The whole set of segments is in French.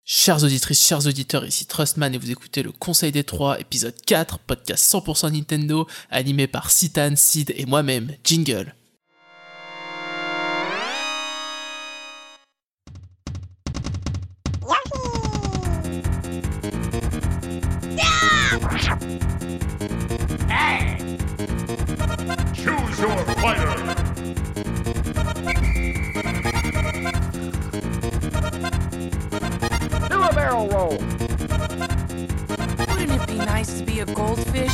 Chères auditrices, chers auditeurs, ici Trustman et vous écoutez le Conseil des Trois, épisode 4, podcast 100% Nintendo, animé par Citan, Sid et moi-même, Jingle. Choose your fighter! Do a barrel roll! Wouldn't it be nice to be a goldfish?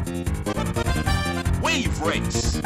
Wave race!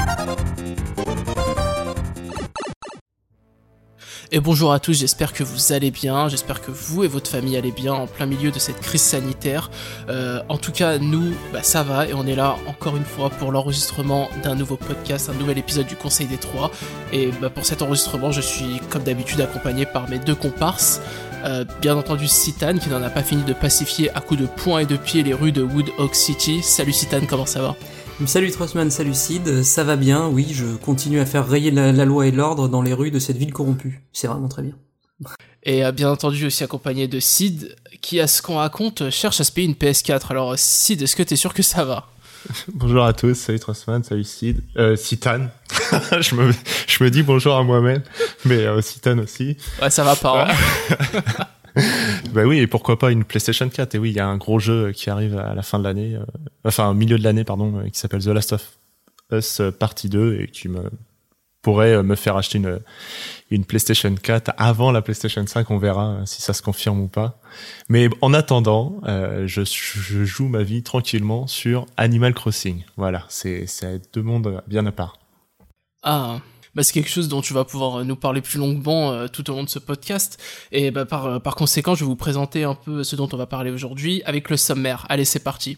Et bonjour à tous, j'espère que vous allez bien, j'espère que vous et votre famille allez bien en plein milieu de cette crise sanitaire. En tout cas, nous, ça va et on est là encore une fois pour l'enregistrement d'un nouveau podcast, un nouvel épisode du Conseil des Trois. Et pour cet enregistrement, je suis comme d'habitude accompagné par mes deux comparses. Bien entendu Citan qui n'en a pas fini de pacifier à coups de poing et de pied les rues de Woodhawk City. Salut Citan, comment ça va ? Salut Trustman, salut Sid, ça va bien, oui, je continue à faire rayer la loi et l'ordre dans les rues de cette ville corrompue, c'est vraiment très bien. Et bien entendu aussi accompagné de Sid, qui à ce qu'on raconte cherche à se payer une PS4. Alors Sid, est-ce que t'es sûr que ça va ? Bonjour à tous, salut Trustman, salut Sid, Citan, je me dis bonjour à moi-même, mais Citan aussi. Ouais, ça va pas, hein. Bah oui, et pourquoi pas une PlayStation 4. Et oui, il y a un gros jeu qui arrive à la fin de l'année, au milieu de l'année, pardon, qui s'appelle The Last of Us Partie 2 et qui pourrait me faire acheter une PlayStation 4 avant la PlayStation 5. On verra si ça se confirme ou pas. Mais en attendant, je joue ma vie tranquillement sur Animal Crossing. Voilà, c'est deux mondes bien à part. Ah, c'est quelque chose dont tu vas pouvoir nous parler plus longuement tout au long de ce podcast. Et par conséquent, je vais vous présenter un peu ce dont on va parler aujourd'hui avec le sommaire. Allez, c'est parti.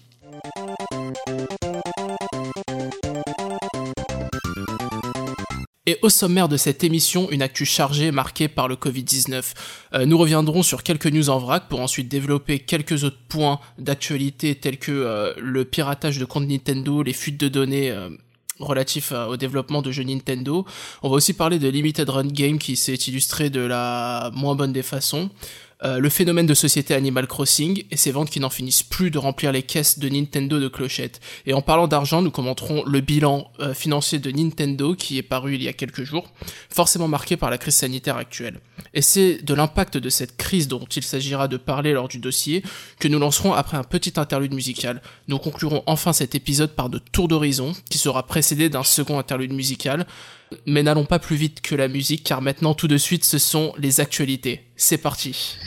Et au sommaire de cette émission, une actu chargée marquée par le Covid-19. Nous reviendrons sur quelques news en vrac pour ensuite développer quelques autres points d'actualité tels que le piratage de comptes Nintendo, les fuites de données relatifs au développement de jeux Nintendo. On va aussi parler de Limited Run Game qui s'est illustré de la moins bonne des façons. Le phénomène de société Animal Crossing et ses ventes qui n'en finissent plus de remplir les caisses de Nintendo de clochettes. Et en parlant d'argent, nous commenterons le bilan financier de Nintendo qui est paru il y a quelques jours, forcément marqué par la crise sanitaire actuelle. Et c'est de l'impact de cette crise dont il s'agira de parler lors du dossier que nous lancerons après un petit interlude musical. Nous conclurons enfin cet épisode par de tours d'horizon qui sera précédé d'un second interlude musical. Mais n'allons pas plus vite que la musique, car maintenant, tout de suite, ce sont les actualités. C'est parti.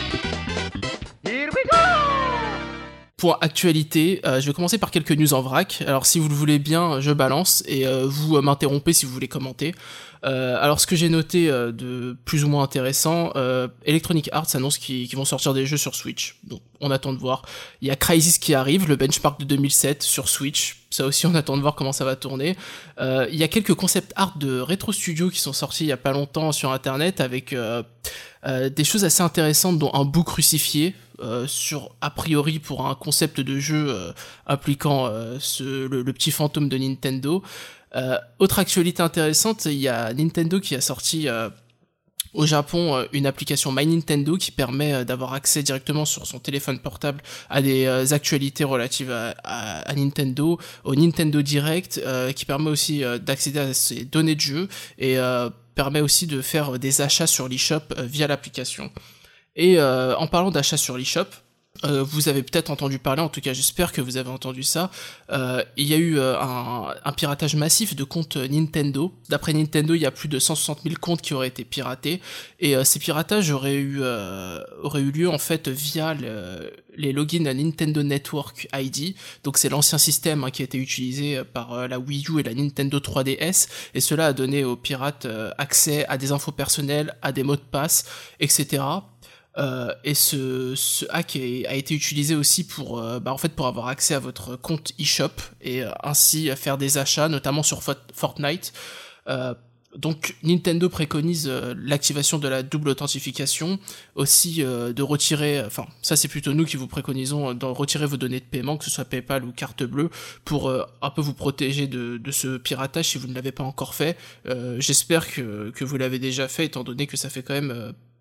Here we go! Point actualité, je vais commencer par quelques news en vrac. Alors si vous le voulez bien, je balance, et vous m'interrompez si vous voulez commenter. Alors ce que j'ai noté de plus ou moins intéressant, Electronic Arts annonce qu'ils vont sortir des jeux sur Switch. Donc on attend de voir. Il y a Crysis qui arrive, le benchmark de 2007 sur Switch. Ça aussi on attend de voir comment ça va tourner. Il y a quelques concept art de Retro Studio qui sont sortis il y a pas longtemps sur internet avec des choses assez intéressantes dont un bout crucifié sur a priori pour un concept de jeu impliquant le petit fantôme de Nintendo. Autre actualité intéressante, il y a Nintendo qui a sorti au Japon une application My Nintendo qui permet d'avoir accès directement sur son téléphone portable à des actualités relatives à Nintendo, au Nintendo Direct, qui permet aussi d'accéder à ces données de jeu et permet aussi de faire des achats sur l'eShop via l'application. Et en parlant d'achats sur l'eShop, vous avez peut-être entendu parler, en tout cas j'espère que vous avez entendu ça, il y a eu un piratage massif de comptes Nintendo. D'après Nintendo, il y a plus de 160 000 comptes qui auraient été piratés, et ces piratages auraient eu lieu en fait via les logins à Nintendo Network ID, donc c'est l'ancien système qui a été utilisé par la Wii U et la Nintendo 3DS, et cela a donné aux pirates accès à des infos personnelles, à des mots de passe, etc. Et ce hack a été utilisé aussi pour avoir accès à votre compte eShop et ainsi faire des achats, notamment sur Fortnite. Donc Nintendo préconise l'activation de la double authentification, aussi de retirer, ça c'est plutôt nous qui vous préconisons de retirer vos données de paiement, que ce soit PayPal ou carte bleue, pour un peu vous protéger de ce piratage si vous ne l'avez pas encore fait. J'espère que vous l'avez déjà fait, étant donné que ça fait quand même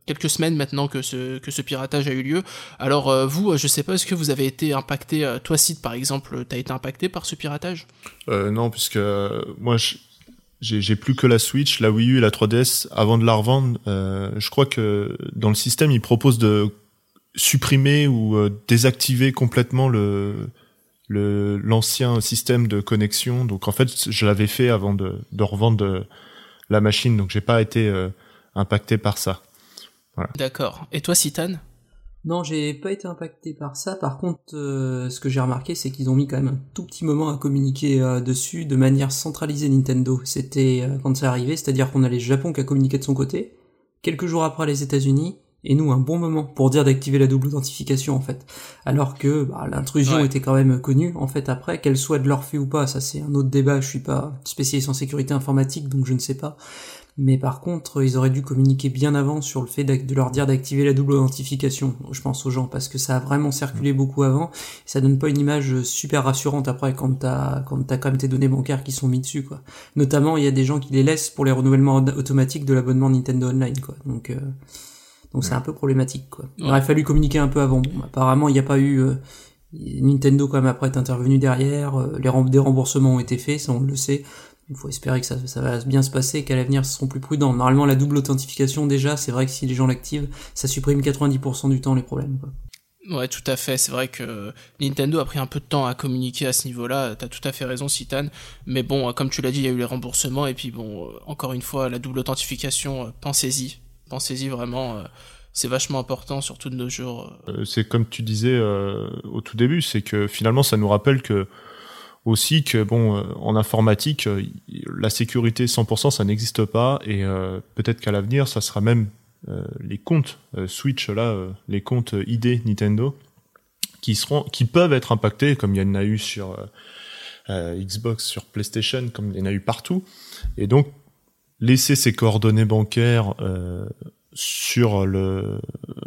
quelques semaines maintenant que ce piratage a eu lieu. Alors vous, je sais pas, est-ce que vous avez été impacté, toi Sid par exemple, t'as été impacté par ce piratage? Non, puisque moi j'ai plus que la Switch, la Wii U et la 3DS avant de la revendre. Je crois que dans le système, ils proposent de supprimer ou désactiver complètement l'ancien système de connexion. Donc en fait, je l'avais fait avant de revendre la machine, donc j'ai pas été impacté par ça. Voilà. D'accord. Et toi, Citan? Non, j'ai pas été impacté par ça. Par contre, ce que j'ai remarqué, c'est qu'ils ont mis quand même un tout petit moment à communiquer dessus de manière centralisée Nintendo. C'était quand c'est arrivé, c'est-à-dire qu'on a le Japon qui a communiqué de son côté, quelques jours après les États-Unis, et nous un bon moment pour dire d'activer la double authentification en fait. Alors que l'intrusion était quand même connue en fait après, qu'elle soit de leur fait ou pas, ça c'est un autre débat. Je suis pas spécialiste en sécurité informatique donc je ne sais pas. Mais par contre, ils auraient dû communiquer bien avant sur le fait de leur dire d'activer la double authentification, je pense aux gens, parce que ça a vraiment circulé beaucoup avant, et ça donne pas une image super rassurante après quand t'as quand même tes données bancaires qui sont mis dessus, quoi. Notamment, il y a des gens qui les laissent pour les renouvellements automatiques de l'abonnement Nintendo Online, quoi. Donc c'est un peu problématique, quoi. Il aurait fallu communiquer un peu avant. Bon, apparemment, il n'y a pas eu... Nintendo, quand même, après, est intervenu derrière, des remboursements ont été faits, ça on le sait. Il faut espérer que ça va bien se passer et qu'à l'avenir, ils seront plus prudents. Normalement, la double authentification, déjà, c'est vrai que si les gens l'activent, ça supprime 90% du temps les problèmes, quoi. Ouais, tout à fait. C'est vrai que Nintendo a pris un peu de temps à communiquer à ce niveau-là. T'as tout à fait raison, Citan. Mais bon, comme tu l'as dit, il y a eu les remboursements. Et puis bon, encore une fois, la double authentification, pensez-y. Pensez-y vraiment. C'est vachement important, surtout de nos jours. C'est comme tu disais au tout début, c'est que finalement, ça nous rappelle que aussi que en informatique, la sécurité 100% ça n'existe pas, et peut-être qu'à l'avenir ça sera même les comptes Switch là, les comptes ID Nintendo qui peuvent être impactés, comme il y en a eu sur Xbox, sur PlayStation, comme il y en a eu partout, et donc laisser ses coordonnées bancaires sur le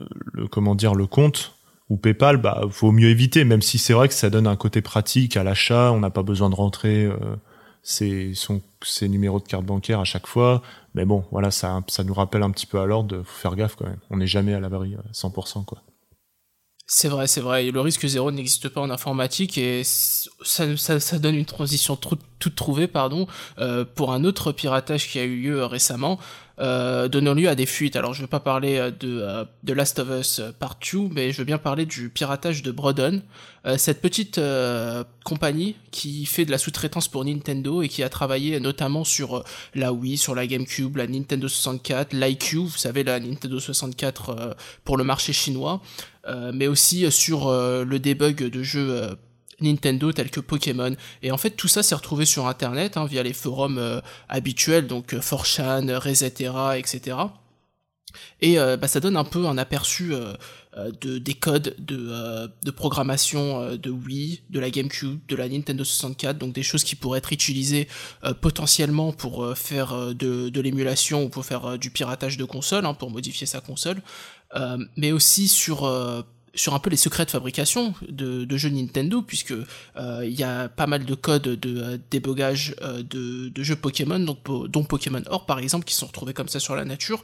compte ou PayPal, vaut mieux éviter, même si c'est vrai que ça donne un côté pratique à l'achat, on n'a pas besoin de rentrer ses numéros de carte bancaire à chaque fois, mais bon, voilà, ça nous rappelle un petit peu à l'ordre, faut faire gaffe quand même, on n'est jamais à l'abri 100%, quoi. C'est vrai, et le risque zéro n'existe pas en informatique, et ça donne une transition toute trouvée, pour un autre piratage qui a eu lieu récemment, donnant lieu à des fuites. Alors je veux pas parler de Last of Us Part 2, mais je veux bien parler du piratage de Brodon, cette petite compagnie qui fait de la sous-traitance pour Nintendo et qui a travaillé notamment sur la Wii, sur la GameCube, la Nintendo 64, l'IQ, vous savez, la Nintendo 64 pour le marché chinois, mais aussi sur le debug de jeux Nintendo tels que Pokémon. Et en fait, tout ça s'est retrouvé sur Internet, via les forums habituels, donc 4chan, Resetera, etc. Et ça donne un peu un aperçu des codes de programmation de Wii, de la GameCube, de la Nintendo 64, donc des choses qui pourraient être utilisées potentiellement pour faire de l'émulation ou pour faire du piratage de console, pour modifier sa console, mais aussi sur un peu les secrets de fabrication de jeux Nintendo, puisque il y a pas mal de codes de débogage de jeux Pokémon, dont Pokémon Or par exemple, qui sont retrouvés comme ça dans la nature.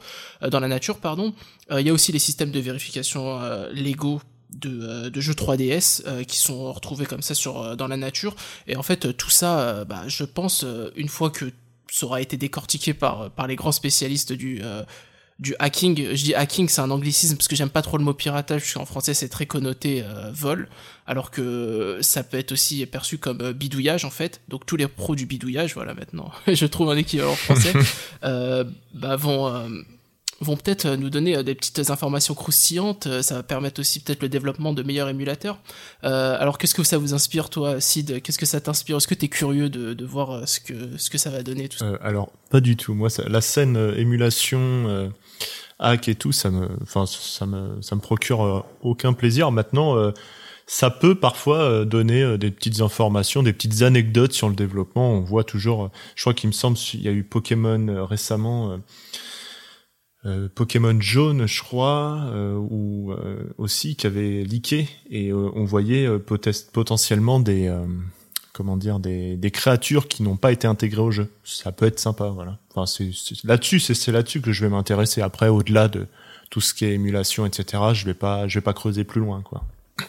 Il y a aussi les systèmes de vérification Lego de jeux 3DS qui sont retrouvés comme ça dans la nature. Et en fait, tout ça, je pense, une fois que ça aura été décortiqué par les grands spécialistes du hacking, je dis hacking, c'est un anglicisme parce que j'aime pas trop le mot piratage, parce qu'en français c'est très connoté vol, alors que ça peut être aussi perçu comme bidouillage en fait. Donc tous les pros du bidouillage, voilà, maintenant je trouve un équivalent français, vont peut-être nous donner des petites informations croustillantes. Ça va permettre aussi peut-être le développement de meilleurs émulateurs. Alors qu'est-ce que ça vous inspire, toi, Sid? Qu'est-ce que ça t'inspire? Est-ce que t'es curieux de voir ce que ça va donner, tout ça? Alors pas du tout. Moi, la scène émulation, hack et tout, ça me procure aucun plaisir. Maintenant, ça peut parfois donner des petites informations, des petites anecdotes sur le développement. On voit toujours, je crois qu'il me semble, il y a eu Pokémon récemment. Pokémon jaune, je crois, ou aussi qui avait leaké, et on voyait potentiellement des créatures qui n'ont pas été intégrées au jeu. Ça peut être sympa, voilà. Enfin, c'est là-dessus que je vais m'intéresser. Après, au-delà de tout ce qui est émulation, etc., je vais pas creuser plus loin, quoi.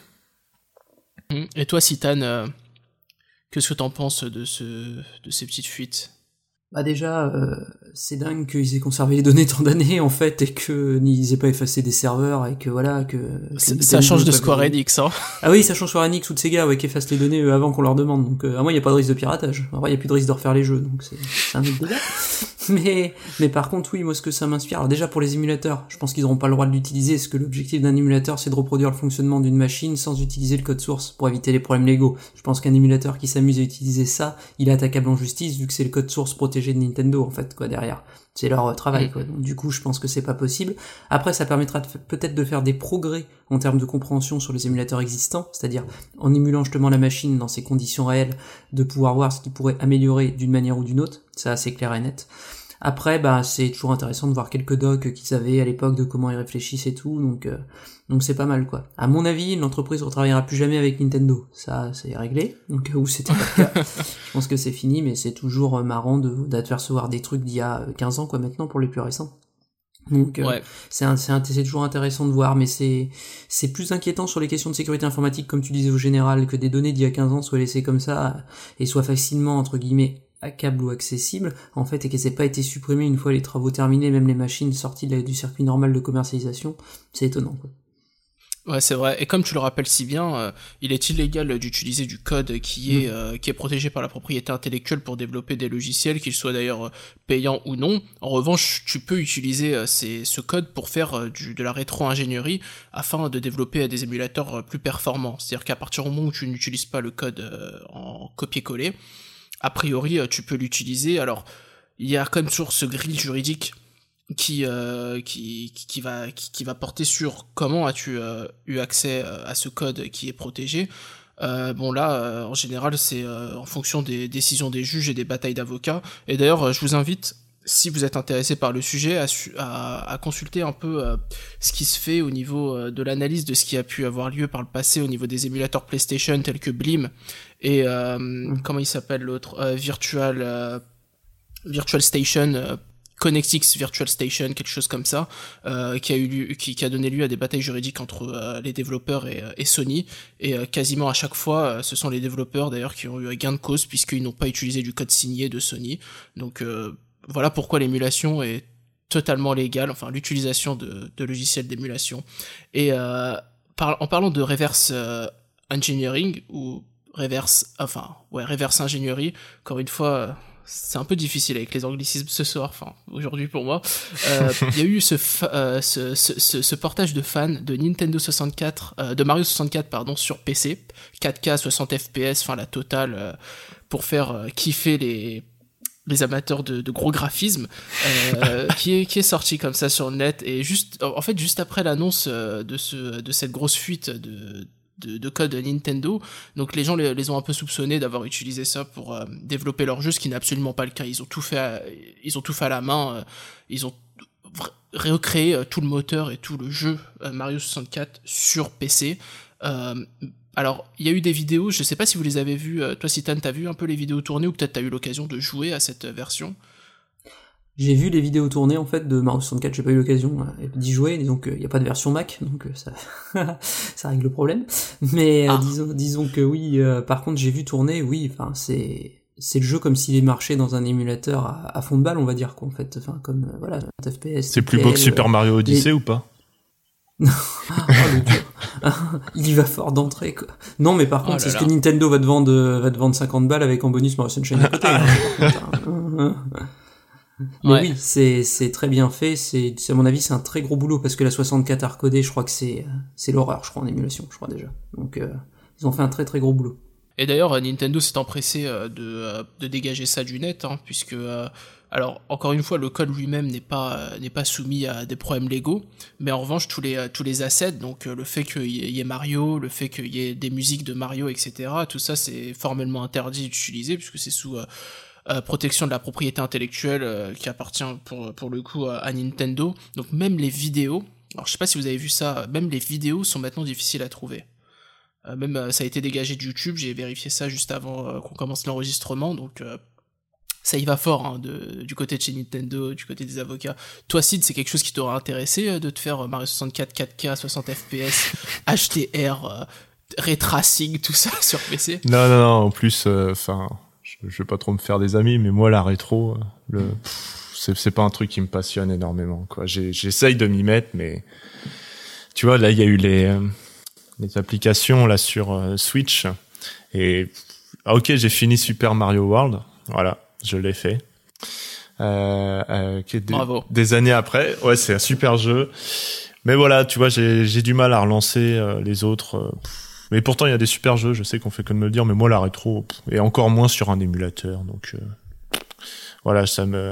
Et toi, Citan, qu'est-ce que t'en penses de ces petites fuites? Bah déjà, c'est dingue qu'ils aient conservé les données tant d'années en fait et qu'ils aient pas effacé des serveurs et que voilà que ça change de Square Enix, hein. Ah oui, ça change Square Enix ou de Sega, ouais, qui effacent les données avant qu'on leur demande. Donc à moi, il y a pas de risque de piratage. En vrai, il y a plus de risque de refaire les jeux, donc c'est un autre débat. Mais par contre, oui, moi ce que ça m'inspire, alors déjà pour les émulateurs, je pense qu'ils n'auront pas le droit de l'utiliser, parce que l'objectif d'un émulateur, c'est de reproduire le fonctionnement d'une machine sans utiliser le code source pour éviter les problèmes légaux. Je pense qu'un émulateur qui s'amuse à utiliser ça, il est attaquable en justice vu que c'est le code source protégé de Nintendo en fait, quoi, derrière. C'est leur travail, quoi. Donc, du coup, je pense que c'est pas possible. Après, ça permettra peut-être de faire des progrès en termes de compréhension sur les émulateurs existants, c'est-à-dire en émulant justement la machine dans ses conditions réelles, de pouvoir voir ce qui pourrait améliorer d'une manière ou d'une autre. Ça, c'est clair et net. Après, bah, c'est toujours intéressant de voir quelques docs qu'ils avaient à l'époque de comment ils réfléchissent et tout, donc c'est pas mal, quoi. À mon avis, l'entreprise retravaillera plus jamais avec Nintendo. Ça, c'est réglé. Donc, où c'était pas le cas. Je pense que c'est fini, mais c'est toujours marrant d'apercevoir des trucs d'il y a 15 ans, quoi, maintenant, pour les plus récents. Donc, ouais. C'est toujours intéressant de voir, mais c'est plus inquiétant sur les questions de sécurité informatique, comme tu disais au général, que des données d'il y a 15 ans soient laissées comme ça, et soient facilement, entre guillemets, accable ou accessible, en fait, et qu'elles n'aient pas été supprimées une fois les travaux terminés, même les machines sorties du circuit normal de commercialisation, c'est étonnant, quoi. Ouais, c'est vrai. Et comme tu le rappelles si bien, il est illégal d'utiliser du code qui est protégé par la propriété intellectuelle pour développer des logiciels, qu'ils soient d'ailleurs payants ou non. En revanche, tu peux utiliser ce code pour faire de la rétro-ingénierie afin de développer des émulateurs plus performants. C'est-à-dire qu'à partir du moment où tu n'utilises pas le code en copier-coller, a priori, tu peux l'utiliser. Alors, il y a comme toujours ce grille juridique qui va porter sur comment as-tu eu accès à ce code qui est protégé. Bon là, en général, c'est en fonction des décisions des juges et des batailles d'avocats. Et d'ailleurs, je vous invite, si vous êtes intéressé par le sujet, à consulter un peu ce qui se fait au niveau de l'analyse de ce qui a pu avoir lieu par le passé au niveau des émulateurs PlayStation tels que Blim et comment il s'appelle l'autre, Virtual Station, ConnectX Virtual Station, quelque chose comme ça, qui a donné lieu à des batailles juridiques entre les développeurs et Sony, et quasiment à chaque fois, ce sont les développeurs d'ailleurs qui ont eu gain de cause puisqu'ils n'ont pas utilisé du code signé de Sony. Donc voilà pourquoi l'émulation est totalement légale, enfin l'utilisation de logiciels d'émulation. Et en parlant de reverse engineering ou reverse ingénierie, encore une fois, c'est un peu difficile avec les anglicismes ce soir, enfin aujourd'hui pour moi. Il y a eu ce portage de fans de Nintendo 64, de Mario 64 pardon, sur PC, 4K 60 FPS, enfin la totale, pour faire kiffer les amateurs de gros graphismes, qui est sorti comme ça sur le net, et juste après l'annonce de cette grosse fuite de code Nintendo, donc les gens les ont un peu soupçonnés d'avoir utilisé ça pour développer leur jeu, ce qui n'est absolument pas le cas. Ils ont tout fait à la main, ils ont recréé tout le moteur et tout le jeu Mario 64 sur PC. Alors, il y a eu des vidéos, je sais pas si vous les avez vues, toi Citan, t'as vu un peu les vidéos tournées, ou peut-être t'as eu l'occasion de jouer à cette version? J'ai vu les vidéos tournées en fait de Mario 64, j'ai pas eu l'occasion d'y jouer, donc il y a pas de version Mac, donc ça ça règle le problème. Mais disons que oui, par contre j'ai vu tourner, oui, enfin c'est le jeu comme s'il est marché dans un émulateur à fond de balle, on va dire, quoi, en fait, enfin comme voilà, FPS. C'est plus beau que Super Mario Odyssey ou pas? Oh, le dur. Il y va fort d'entrée, quoi. Non, mais par contre, c'est ce que Nintendo va te vendre 50 balles avec en bonus Mario Sunshine à côté. Mais ouais. Oui, c'est très bien fait, à mon avis, c'est un très gros boulot, parce que la 64 hardcodée, je crois que c'est l'horreur, je crois, en émulation, je crois déjà. Donc, ils ont fait un très très gros boulot. Et d'ailleurs, Nintendo s'est empressé de dégager ça du net, hein, puisque, alors, encore une fois, le code lui-même n'est pas soumis à des problèmes légaux, mais en revanche, tous les assets, donc le fait qu'il y ait Mario, le fait qu'il y ait des musiques de Mario, etc., tout ça, c'est formellement interdit d'utiliser, puisque c'est sous protection de la propriété intellectuelle qui appartient pour le coup à Nintendo. Donc même les vidéos, alors je sais pas si vous avez vu ça, même les vidéos sont maintenant difficiles à trouver. Même ça a été dégagé de YouTube, j'ai vérifié ça juste avant qu'on commence l'enregistrement, donc ça y va fort, hein, du côté de chez Nintendo, du côté des avocats. Toi, Sid, c'est quelque chose qui t'aurait intéressé de te faire Mario 64 4K, 60 FPS, HDR, ray tracing, tout ça sur PC? Non, en plus, je vais pas trop me faire des amis, mais moi, la rétro, c'est pas un truc qui me passionne énormément, quoi. J'essaye de m'y mettre, mais tu vois, là, il y a eu les applications là sur Switch, et ok, j'ai fini Super Mario World, voilà, je l'ai fait. Bravo. Des années après, ouais, c'est un super jeu, mais voilà, tu vois, j'ai du mal à relancer les autres. Mais pourtant, il y a des super jeux, je sais qu'on fait que de me le dire, mais moi, la rétro, et encore moins sur un émulateur, donc voilà, ça me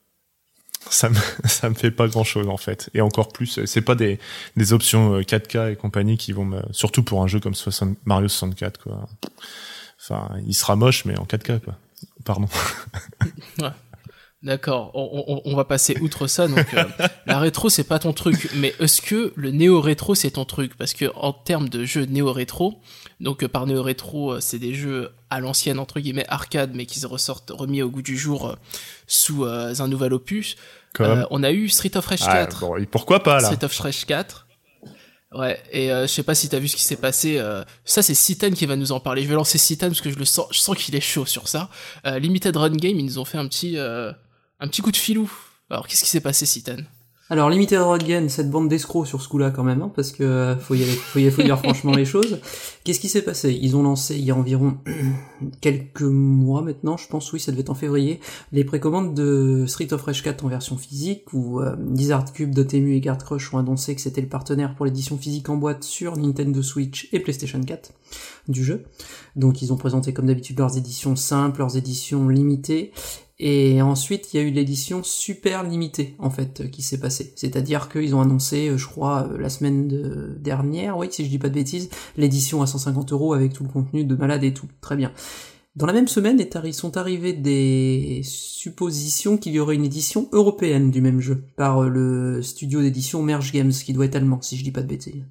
fait pas grand chose, en fait. Et encore plus, c'est pas des options 4K et compagnie qui vont surtout pour un jeu comme Mario 64, quoi. Enfin, il sera moche, mais en 4K, quoi. Pardon. Ouais. D'accord, on va passer outre ça. Donc la rétro c'est pas ton truc, mais est-ce que le néo-rétro c'est ton truc? Parce que en termes de jeux néo-rétro, donc par néo-rétro c'est des jeux à l'ancienne entre guillemets arcade, mais qui se ressortent remis au goût du jour sous un nouvel opus. On a eu Street of Rage 4. Bon, et pourquoi pas là? Street of Rage 4. Ouais, et je sais pas si t'as vu ce qui s'est passé. Ça, c'est Citan qui va nous en parler. Je vais lancer Citan parce que je sens qu'il est chaud sur ça. Limited Run Game, ils nous ont fait un petit coup de filou. Alors, qu'est-ce qui s'est passé, Citan? Alors, Limited Run Game, cette bande d'escrocs sur ce coup-là quand même, hein, parce que faut dire franchement les choses. Qu'est-ce qui s'est passé? Ils ont lancé il y a environ quelques mois maintenant, je pense, oui, ça devait être en février, les précommandes de Street of Rage 4 en version physique, où Lizardcube, Dotemu et Guard Crush ont annoncé que c'était le partenaire pour l'édition physique en boîte sur Nintendo Switch et PlayStation 4 du jeu. Donc ils ont présenté comme d'habitude leurs éditions simples, leurs éditions limitées, et ensuite il y a eu l'édition super limitée en fait qui s'est passée. C'est-à-dire qu'ils ont annoncé, je crois, la semaine dernière, oui, si je dis pas de bêtises, l'édition à 150€ avec tout le contenu de malade et tout, très bien. Dans la même semaine sont arrivées des suppositions qu'il y aurait une édition européenne du même jeu, par le studio d'édition Merge Games, qui doit être allemand, si je dis pas de bêtises.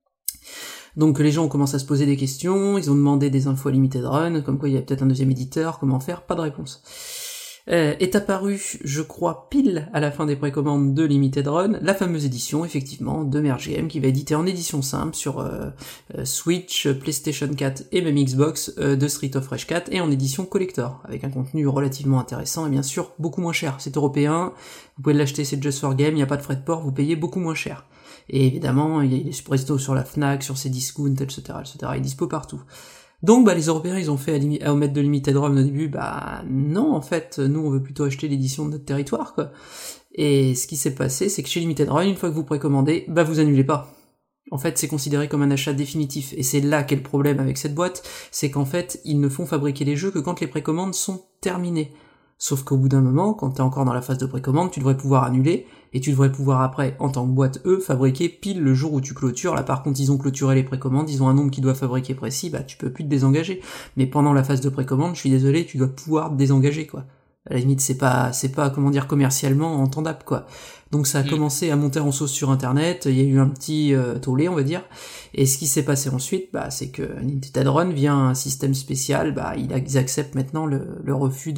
Donc les gens ont commencé à se poser des questions, ils ont demandé des infos à Limited Run, comme quoi il y a peut-être un deuxième éditeur, comment faire, pas de réponse. Est apparu, je crois, pile à la fin des précommandes de Limited Run, la fameuse édition, effectivement, de Merge Games, qui va éditer en édition simple sur Switch, PlayStation 4 et même Xbox de Street of Rage 4, et en édition collector, avec un contenu relativement intéressant, et bien sûr, beaucoup moins cher. C'est européen, vous pouvez l'acheter, c'est Just for Game, il n'y a pas de frais de port, vous payez beaucoup moins cher. Et évidemment, il y a les presto sur la Fnac, sur ses discounts, etc., il est dispo partout. Donc, les Européens, ils ont fait à omettre de Limited Run au début, non, en fait, nous, on veut plutôt acheter l'édition de notre territoire, quoi. Et ce qui s'est passé, c'est que chez Limited Run, une fois que vous précommandez, vous annulez pas. En fait, c'est considéré comme un achat définitif. Et c'est là qu'est le problème avec cette boîte, c'est qu'en fait, ils ne font fabriquer les jeux que quand les précommandes sont terminées. Sauf qu'au bout d'un moment, quand t'es encore dans la phase de précommande, tu devrais pouvoir annuler, et tu devrais pouvoir après, en tant que boîte, fabriquer pile le jour où tu clôtures. Là, par contre, ils ont clôturé les précommandes, ils ont un nombre qu'ils doivent fabriquer précis, tu peux plus te désengager. Mais pendant la phase de précommande, je suis désolé, tu dois pouvoir te désengager, quoi. À la limite, c'est pas, commercialement entendable, quoi. Donc ça a commencé à monter en sauce sur internet, il y a eu un petit tollé, on va dire, et ce qui s'est passé ensuite, c'est que Nintendo Run vient un système spécial, ils acceptent maintenant le refus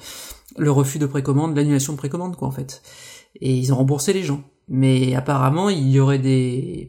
de précommande, l'annulation de précommande, quoi, en fait. Et ils ont remboursé les gens. Mais apparemment, il y aurait des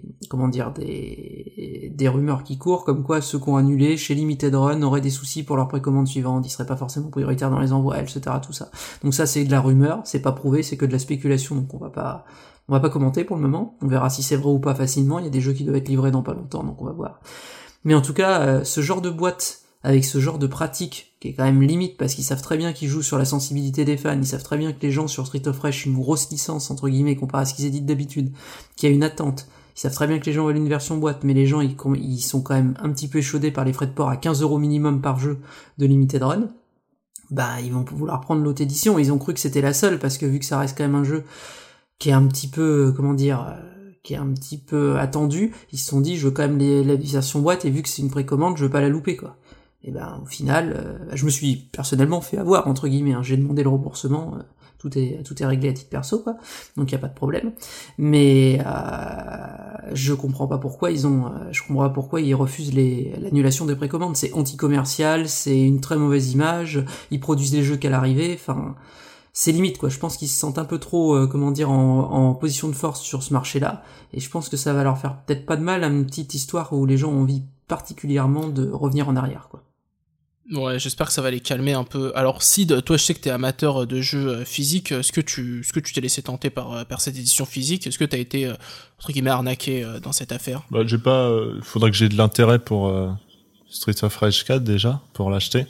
rumeurs qui courent, comme quoi ceux qui ont annulé chez Limited Run auraient des soucis pour leur précommande suivante, ils seraient pas forcément prioritaires dans les envois, etc., tout ça. Donc ça, c'est de la rumeur, c'est pas prouvé, c'est que de la spéculation, donc on va pas commenter pour le moment. On verra si c'est vrai ou pas facilement, il y a des jeux qui doivent être livrés dans pas longtemps, donc on va voir. Mais en tout cas, ce genre de boîte, avec ce genre de pratique, qui est quand même limite, parce qu'ils savent très bien qu'ils jouent sur la sensibilité des fans, ils savent très bien que les gens sur Street of Rage, une grosse licence, entre guillemets, comparé à ce qu'ils éditent d'habitude, qu'il y a une attente, ils savent très bien que les gens veulent une version boîte, mais les gens, ils sont quand même un petit peu échaudés par les frais de port à 15€ minimum par jeu de Limited Run, ils vont vouloir prendre l'autre édition, ils ont cru que c'était la seule, parce que vu que ça reste quand même un jeu qui est un petit peu, qui est un petit peu attendu, ils se sont dit, je veux quand même la version boîte, et vu que c'est une précommande, je veux pas la louper, quoi. Et au final, je me suis personnellement fait avoir, entre guillemets, j'ai demandé le remboursement, tout est réglé à titre perso, quoi. Donc il y a pas de problème. Mais je comprends pas pourquoi ils refusent l'annulation des précommandes. C'est anti-commercial, c'est une très mauvaise image. Ils produisent des jeux qu'à l'arrivée. Enfin, c'est limite, quoi. Je pense qu'ils se sentent un peu trop, en position de force sur ce marché-là. Et je pense que ça va leur faire peut-être pas de mal à une petite histoire où les gens ont envie particulièrement de revenir en arrière, quoi. Ouais, j'espère que ça va les calmer un peu. Alors Sid, toi je sais que t'es amateur de jeux physiques, est-ce que tu t'es laissé tenter par cette édition physique? Est-ce que t'as été entre guillemets arnaqué dans cette affaire? Bah, j'ai pas. Faudrait que j'ai de l'intérêt pour Streets of Rage 4 déjà pour l'acheter.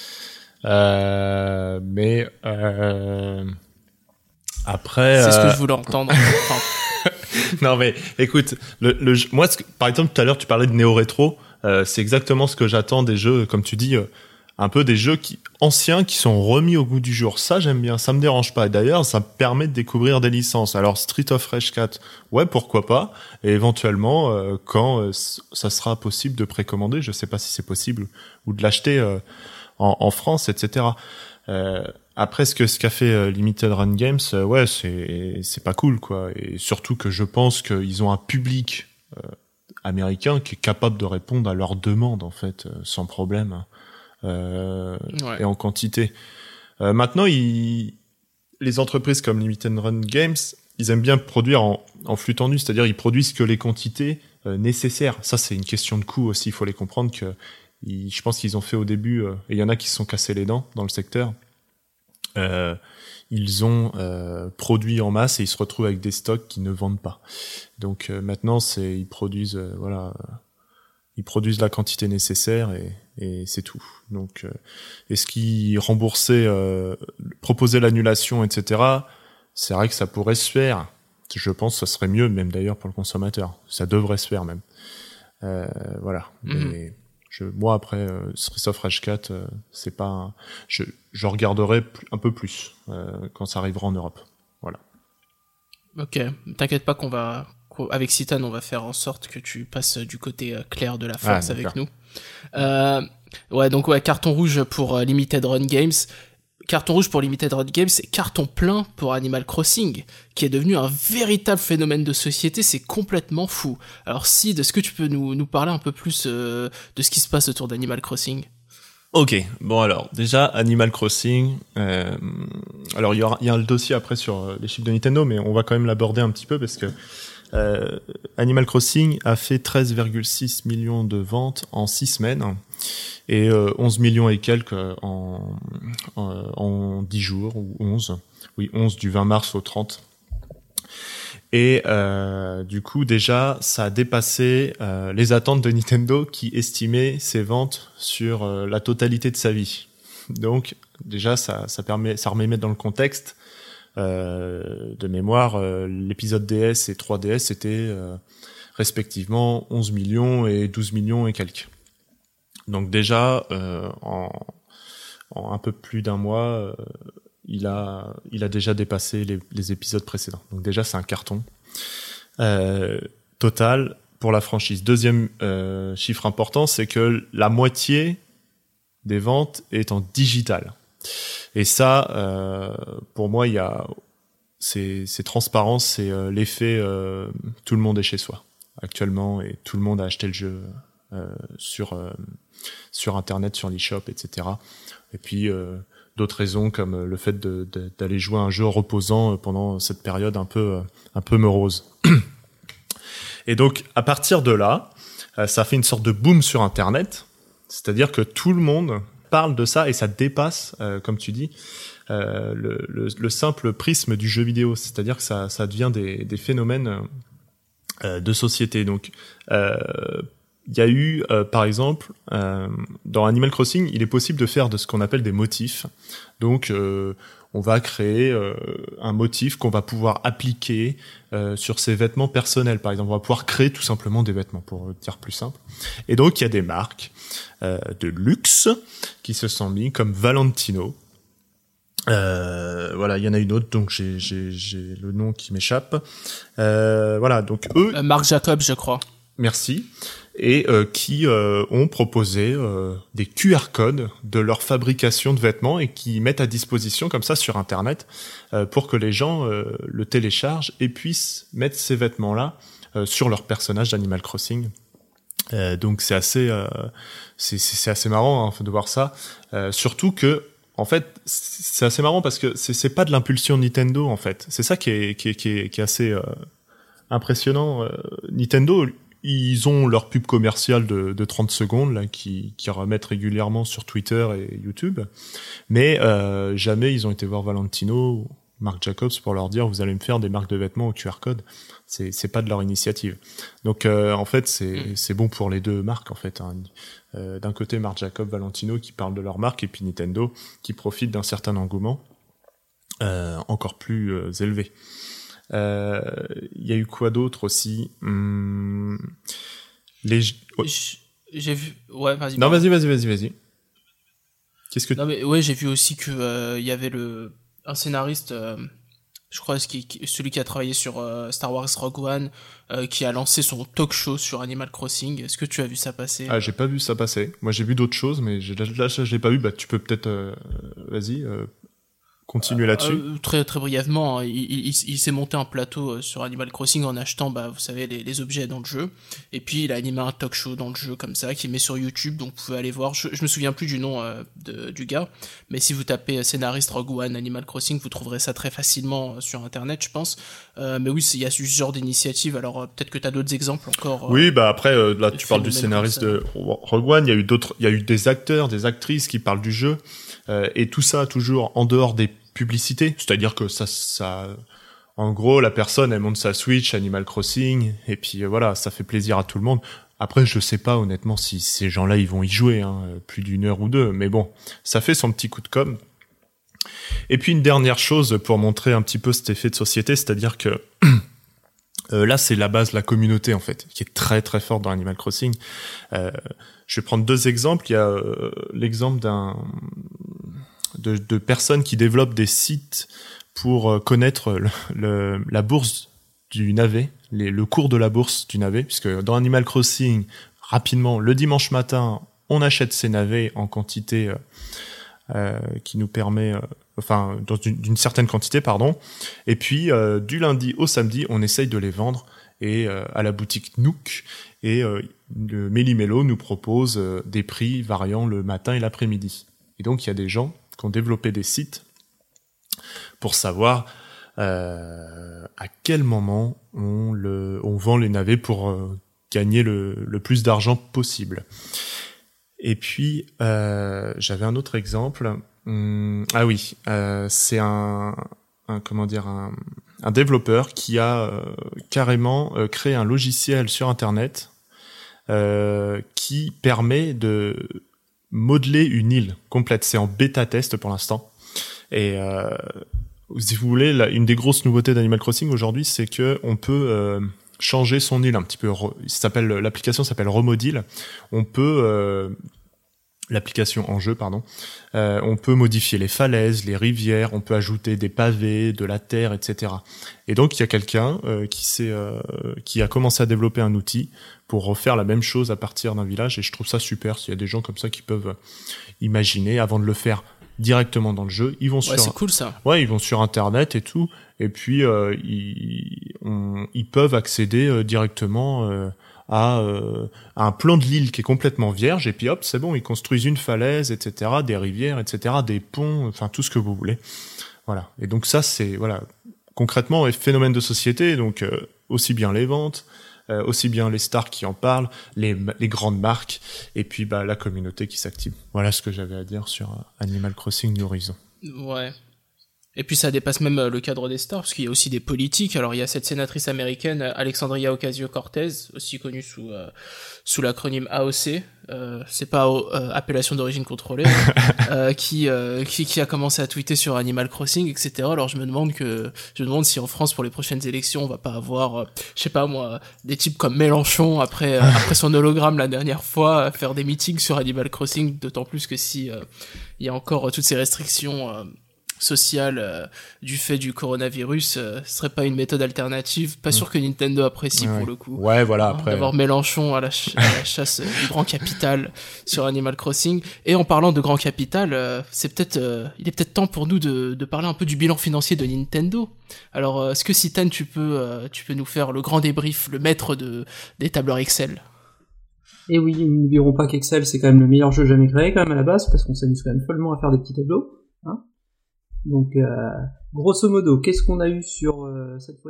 Mais après. C'est ce que je voulais entendre. Enfin... Non mais écoute, moi, par exemple tout à l'heure tu parlais de néo-rétro. C'est exactement ce que j'attends des jeux, comme tu dis, un peu des jeux anciens qui sont remis au goût du jour. Ça, j'aime bien, ça me dérange pas. Et d'ailleurs, ça me permet de découvrir des licences. Alors, Street of Rage 4, ouais, pourquoi pas. Et éventuellement, quand ça sera possible de précommander, je sais pas si c'est possible, ou de l'acheter en France, etc. Après, ce qu'a fait Limited Run Games, ouais, c'est pas cool, quoi. Et surtout que je pense qu'ils ont un public américain qui est capable de répondre à leurs demandes, en fait, sans problème, et en quantité. Maintenant, les entreprises comme Limited Run Games, ils aiment bien produire en flux tendu, c'est-à-dire ils produisent que les quantités nécessaires. Ça, c'est une question de coût aussi, il faut les comprendre que je pense qu'ils ont fait au début, et il y en a qui se sont cassés les dents dans le secteur. Ils ont produit en masse et ils se retrouvent avec des stocks qui ne vendent pas. Donc maintenant, ils produisent ils produisent la quantité nécessaire et c'est tout. Donc est-ce qu'ils remboursaient, proposaient l'annulation, etc. C'est vrai que ça pourrait se faire. Je pense que ça serait mieux, même d'ailleurs pour le consommateur. Ça devrait se faire même. Voilà. Mais moi après Streets of Rage 4, c'est pas. Je regarderai un peu plus quand ça arrivera en Europe. Voilà. Ok, t'inquiète pas avec Citan, on va faire en sorte que tu passes du côté clair de la force avec nous. Ouais, donc ouais, carton rouge pour Limited Run Games. Carton rouge pour Limited Run Games, c'est carton plein pour Animal Crossing, qui est devenu un véritable phénomène de société, c'est complètement fou. Alors Sid, est-ce que tu peux nous parler un peu plus de ce qui se passe autour d'Animal Crossing ? Ok, bon alors, déjà, Animal Crossing, alors il y a le dossier après sur les chiffres de Nintendo, mais on va quand même l'aborder un petit peu parce que Animal Crossing a fait 13,6 millions de ventes en 6 semaines et 11 millions et quelques en 10 jours, ou 11, oui 11 du 20 mars au 30. Et du coup déjà ça a dépassé les attentes de Nintendo qui estimait ses ventes sur la totalité de sa vie. Donc déjà ça remet dans le contexte. De mémoire, l'épisode DS et 3DS c'était respectivement 11 millions et 12 millions et quelques. Donc déjà en un peu plus d'un mois il a déjà dépassé les épisodes précédents. Donc déjà, c'est un carton total pour la franchise. Deuxième chiffre important, c'est que la moitié des ventes est en digital. Et ça, pour moi, c'est transparent, c'est l'effet tout le monde est chez soi actuellement et tout le monde a acheté le jeu sur Internet, sur l'eShop, etc. Et puis d'autres raisons comme le fait d'aller jouer à un jeu reposant pendant cette période un peu morose. Et donc à partir de là, ça fait une sorte de boom sur Internet, c'est-à-dire que tout le monde parle de ça et ça dépasse, comme tu dis, le simple prisme du jeu vidéo, c'est-à-dire que ça devient des phénomènes de société. Donc il y a eu, par exemple, dans Animal Crossing, il est possible de faire de ce qu'on appelle des motifs. Donc, on va créer un motif qu'on va pouvoir appliquer sur ses vêtements personnels. Par exemple, on va pouvoir créer tout simplement des vêtements, pour dire plus simple. Et donc, il y a des marques de luxe qui se sont mis, comme Valentino. Voilà, il y en a une autre, donc j'ai le nom qui m'échappe. Voilà, donc eux... Marc Jacobs, je crois. Merci. et qui ont proposé des QR codes de leur fabrication de vêtements et qui mettent à disposition comme ça sur Internet pour que les gens le téléchargent et puissent mettre ces vêtements-là sur leur personnage d'Animal Crossing. Donc c'est assez marrant hein, de voir ça, surtout que en fait c'est assez marrant parce que c'est pas de l'impulsion Nintendo en fait, c'est ça qui est assez impressionnant. Nintendo, ils ont leur pub commerciale de 30 secondes là qui remettent régulièrement sur Twitter et YouTube, mais jamais ils ont été voir Valentino, Marc Jacobs pour leur dire vous allez me faire des marques de vêtements au QR code. C'est pas de leur initiative. Donc en fait c'est bon pour les deux marques en fait. Hein. D'un côté Marc Jacobs, Valentino qui parlent de leur marque et puis Nintendo qui profite d'un certain engouement encore plus élevé. Il y a eu quoi d'autre aussi J'ai vu... Ouais, vas-y. Non, vas-y. Qu'est-ce que... Non, mais ouais, j'ai vu aussi que il y avait un scénariste, je crois celui qui a travaillé sur Star Wars Rogue One, qui a lancé son talk show sur Animal Crossing. Est-ce que tu as vu ça passer? Ah, j'ai pas vu ça passer. Moi, j'ai vu d'autres choses, mais là, je l'ai pas vu. Bah, tu peux peut-être... Vas-y... continuer là-dessus. Très très brièvement, hein, il s'est monté un plateau sur Animal Crossing en achetant, vous savez, les objets dans le jeu. Et puis il a animé un talk show dans le jeu comme ça, qu'il met sur YouTube, donc vous pouvez aller voir. Je me souviens plus du nom du gars, mais si vous tapez scénariste Rogue One Animal Crossing, vous trouverez ça très facilement sur Internet, je pense. Mais oui, il y a ce genre d'initiative. Alors peut-être que t'as d'autres exemples encore. Oui, après là tu parles du scénariste de Rogue One. Il y a eu des acteurs, des actrices qui parlent du jeu, et tout ça toujours en dehors des publicité, c'est-à-dire que ça en gros la personne elle monte sa Switch Animal Crossing et puis voilà, ça fait plaisir à tout le monde. Après je sais pas honnêtement si ces gens-là ils vont y jouer plus d'une heure ou deux, mais bon, ça fait son petit coup de com'. Et puis une dernière chose pour montrer un petit peu cet effet de société, c'est-à-dire que là c'est la base, la communauté en fait, qui est très très forte dans Animal Crossing. Je vais prendre deux exemples. Il y a l'exemple de personnes qui développent des sites pour connaître la bourse du navet, le cours de la bourse du navet, puisque dans Animal Crossing, rapidement, le dimanche matin, on achète ces navets en quantité qui nous permet, d'une certaine quantité, pardon, et puis du lundi au samedi, on essaye de les vendre et à la boutique Nook, et le Méli-Mélo nous propose des prix variant le matin et l'après-midi. Et donc il y a des gens qui ont développé des sites pour savoir à quel moment on vend les navets pour gagner le plus d'argent possible. Et puis j'avais un autre exemple. C'est un développeur qui a carrément créé un logiciel sur Internet qui permet de modeler une île complète. C'est en bêta test pour l'instant. Et si vous voulez, une des grosses nouveautés d'Animal Crossing aujourd'hui, c'est que on peut changer son île un petit peu. L'application s'appelle Remodile. On peut l'application en jeu, pardon. On peut modifier les falaises, les rivières. On peut ajouter des pavés, de la terre, etc. Et donc il y a quelqu'un qui a commencé à développer un outil pour refaire la même chose à partir d'un village, et je trouve ça super. S'il y a des gens comme ça qui peuvent imaginer, avant de le faire directement dans le jeu, ils vont c'est cool ça. Ouais, ils vont sur Internet et tout, et puis ils peuvent accéder directement à un plan de l'île qui est complètement vierge, et puis hop, c'est bon, ils construisent une falaise, etc., des rivières, etc., des ponts, enfin tout ce que vous voulez. Voilà. Et donc ça, c'est concrètement un phénomène de société, donc aussi bien les ventes, aussi bien les stars qui en parlent, les grandes marques, et puis la communauté qui s'active. Voilà ce que j'avais à dire sur Animal Crossing New Horizons. Ouais. Et puis ça dépasse même le cadre des stars, parce qu'il y a aussi des politiques. Alors il y a cette sénatrice américaine, Alexandria Ocasio-Cortez, aussi connue sous l'acronyme AOC, c'est pas appellation d'origine contrôlée, qui a commencé à tweeter sur Animal Crossing, etc. Alors je me demande si en France pour les prochaines élections on va pas avoir, je sais pas moi, des types comme Mélenchon après son hologramme la dernière fois, faire des meetings sur Animal Crossing, d'autant plus que si il y a encore toutes ces restrictions social du fait du coronavirus, ce serait pas une méthode alternative. Pas sûr que Nintendo apprécie pour le coup. Ouais, voilà, après. D'avoir Mélenchon à la chasse du grand capital sur Animal Crossing. Et en parlant de grand capital, il est peut-être temps pour nous de parler un peu du bilan financier de Nintendo. Alors, est-ce que Citan, tu peux nous faire le grand débrief, le maître des tableurs Excel? Et oui, n'oublierons pas qu'Excel, c'est quand même le meilleur jeu jamais créé, quand même, à la base, parce qu'on s'amuse quand même follement à faire des petits tableaux. Hein. Donc, grosso modo, qu'est-ce qu'on a eu cette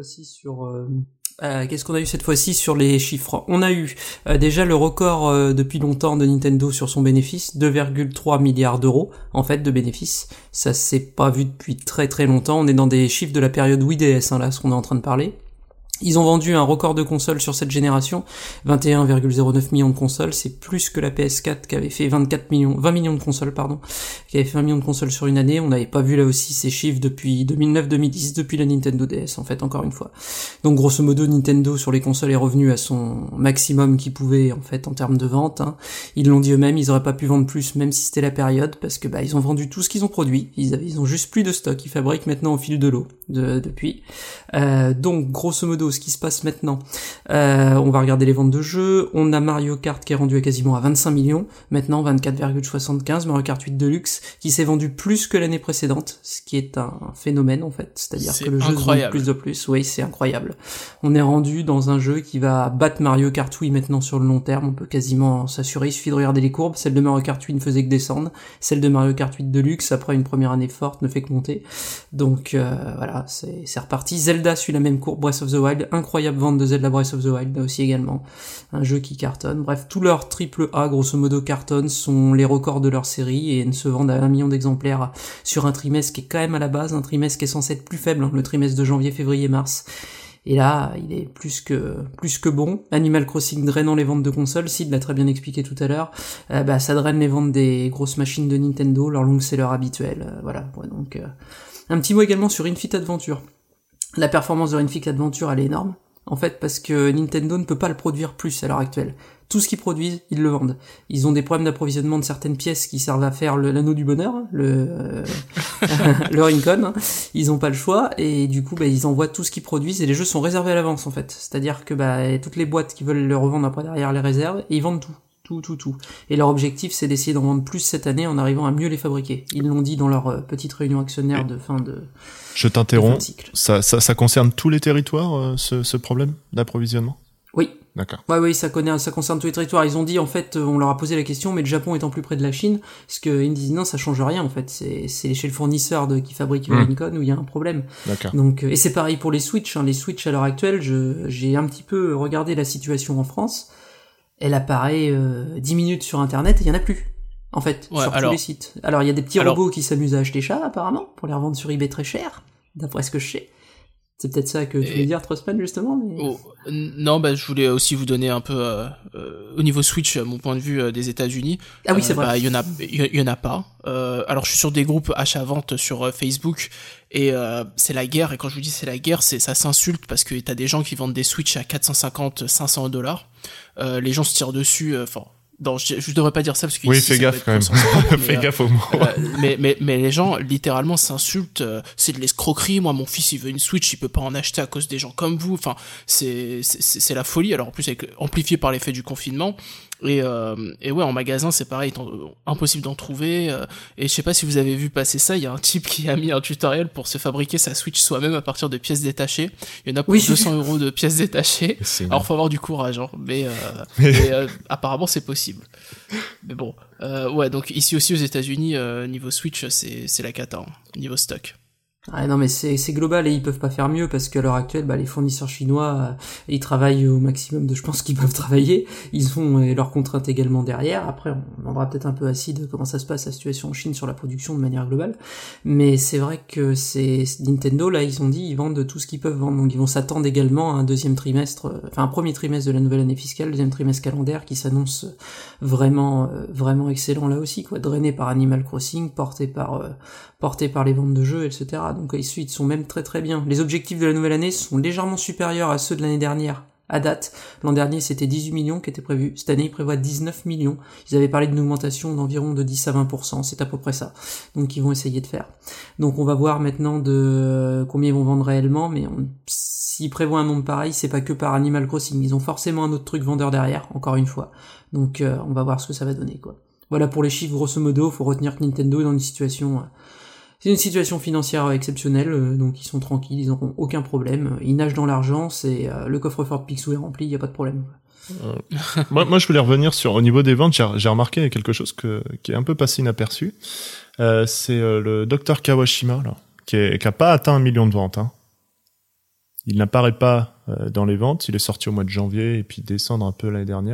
fois-ci sur les chiffres? On a eu déjà le record depuis longtemps de Nintendo sur son bénéfice, 2,3 milliards d'euros en fait de bénéfices. Ça s'est pas vu depuis très très longtemps. On est dans des chiffres de la période Wii DS, là, ce qu'on est en train de parler. Ils ont vendu un record de consoles sur cette génération, 21,09 millions de consoles, c'est plus que la PS4 qui avait fait 20 millions de consoles, qui avait fait 20 millions de consoles sur une année. On n'avait pas vu là aussi ces chiffres depuis 2009-2010, depuis la Nintendo DS en fait, encore une fois. Donc grosso modo, Nintendo sur les consoles est revenu à son maximum qu'il pouvait en fait en termes de vente. Hein. Ils l'ont dit eux-mêmes, ils auraient pas pu vendre plus même si c'était la période, parce que ils ont vendu tout ce qu'ils ont produit. Ils ont juste plus de stock, ils fabriquent maintenant au fil de l'eau depuis. Donc grosso modo, ce qui se passe maintenant, on va regarder les ventes de jeux. On a Mario Kart qui est rendu à quasiment à 25 millions, maintenant 24,75, Mario Kart 8 Deluxe qui s'est vendu plus que l'année précédente, ce qui est un phénomène en fait, c'est-à-dire que le jeu se vend plus de plus. Oui, c'est incroyable. On est rendu dans un jeu qui va battre Mario Kart Wii maintenant sur le long terme, on peut quasiment s'assurer, il suffit de regarder les courbes. Celle de Mario Kart 8 ne faisait que descendre, celle de Mario Kart 8 Deluxe après une première année forte ne fait que monter. Donc voilà, c'est reparti. Zelda suit la même courbe, Breath of the Wild, incroyable vente de Zelda Breath of the Wild là aussi également, un jeu qui cartonne. Bref, tous leurs AAA grosso modo cartonnent, sont les records de leur série et ne se vendent à 1 million d'exemplaires sur un trimestre qui est quand même à la base un trimestre qui est censé être plus faible, le trimestre de janvier, février, mars. Et là, il est plus que bon. Animal Crossing drainant les ventes de consoles, Sid l'a très bien expliqué tout à l'heure, ça draine les ventes des grosses machines de Nintendo, leur long seller habituel, voilà. Ouais, donc un petit mot également sur Ring Fit Adventure. La performance de Ring Fit Adventure, elle est énorme, en fait, parce que Nintendo ne peut pas le produire plus à l'heure actuelle. Tout ce qu'ils produisent, ils le vendent. Ils ont des problèmes d'approvisionnement de certaines pièces qui servent à faire l'anneau du bonheur, le Rincon. Hein. Ils ont pas le choix, et du coup, ils envoient tout ce qu'ils produisent, et les jeux sont réservés à l'avance, en fait. C'est-à-dire que toutes les boîtes qui veulent le revendre après derrière les réserves, et ils vendent tout. Et leur objectif, c'est d'essayer d'en vendre plus cette année en arrivant à mieux les fabriquer. Ils l'ont dit dans leur petite réunion actionnaire de fin de... Je t'interromps. Ça concerne tous les territoires, ce problème d'approvisionnement? Oui. D'accord. Oui, ça concerne tous les territoires. Ils ont dit, en fait, on leur a posé la question, mais le Japon étant plus près de la Chine, parce qu'ils disent non, ça change rien, en fait. C'est chez le fournisseur qui fabrique le Rincon où il y a un problème. D'accord. Donc, et c'est pareil pour les Switch. Les Switch à l'heure actuelle, j'ai un petit peu regardé la situation en France. Elle apparaît 10 minutes sur internet et il y en a plus, en fait, sur tous les sites. Alors il y a des petits robots qui s'amusent à acheter ça, apparemment, pour les revendre sur eBay très cher, d'après ce que je sais. C'est peut-être ça que tu voulais dire, Trustman, justement, mais... Non, je voulais aussi vous donner un peu, au niveau Switch, mon point de vue des États-Unis. Ah oui, c'est vrai. Il y en a pas. Alors, je suis sur des groupes achat-vente sur Facebook, et c'est la guerre, et quand je vous dis c'est la guerre, ça s'insulte, parce que t'as des gens qui vendent des Switch à 450-500 $. Les gens se tirent dessus, non, je devrais pas dire ça parce que oui, fais gaffe quand même. Fais gaffe au mot. Mais les gens littéralement s'insultent. C'est de l'escroquerie. Moi, mon fils, il veut une Switch, il peut pas en acheter à cause des gens comme vous. Enfin, c'est la folie. Alors en plus, amplifié par l'effet du confinement. Et ouais, en magasin, c'est pareil, impossible d'en trouver. Et je sais pas si vous avez vu passer ça, il y a un type qui a mis un tutoriel pour se fabriquer sa Switch soi-même à partir de pièces détachées. Il y en a pour 200 € de pièces détachées. Alors faut avoir du courage, hein. Mais apparemment c'est possible. Mais bon, ouais, donc ici aussi aux États-Unis, niveau Switch, c'est la cata, hein, niveau stock. Ah non, mais c'est global et ils peuvent pas faire mieux parce qu'à l'heure actuelle, les fournisseurs chinois, ils travaillent au maximum de je pense qu'ils peuvent travailler. Ils ont leurs contraintes également derrière. Après, on demandera peut-être un peu à Sid comment ça se passe la situation en Chine sur la production de manière globale. Mais c'est vrai que c'est Nintendo, là, ils ont dit, ils vendent tout ce qu'ils peuvent vendre. Donc ils vont s'attendre également à un un premier trimestre de la nouvelle année fiscale, deuxième trimestre calendaire qui s'annonce vraiment excellent là aussi, quoi. Drainé par Animal Crossing, porté par les ventes de jeux, etc. Donc ils sont même très très bien. Les objectifs de la nouvelle année sont légèrement supérieurs à ceux de l'année dernière à date. L'an dernier, c'était 18 millions qui étaient prévus. Cette année, ils prévoient 19 millions. Ils avaient parlé d'une augmentation d'environ de 10 à 20%. C'est à peu près ça. Donc, ils vont essayer de faire. Donc, on va voir maintenant de combien ils vont vendre réellement, mais s'ils prévoient un nombre pareil, c'est pas que par Animal Crossing. Ils ont forcément un autre truc vendeur derrière, encore une fois. Donc, on va voir ce que ça va donner, quoi. Voilà pour les chiffres, grosso modo. Faut retenir que Nintendo est dans une situation... C'est une situation financière exceptionnelle, donc ils sont tranquilles, ils n'auront aucun problème. Ils nagent dans l'argent, c'est le coffre-fort de Picsou est rempli, il y a pas de problème. Moi, je voulais revenir sur au niveau des ventes. J'ai remarqué quelque chose qui est un peu passé inaperçu. C'est le Dr Kawashima là, qui a pas atteint 1 million de ventes. Hein. Il n'apparaît pas dans les ventes. Il est sorti au mois de janvier et puis descendre un peu l'année dernière.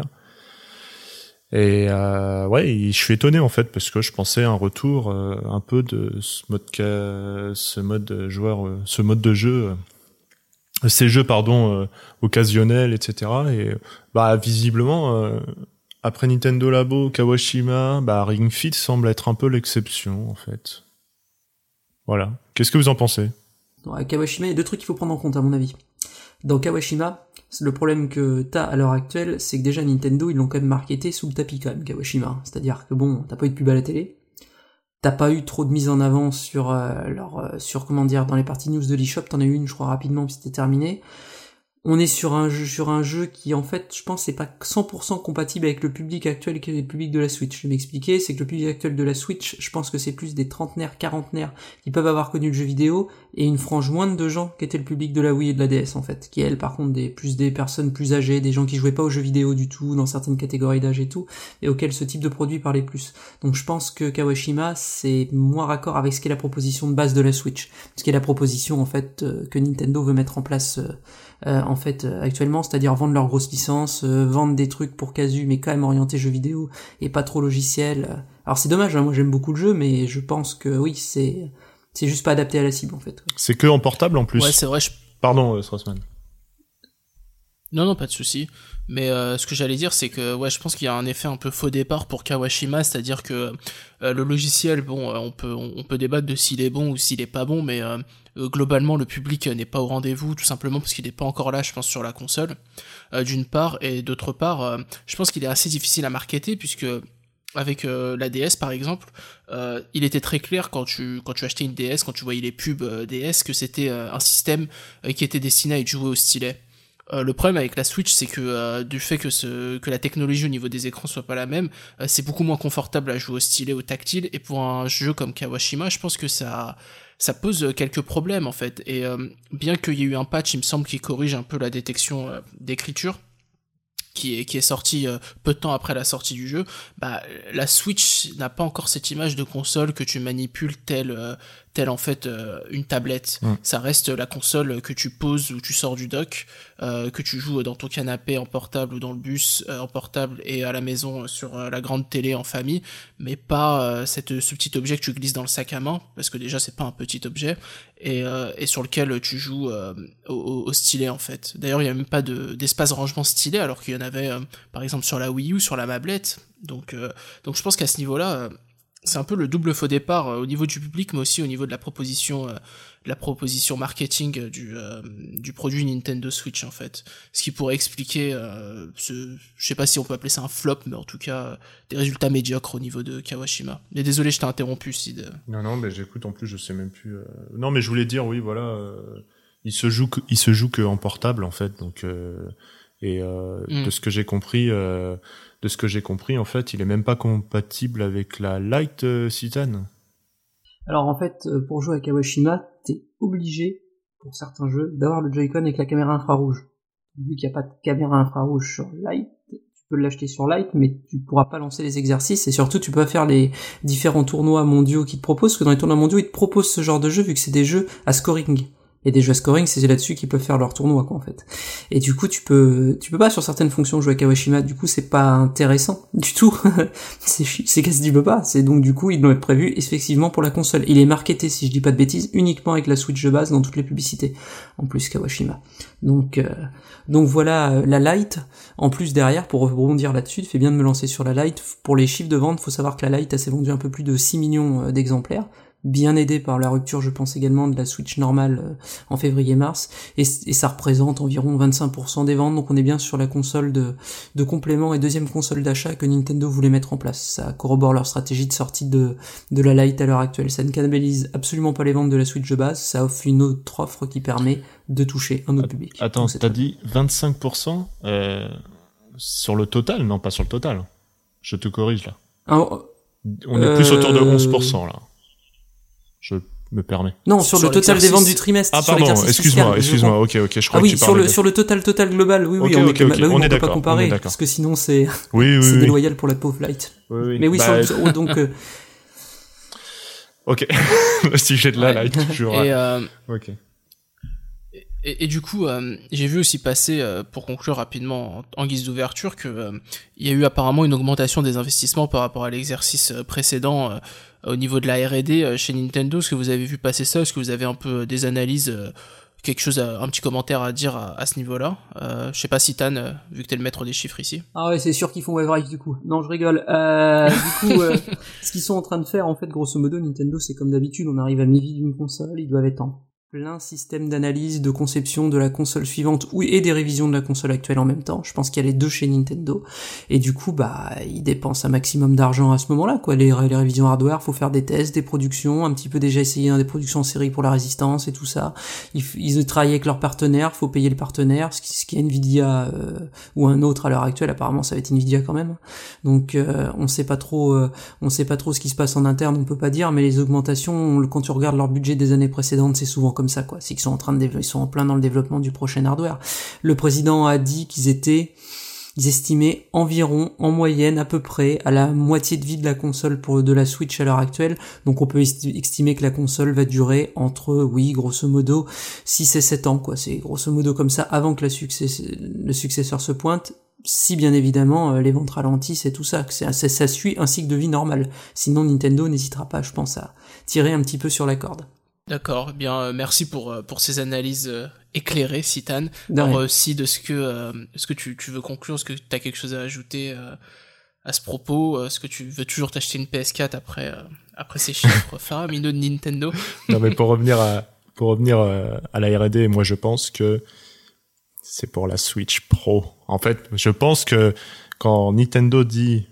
Et je suis étonné en fait parce que je pensais à un retour un peu de ce mode de jeu, ces jeux occasionnels, etc. Et visiblement après Nintendo Labo, Kawashima, Ring Fit semble être un peu l'exception en fait. Voilà. Qu'est-ce que vous en pensez? À Kawashima, il y a deux trucs qu'il faut prendre en compte à mon avis. Dans Kawashima, le problème que t'as à l'heure actuelle, c'est que déjà Nintendo, ils l'ont quand même marketé sous le tapis quand même, Kawashima. C'est-à-dire que bon, t'as pas eu de pub à la télé, t'as pas eu trop de mise en avant sur dans les parties news de l'eShop, t'en as eu une, je crois, rapidement, puis c'était terminé. On est sur un jeu qui, en fait, je pense, c'est pas 100% compatible avec le public actuel qui est le public de la Switch. Je vais m'expliquer, c'est que le public actuel de la Switch, je pense que c'est plus des trentenaires, quarantenaires qui peuvent avoir connu le jeu vidéo, et une frange moindre de gens qui étaient le public de la Wii et de la DS, en fait. Qui, elles, par contre, des personnes plus âgées, des gens qui jouaient pas aux jeux vidéo du tout, dans certaines catégories d'âge et tout, et auxquels ce type de produit parlait plus. Donc je pense que Kawashima, c'est moins raccord avec ce qu'est la proposition de base de la Switch. Ce qui est la proposition, en fait, que Nintendo veut mettre en place, actuellement, c'est-à-dire vendre leurs grosses licences, vendre des trucs pour casu mais quand même orientés jeux vidéo et pas trop logiciel. Alors c'est dommage, hein, moi j'aime beaucoup le jeu, mais je pense que oui, c'est juste pas adapté à la cible en fait. C'est que en portable en plus. Ouais, c'est vrai. Pardon, Strassman. Non, pas de souci. Mais ce que j'allais dire, c'est que je pense qu'il y a un effet un peu faux départ pour Kawashima, c'est-à-dire que le logiciel, on peut débattre de s'il est bon ou s'il est pas bon, mais globalement le public n'est pas au rendez-vous, tout simplement parce qu'il n'est pas encore là, je pense, sur la console, d'une part, et d'autre part, je pense qu'il est assez difficile à marketer, puisque avec la DS par exemple, il était très clair quand tu achetais une DS, quand tu voyais les pubs DS, que c'était un système qui était destiné à être joué au stylet. Le problème avec la Switch, c'est que du fait que la technologie au niveau des écrans soit pas la même, c'est beaucoup moins confortable à jouer au stylet, au tactile, et pour un jeu comme Kawashima, je pense que ça pose quelques problèmes en fait. Et bien qu'il y ait eu un patch, il me semble, qui corrige un peu la détection d'écriture, qui est sorti peu de temps après la sortie du jeu, la Switch n'a pas encore cette image de console que tu manipules telle en fait une tablette. Ça reste la console que tu poses ou tu sors du dock, que tu joues dans ton canapé en portable ou dans le bus en portable et à la maison sur la grande télé en famille, mais pas ce petit objet que tu glisses dans le sac à main, parce que déjà c'est pas un petit objet, et sur lequel tu joues au stylet en fait. D'ailleurs il y a même pas d'espace rangement stylet, alors qu'il y en avait par exemple sur la Wii U, sur la mablette. Donc je pense qu'à ce niveau-là, c'est un peu le double faux départ au niveau du public, mais aussi au niveau de la proposition marketing du produit Nintendo Switch en fait. Ce qui pourrait expliquer, je sais pas si on peut appeler ça un flop, mais en tout cas des résultats médiocres au niveau de Kawashima. Mais désolé, je t'ai interrompu, Sid. Non, mais j'écoute, en plus je sais même plus. Non, mais je voulais dire, oui, voilà, il se joue que en portable en fait, donc de ce que j'ai compris. En fait, il est même pas compatible avec la Lite Titan. Alors en fait, pour jouer à Kawashima, t'es obligé, pour certains jeux, d'avoir le Joy-Con avec la caméra infrarouge. Vu qu'il n'y a pas de caméra infrarouge sur Lite, tu peux l'acheter sur Lite, mais tu pourras pas lancer les exercices, et surtout tu peux pas faire les différents tournois mondiaux qu'ils te proposent, parce que dans les tournois mondiaux, ils te proposent ce genre de jeu, vu que c'est des jeux à scoring. Et des jeux à scoring, c'est là-dessus qu'ils peuvent faire leur tournoi, quoi, en fait. Et du coup, tu peux pas sur certaines fonctions jouer à Kawashima, du coup, c'est pas intéressant du tout. c'est quasi tu peux pas. C'est donc, du coup, ils l'ont prévu effectivement pour la console. Il est marketé, si je dis pas de bêtises, uniquement avec la Switch de base dans toutes les publicités. En plus, Kawashima. Donc voilà, la Lite. En plus, derrière, pour rebondir là-dessus, tu fais bien de me lancer sur la Lite. Pour les chiffres de vente, faut savoir que la Lite, elle s'est vendue un peu plus de 6 millions d'exemplaires. bien aidé par la rupture, je pense également, de la Switch normale en février-mars, et ça représente environ 25% des ventes, donc on est bien sur la console de complément et deuxième console d'achat que Nintendo voulait mettre en place. Ça corrobore leur stratégie de sortie de la Lite à l'heure actuelle. Ça ne cannibalise absolument pas les ventes de la Switch de base, ça offre une autre offre qui permet de toucher un autre public. Attends, t'as dit 25% sur le total? Non, pas sur le total. Je te corrige là. Alors, on est plus autour de 11% là. Je me permets. Non, sur le total des ventes du trimestre. Ah sur pardon, l'exercice excuse-moi, fiscal, ok, je crois ah oui, que tu parlais sur le total global, oui, Ok, on ok, est, ok, bah oui, on est peut d'accord, pas comparer, on est d'accord. parce que sinon c'est oui, déloyal pour la pauvre Lite. Oui. Mais oui, bah, donc ok. Le sujet de la Lite, toujours. Et, Ok. et du coup, j'ai vu aussi passer, pour conclure rapidement en guise d'ouverture, que il y a eu apparemment une augmentation des investissements par rapport à l'exercice précédent au niveau de la R&D chez Nintendo. Est-ce que vous avez vu passer ça? Est-ce que vous avez un peu des analyses, quelque chose, un petit commentaire à dire à ce niveau-là? Je sais pas si Tan, vu que t'es le maître des chiffres ici. Ah ouais, c'est sûr qu'ils font Wave Rife du coup. Non, je rigole. Du coup, ce qu'ils sont en train de faire, en fait, grosso modo, Nintendo, c'est comme d'habitude, on arrive à mi-vie d'une console, ils doivent être en plein système d'analyse, de conception de la console suivante, et des révisions de la console actuelle en même temps. Je pense qu'il y a les deux chez Nintendo. Et du coup, ils dépensent un maximum d'argent à ce moment-là, quoi. Les révisions hardware, faut faire des tests, des productions, un petit peu déjà essayer des productions en série pour la résistance et tout ça. Ils travaillent avec leurs partenaires, faut payer le partenaire, ce qui est Nvidia, ou un autre à l'heure actuelle. Apparemment, ça va être Nvidia quand même. Donc, on sait pas trop ce qui se passe en interne, on peut pas dire, mais les augmentations, quand tu regardes leur budget des années précédentes, c'est souvent comme ça, quoi. C'est qu'ils sont ils sont en plein dans le développement du prochain hardware. Le président a dit qu'ils estimaient environ, en moyenne, à peu près, à la moitié de vie de la console de la Switch à l'heure actuelle. Donc on peut estimer que la console va durer entre, grosso modo, 6 et 7 ans, quoi. C'est grosso modo comme ça, avant que le successeur se pointe. Si bien évidemment les ventes ralentissent et tout ça, ça suit un cycle de vie normal. Sinon Nintendo n'hésitera pas, je pense, à tirer un petit peu sur la corde. D'accord, bien, merci pour ces analyses éclairées, Citan. De Alors rien. aussi de ce que tu veux conclure, est-ce que tu as quelque chose à ajouter à ce propos? Est-ce que tu veux toujours t'acheter une PS4 après ces chiffres faramineux de Nintendo? Non, mais pour revenir à la R&D, moi je pense que c'est pour la Switch Pro. En fait, je pense que quand Nintendo dit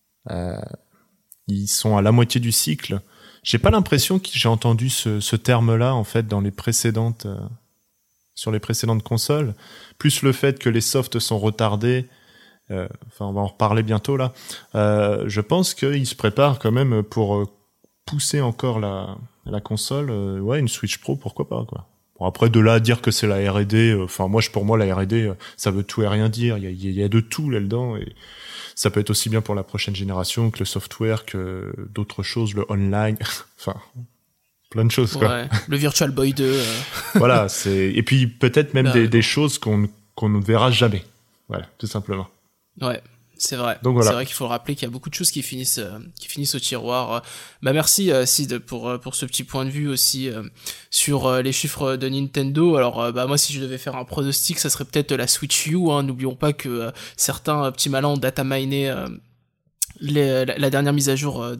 ils sont à la moitié du cycle, j'ai pas l'impression que j'ai entendu ce terme-là en fait dans les précédentes sur les précédentes consoles. Plus le fait que les softs sont retardés. On va en reparler bientôt là. Je pense qu'ils se préparent quand même pour pousser encore la console. Une Switch Pro, pourquoi pas quoi. Bon, après de là à dire que c'est la R&D, pour moi la R&D ça veut tout et rien dire. Il y a de tout là-dedans et ça peut être aussi bien pour la prochaine génération que le software, que d'autres choses, le online, plein de choses quoi. Ouais, le Virtual Boy 2. Voilà, et puis peut-être même des choses qu'on ne verra jamais. Voilà, tout simplement. Ouais, c'est vrai. Donc voilà. C'est vrai qu'il faut rappeler qu'il y a beaucoup de choses qui finissent au tiroir. Merci Sid pour ce petit point de vue aussi sur les chiffres de Nintendo. Alors moi si je devais faire un pronostic, ça serait peut-être la Switch U. N'oublions pas que certains petits malins ont data miné la dernière mise à jour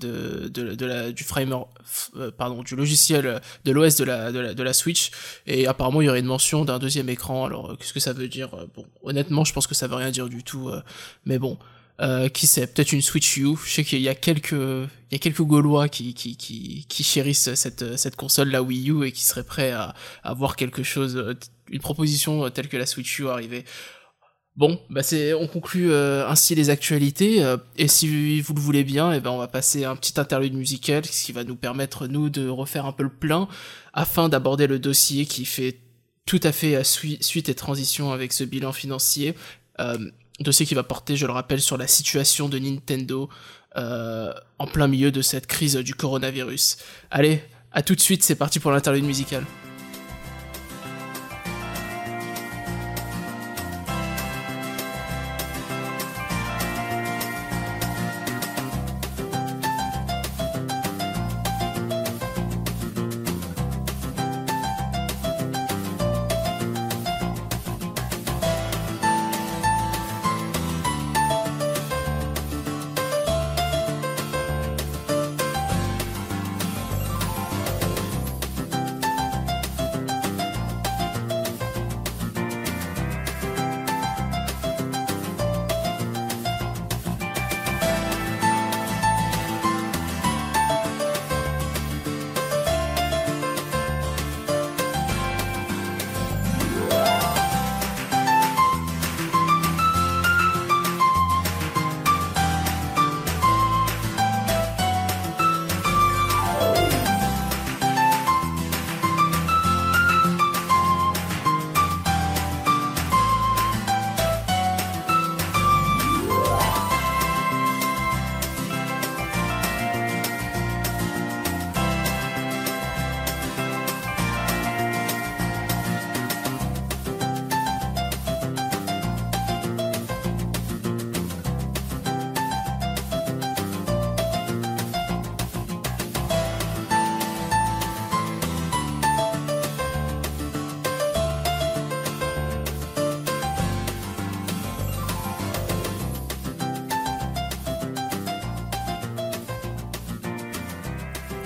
du logiciel de l'OS de la Switch, et apparemment il y aurait une mention d'un deuxième écran. Alors qu'est-ce que ça veut dire? Bon, honnêtement je pense que ça veut rien dire du tout, mais bon, qui sait, peut-être une Switch U. Je sais qu'il y a quelques Gaulois qui chérissent cette console, la Wii U, et qui seraient prêts à voir quelque chose, une proposition telle que la Switch U arriver. Bon, on conclut ainsi les actualités, et si vous le voulez bien, on va passer à un petit interlude musical, ce qui va nous permettre, nous, de refaire un peu le plein, afin d'aborder le dossier qui fait tout à fait suite et transition avec ce bilan financier, dossier qui va porter, je le rappelle, sur la situation de Nintendo, en plein milieu de cette crise du coronavirus. Allez, à tout de suite, c'est parti pour l'interlude musical.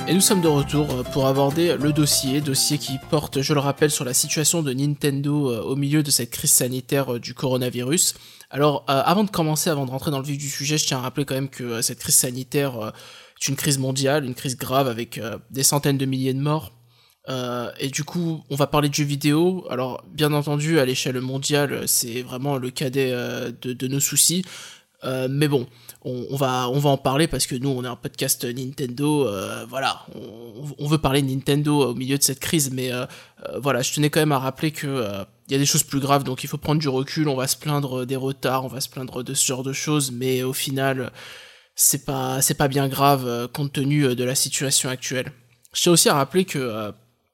Et nous sommes de retour pour aborder le dossier qui porte, je le rappelle, sur la situation de Nintendo au milieu de cette crise sanitaire du coronavirus. Alors, avant de rentrer dans le vif du sujet, je tiens à rappeler quand même que cette crise sanitaire est une crise mondiale, une crise grave avec des centaines de milliers de morts. Et du coup, on va parler de jeux vidéo. Alors, bien entendu, à l'échelle mondiale, c'est vraiment le cadet de nos soucis. Mais bon, on va en parler parce que nous, on est un podcast Nintendo. Voilà, on veut parler de Nintendo au milieu de cette crise, mais voilà, je tenais quand même à rappeler que il y a des choses plus graves, donc il faut prendre du recul. On va se plaindre des retards, on va se plaindre de ce genre de choses, mais au final, c'est pas bien grave compte tenu de la situation actuelle. Je tiens aussi à rappeler que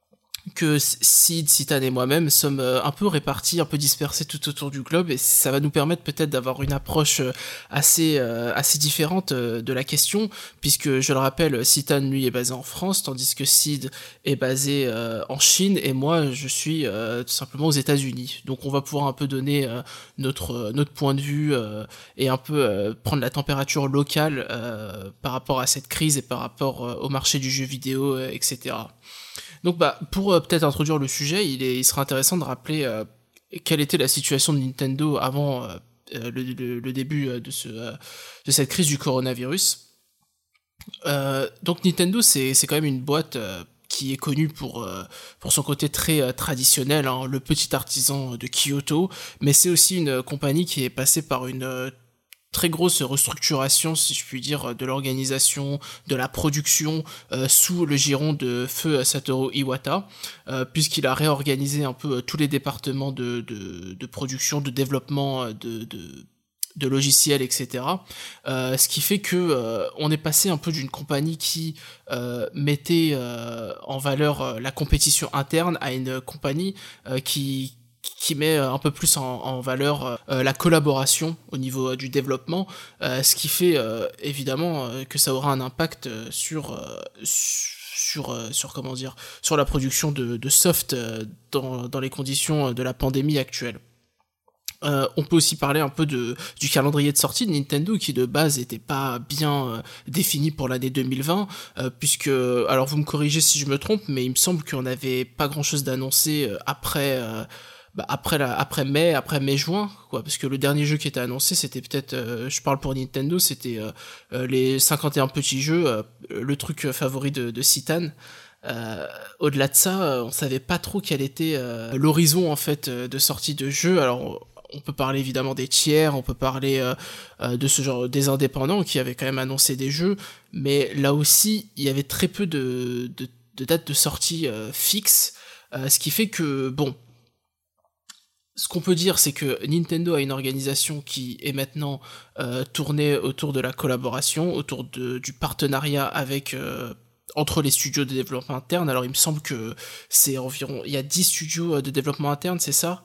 Sid, Citan et moi-même sommes un peu répartis, un peu dispersés tout autour du globe, et ça va nous permettre peut-être d'avoir une approche assez différente de la question, puisque je le rappelle, Citan lui est basé en France, tandis que Sid est basé en Chine, et moi je suis tout simplement aux États-Unis. Donc on va pouvoir un peu donner notre point de vue et un peu prendre la température locale par rapport à cette crise et par rapport au marché du jeu vidéo, etc. Donc pour peut-être introduire le sujet, il sera intéressant de rappeler quelle était la situation de Nintendo avant le début de cette crise du coronavirus. Donc Nintendo, c'est quand même une boîte qui est connue pour son côté très traditionnel, hein, le petit artisan de Kyoto, mais c'est aussi une compagnie qui est passée par une très grosse restructuration, si je puis dire, de l'organisation, de la production, sous le giron de feu Satoru Iwata, puisqu'il a réorganisé un peu tous les départements de production, de développement, de logiciels, etc. Ce qui fait que on est passé un peu d'une compagnie qui mettait en valeur la compétition interne à une compagnie qui met un peu plus en valeur la collaboration au niveau du développement, ce qui fait évidemment que ça aura un impact sur comment dire, sur la production de soft dans les conditions de la pandémie actuelle. On peut aussi parler un peu du calendrier de sortie de Nintendo qui de base était pas bien défini pour l'année 2020, puisque, alors vous me corrigez si je me trompe, mais il me semble qu'on n'avait pas grand chose d'annoncé après mai-juin, quoi, parce que le dernier jeu qui était annoncé, c'était peut-être, je parle pour Nintendo, c'était les 51 petits jeux, le truc favori de Citan. Au-delà de ça, on savait pas trop quel était l'horizon en fait de sortie de jeu. Alors on peut parler évidemment des tiers, on peut parler de ce genre des indépendants qui avaient quand même annoncé des jeux, mais là aussi il y avait très peu de dates de sortie fixes, ce qui fait que bon, ce qu'on peut dire, c'est que Nintendo a une organisation qui est maintenant tournée autour de la collaboration, autour du partenariat avec entre les studios de développement interne. Alors il me semble que c'est environ, il y a 10 studios de développement interne, c'est ça,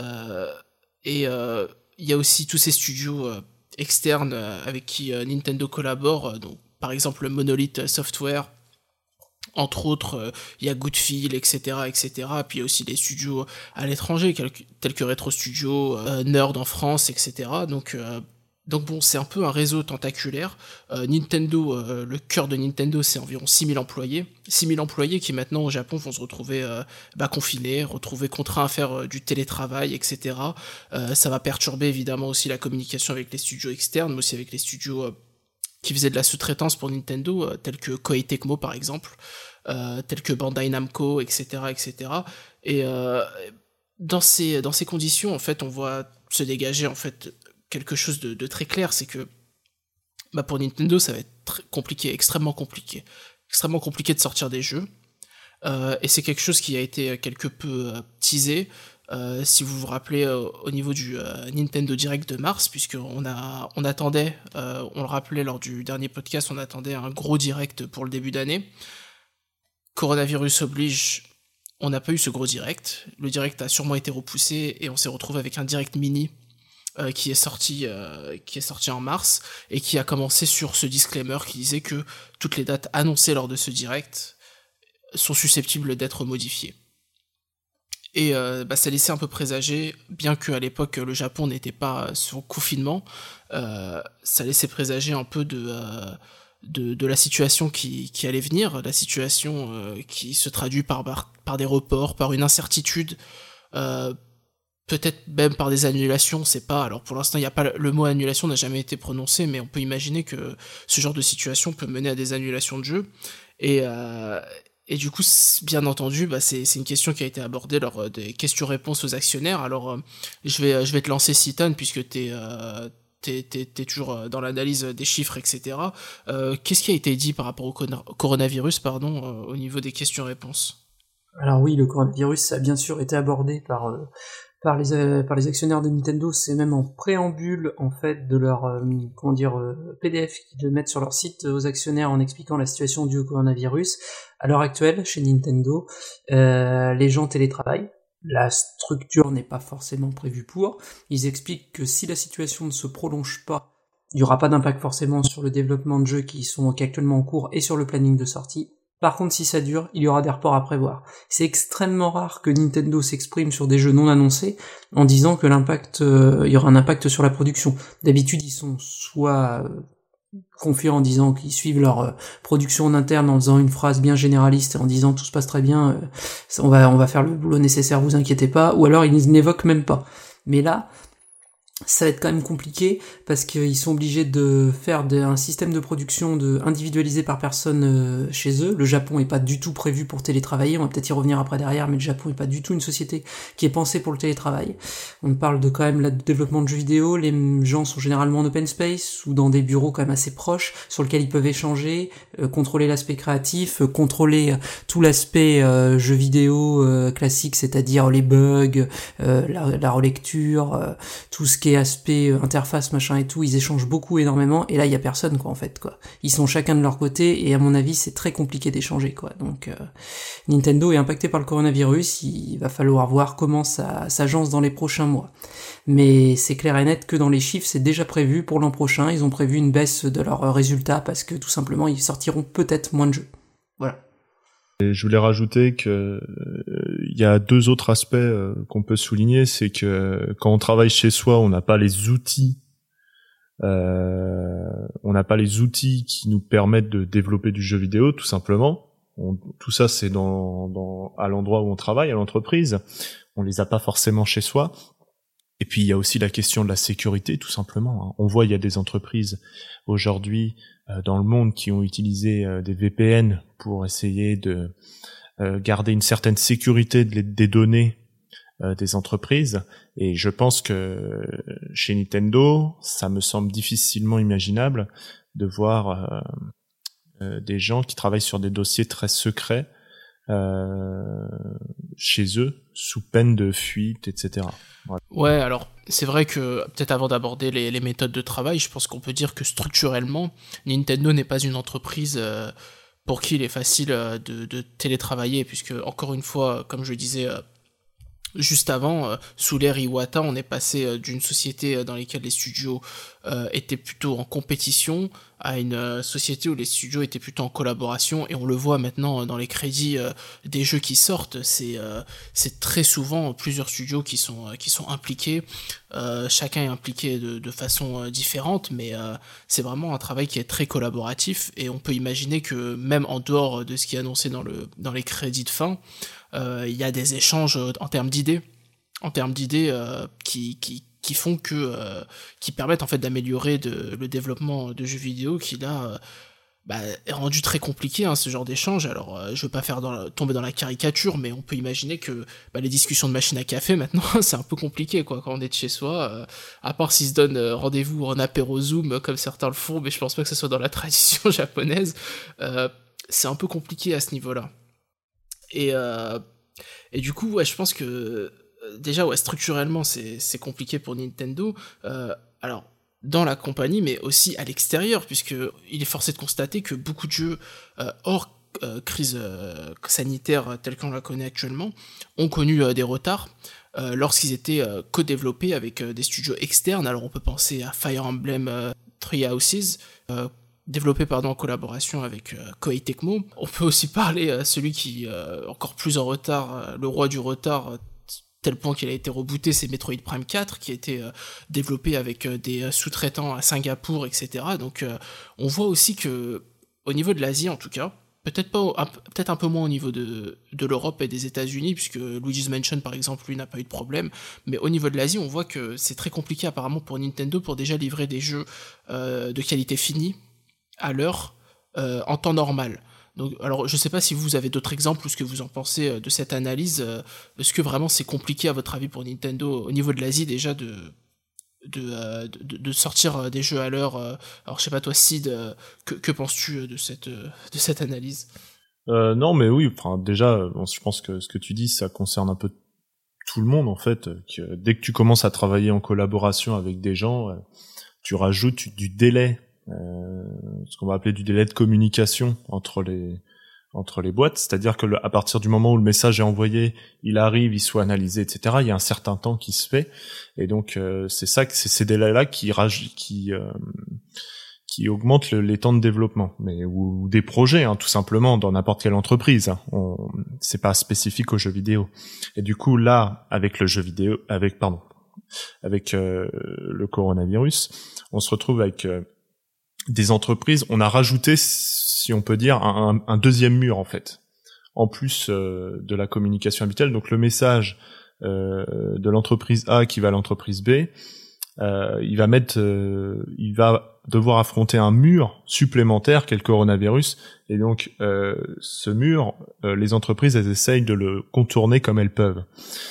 et il y a aussi tous ces studios externes avec qui Nintendo collabore, donc par exemple Monolith Software, entre autres, il y a Goodfield, etc., etc. Puis il y a aussi des studios à l'étranger, tels que Retro Studio, Nerd en France, etc. Donc bon, c'est un peu un réseau tentaculaire. Nintendo, le cœur de Nintendo, c'est environ 6000 employés. 6000 employés qui maintenant au Japon vont se retrouver confinés, retrouver contraints à faire du télétravail, etc. Ça va perturber évidemment aussi la communication avec les studios externes, mais aussi avec les studios qui faisaient de la sous-traitance pour Nintendo, tels que Koei Tecmo par exemple, tels que Bandai Namco, etc., etc. Et dans ces conditions, en fait, on voit se dégager en fait quelque chose de très clair, c'est que pour Nintendo, ça va être très compliqué, extrêmement compliqué de sortir des jeux. Et c'est quelque chose qui a été quelque peu teasé. Si vous vous rappelez au niveau du Nintendo Direct de mars, puisqu'on attendait, on le rappelait lors du dernier podcast, on attendait un gros direct pour le début d'année. Coronavirus oblige, on n'a pas eu ce gros direct. Le direct a sûrement été repoussé et on s'est retrouvé avec un direct mini qui est sorti en mars et qui a commencé sur ce disclaimer qui disait que toutes les dates annoncées lors de ce direct sont susceptibles d'être modifiées. Et ça laissait un peu présager, bien qu'à l'époque le Japon n'était pas sous confinement, ça laissait présager un peu de la situation qui allait venir, la situation qui se traduit par des reports, par une incertitude, peut-être même par des annulations, c'est pas. Alors pour l'instant, il y a pas le mot annulation n'a jamais été prononcé, mais on peut imaginer que ce genre de situation peut mener à des annulations de jeux. Et du coup, bien entendu, c'est une question qui a été abordée lors des questions-réponses aux actionnaires. Alors, je vais te lancer, Citan, puisque t'es toujours dans l'analyse des chiffres, etc. Qu'est-ce qui a été dit par rapport au coronavirus, au niveau des questions-réponses? Alors oui, le coronavirus, ça a bien sûr été abordé par les actionnaires de Nintendo. C'est même en préambule en fait de leur PDF qu'ils mettent sur leur site aux actionnaires en expliquant la situation due au coronavirus. À l'heure actuelle, chez Nintendo, les gens télétravaillent. La structure n'est pas forcément prévue pour. Ils expliquent que si la situation ne se prolonge pas, il n'y aura pas d'impact forcément sur le développement de jeux qui sont actuellement en cours et sur le planning de sortie. Par contre, si ça dure, il y aura des reports à prévoir. C'est extrêmement rare que Nintendo s'exprime sur des jeux non annoncés en disant que il y aura un impact sur la production. D'habitude, ils sont soit confiants en disant qu'ils suivent leur production en interne en faisant une phrase bien généraliste en disant tout se passe très bien, on va faire le boulot nécessaire, vous inquiétez pas, ou alors ils n'évoquent même pas. Mais là, ça va être quand même compliqué parce qu'ils sont obligés de faire un système de production individualisé par personne chez eux. Le Japon est pas du tout prévu pour télétravailler, on va peut-être y revenir après derrière, mais le Japon est pas du tout une société qui est pensée pour le télétravail. On parle de quand même de développement de jeux vidéo, les gens sont généralement en open space ou dans des bureaux quand même assez proches sur lesquels ils peuvent échanger, contrôler l'aspect créatif, contrôler tout l'aspect jeux vidéo classique, c'est-à-dire les bugs, la relecture, tout ce qui est aspect interface machin et tout, ils échangent beaucoup énormément et là il y a personne quoi en fait quoi. Ils sont chacun de leur côté et à mon avis c'est très compliqué d'échanger quoi. Donc Nintendo est impacté par le coronavirus, il va falloir voir comment ça s'agence dans les prochains mois. Mais c'est clair et net que dans les chiffres c'est déjà prévu pour l'an prochain, ils ont prévu une baisse de leurs résultats parce que tout simplement ils sortiront peut-être moins de jeux. Voilà. Et je voulais rajouter que il y a deux autres aspects qu'on peut souligner, c'est que quand on travaille chez soi, on n'a pas les outils, qui nous permettent de développer du jeu vidéo, tout simplement. Tout ça, c'est à l'endroit où on travaille, à l'entreprise. On les a pas forcément chez soi. Et puis il y a aussi la question de la sécurité, tout simplement. On voit il y a des entreprises aujourd'hui dans le monde qui ont utilisé des VPN pour essayer de garder une certaine sécurité des données des entreprises. Et je pense que chez Nintendo, ça me semble difficilement imaginable de voir des gens qui travaillent sur des dossiers très secrets chez eux, sous peine de fuite, etc. Voilà. Ouais, alors c'est vrai que peut-être avant d'aborder les méthodes de travail, je pense qu'on peut dire que structurellement, Nintendo n'est pas une entreprise pour qui il est facile de télétravailler, puisque encore une fois, comme je le disais juste avant, sous l'ère Iwata, on est passé d'une société dans laquelle les studios étaient plutôt en compétition à une société où les studios étaient plutôt en collaboration, et on le voit maintenant dans les crédits des jeux qui sortent, c'est très souvent plusieurs studios qui sont impliqués, chacun est impliqué de façon différente, mais c'est vraiment un travail qui est très collaboratif, et on peut imaginer que même en dehors de ce qui est annoncé dans les crédits de fin, il y a des échanges en termes d'idées qui font qui permettent en fait d'améliorer le développement de jeux vidéo qui là est rendu très compliqué, ce genre d'échange. Alors je veux pas tomber dans la caricature, mais on peut imaginer que les discussions de machine à café maintenant c'est un peu compliqué quoi quand on est de chez soi, à part s'ils se donnent rendez-vous en apéro Zoom comme certains le font, mais je pense pas que ce soit dans la tradition japonaise. C'est un peu compliqué à ce niveau-là. Et du coup, ouais, je pense que déjà, ouais, structurellement, c'est compliqué pour Nintendo. Alors, dans la compagnie, mais aussi à l'extérieur, puisque il est forcé de constater que beaucoup de jeux hors crise sanitaire telle qu'on la connaît actuellement ont connu des retards lorsqu'ils étaient co-développés avec des studios externes. Alors, on peut penser à Fire Emblem Three Houses, développé en collaboration avec Koei Tecmo. On peut aussi parler celui qui encore plus en retard, le roi du retard, tel point qu'il a été rebooté, c'est Metroid Prime 4 qui a été développé avec des sous-traitants à Singapour, etc. Donc on voit aussi que au niveau de l'Asie en tout cas, peut-être un peu moins au niveau de l'Europe et des États-Unis, puisque Luigi's Mansion par exemple lui n'a pas eu de problème, mais au niveau de l'Asie on voit que c'est très compliqué apparemment pour Nintendo pour déjà livrer des jeux de qualité finie à l'heure en temps normal. Donc, alors, je sais pas si vous avez d'autres exemples ou ce que vous en pensez de cette analyse. Est-ce que vraiment c'est compliqué à votre avis pour Nintendo au niveau de l'Asie déjà de sortir des jeux à l'heure? Alors, je sais pas toi, Sid, que penses-tu de cette analyse? Non, mais oui. Enfin, déjà, je pense que ce que tu dis, ça concerne un peu tout le monde en fait. Que dès que tu commences à travailler en collaboration avec des gens, tu rajoutes du délai. Ce qu'on va appeler du délai de communication entre les boîtes, c'est-à-dire que à partir du moment où le message est envoyé, il arrive, il soit analysé, etc. Il y a un certain temps qui se fait, et donc c'est ces délais-là qui augmentent les temps de développement, mais ou des projets, hein, tout simplement dans n'importe quelle entreprise. Hein. C'est pas spécifique aux jeux vidéo. Et du coup là, avec le jeu vidéo, avec le coronavirus, on se retrouve avec des entreprises, on a rajouté, si on peut dire, un deuxième mur en fait, en plus de la communication habituelle. Donc le message de l'entreprise A qui va à l'entreprise B, il va devoir affronter un mur supplémentaire qu'est le coronavirus, et donc ce mur, les entreprises elles essayent de le contourner comme elles peuvent.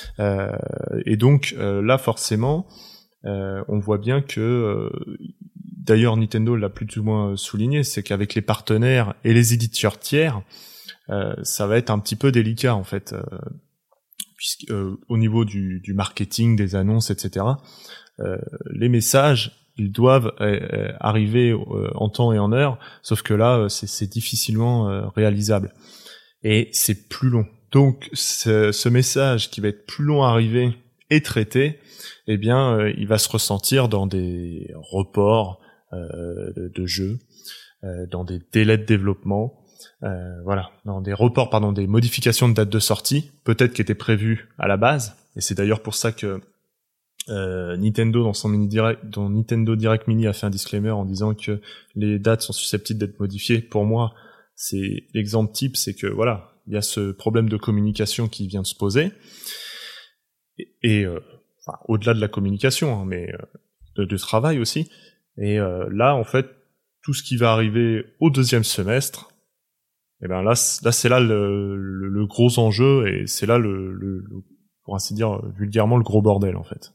Et donc là forcément, on voit bien que d'ailleurs, Nintendo l'a plus ou moins souligné, c'est qu'avec les partenaires et les éditeurs tiers, ça va être un petit peu délicat en fait, puisque au niveau du marketing, des annonces, etc. Les messages, ils doivent arriver en temps et en heure, sauf que là, c'est difficilement réalisable et c'est plus long. Donc, ce message qui va être plus long à arriver et traité, eh bien, il va se ressentir dans des reports de jeux, dans des délais de développement, dans des reports, des modifications de date de sortie, peut-être qui étaient prévues à la base, et c'est d'ailleurs pour ça que Nintendo dans son Nintendo Direct Mini a fait un disclaimer en disant que les dates sont susceptibles d'être modifiées. Pour moi, c'est l'exemple type, c'est que voilà, il y a ce problème de communication qui vient de se poser, et au-delà de la communication, hein, mais de travail aussi. Et là, en fait, tout ce qui va arriver au deuxième semestre, et ben là c'est là le gros enjeu, et c'est là pour ainsi dire vulgairement le gros bordel en fait.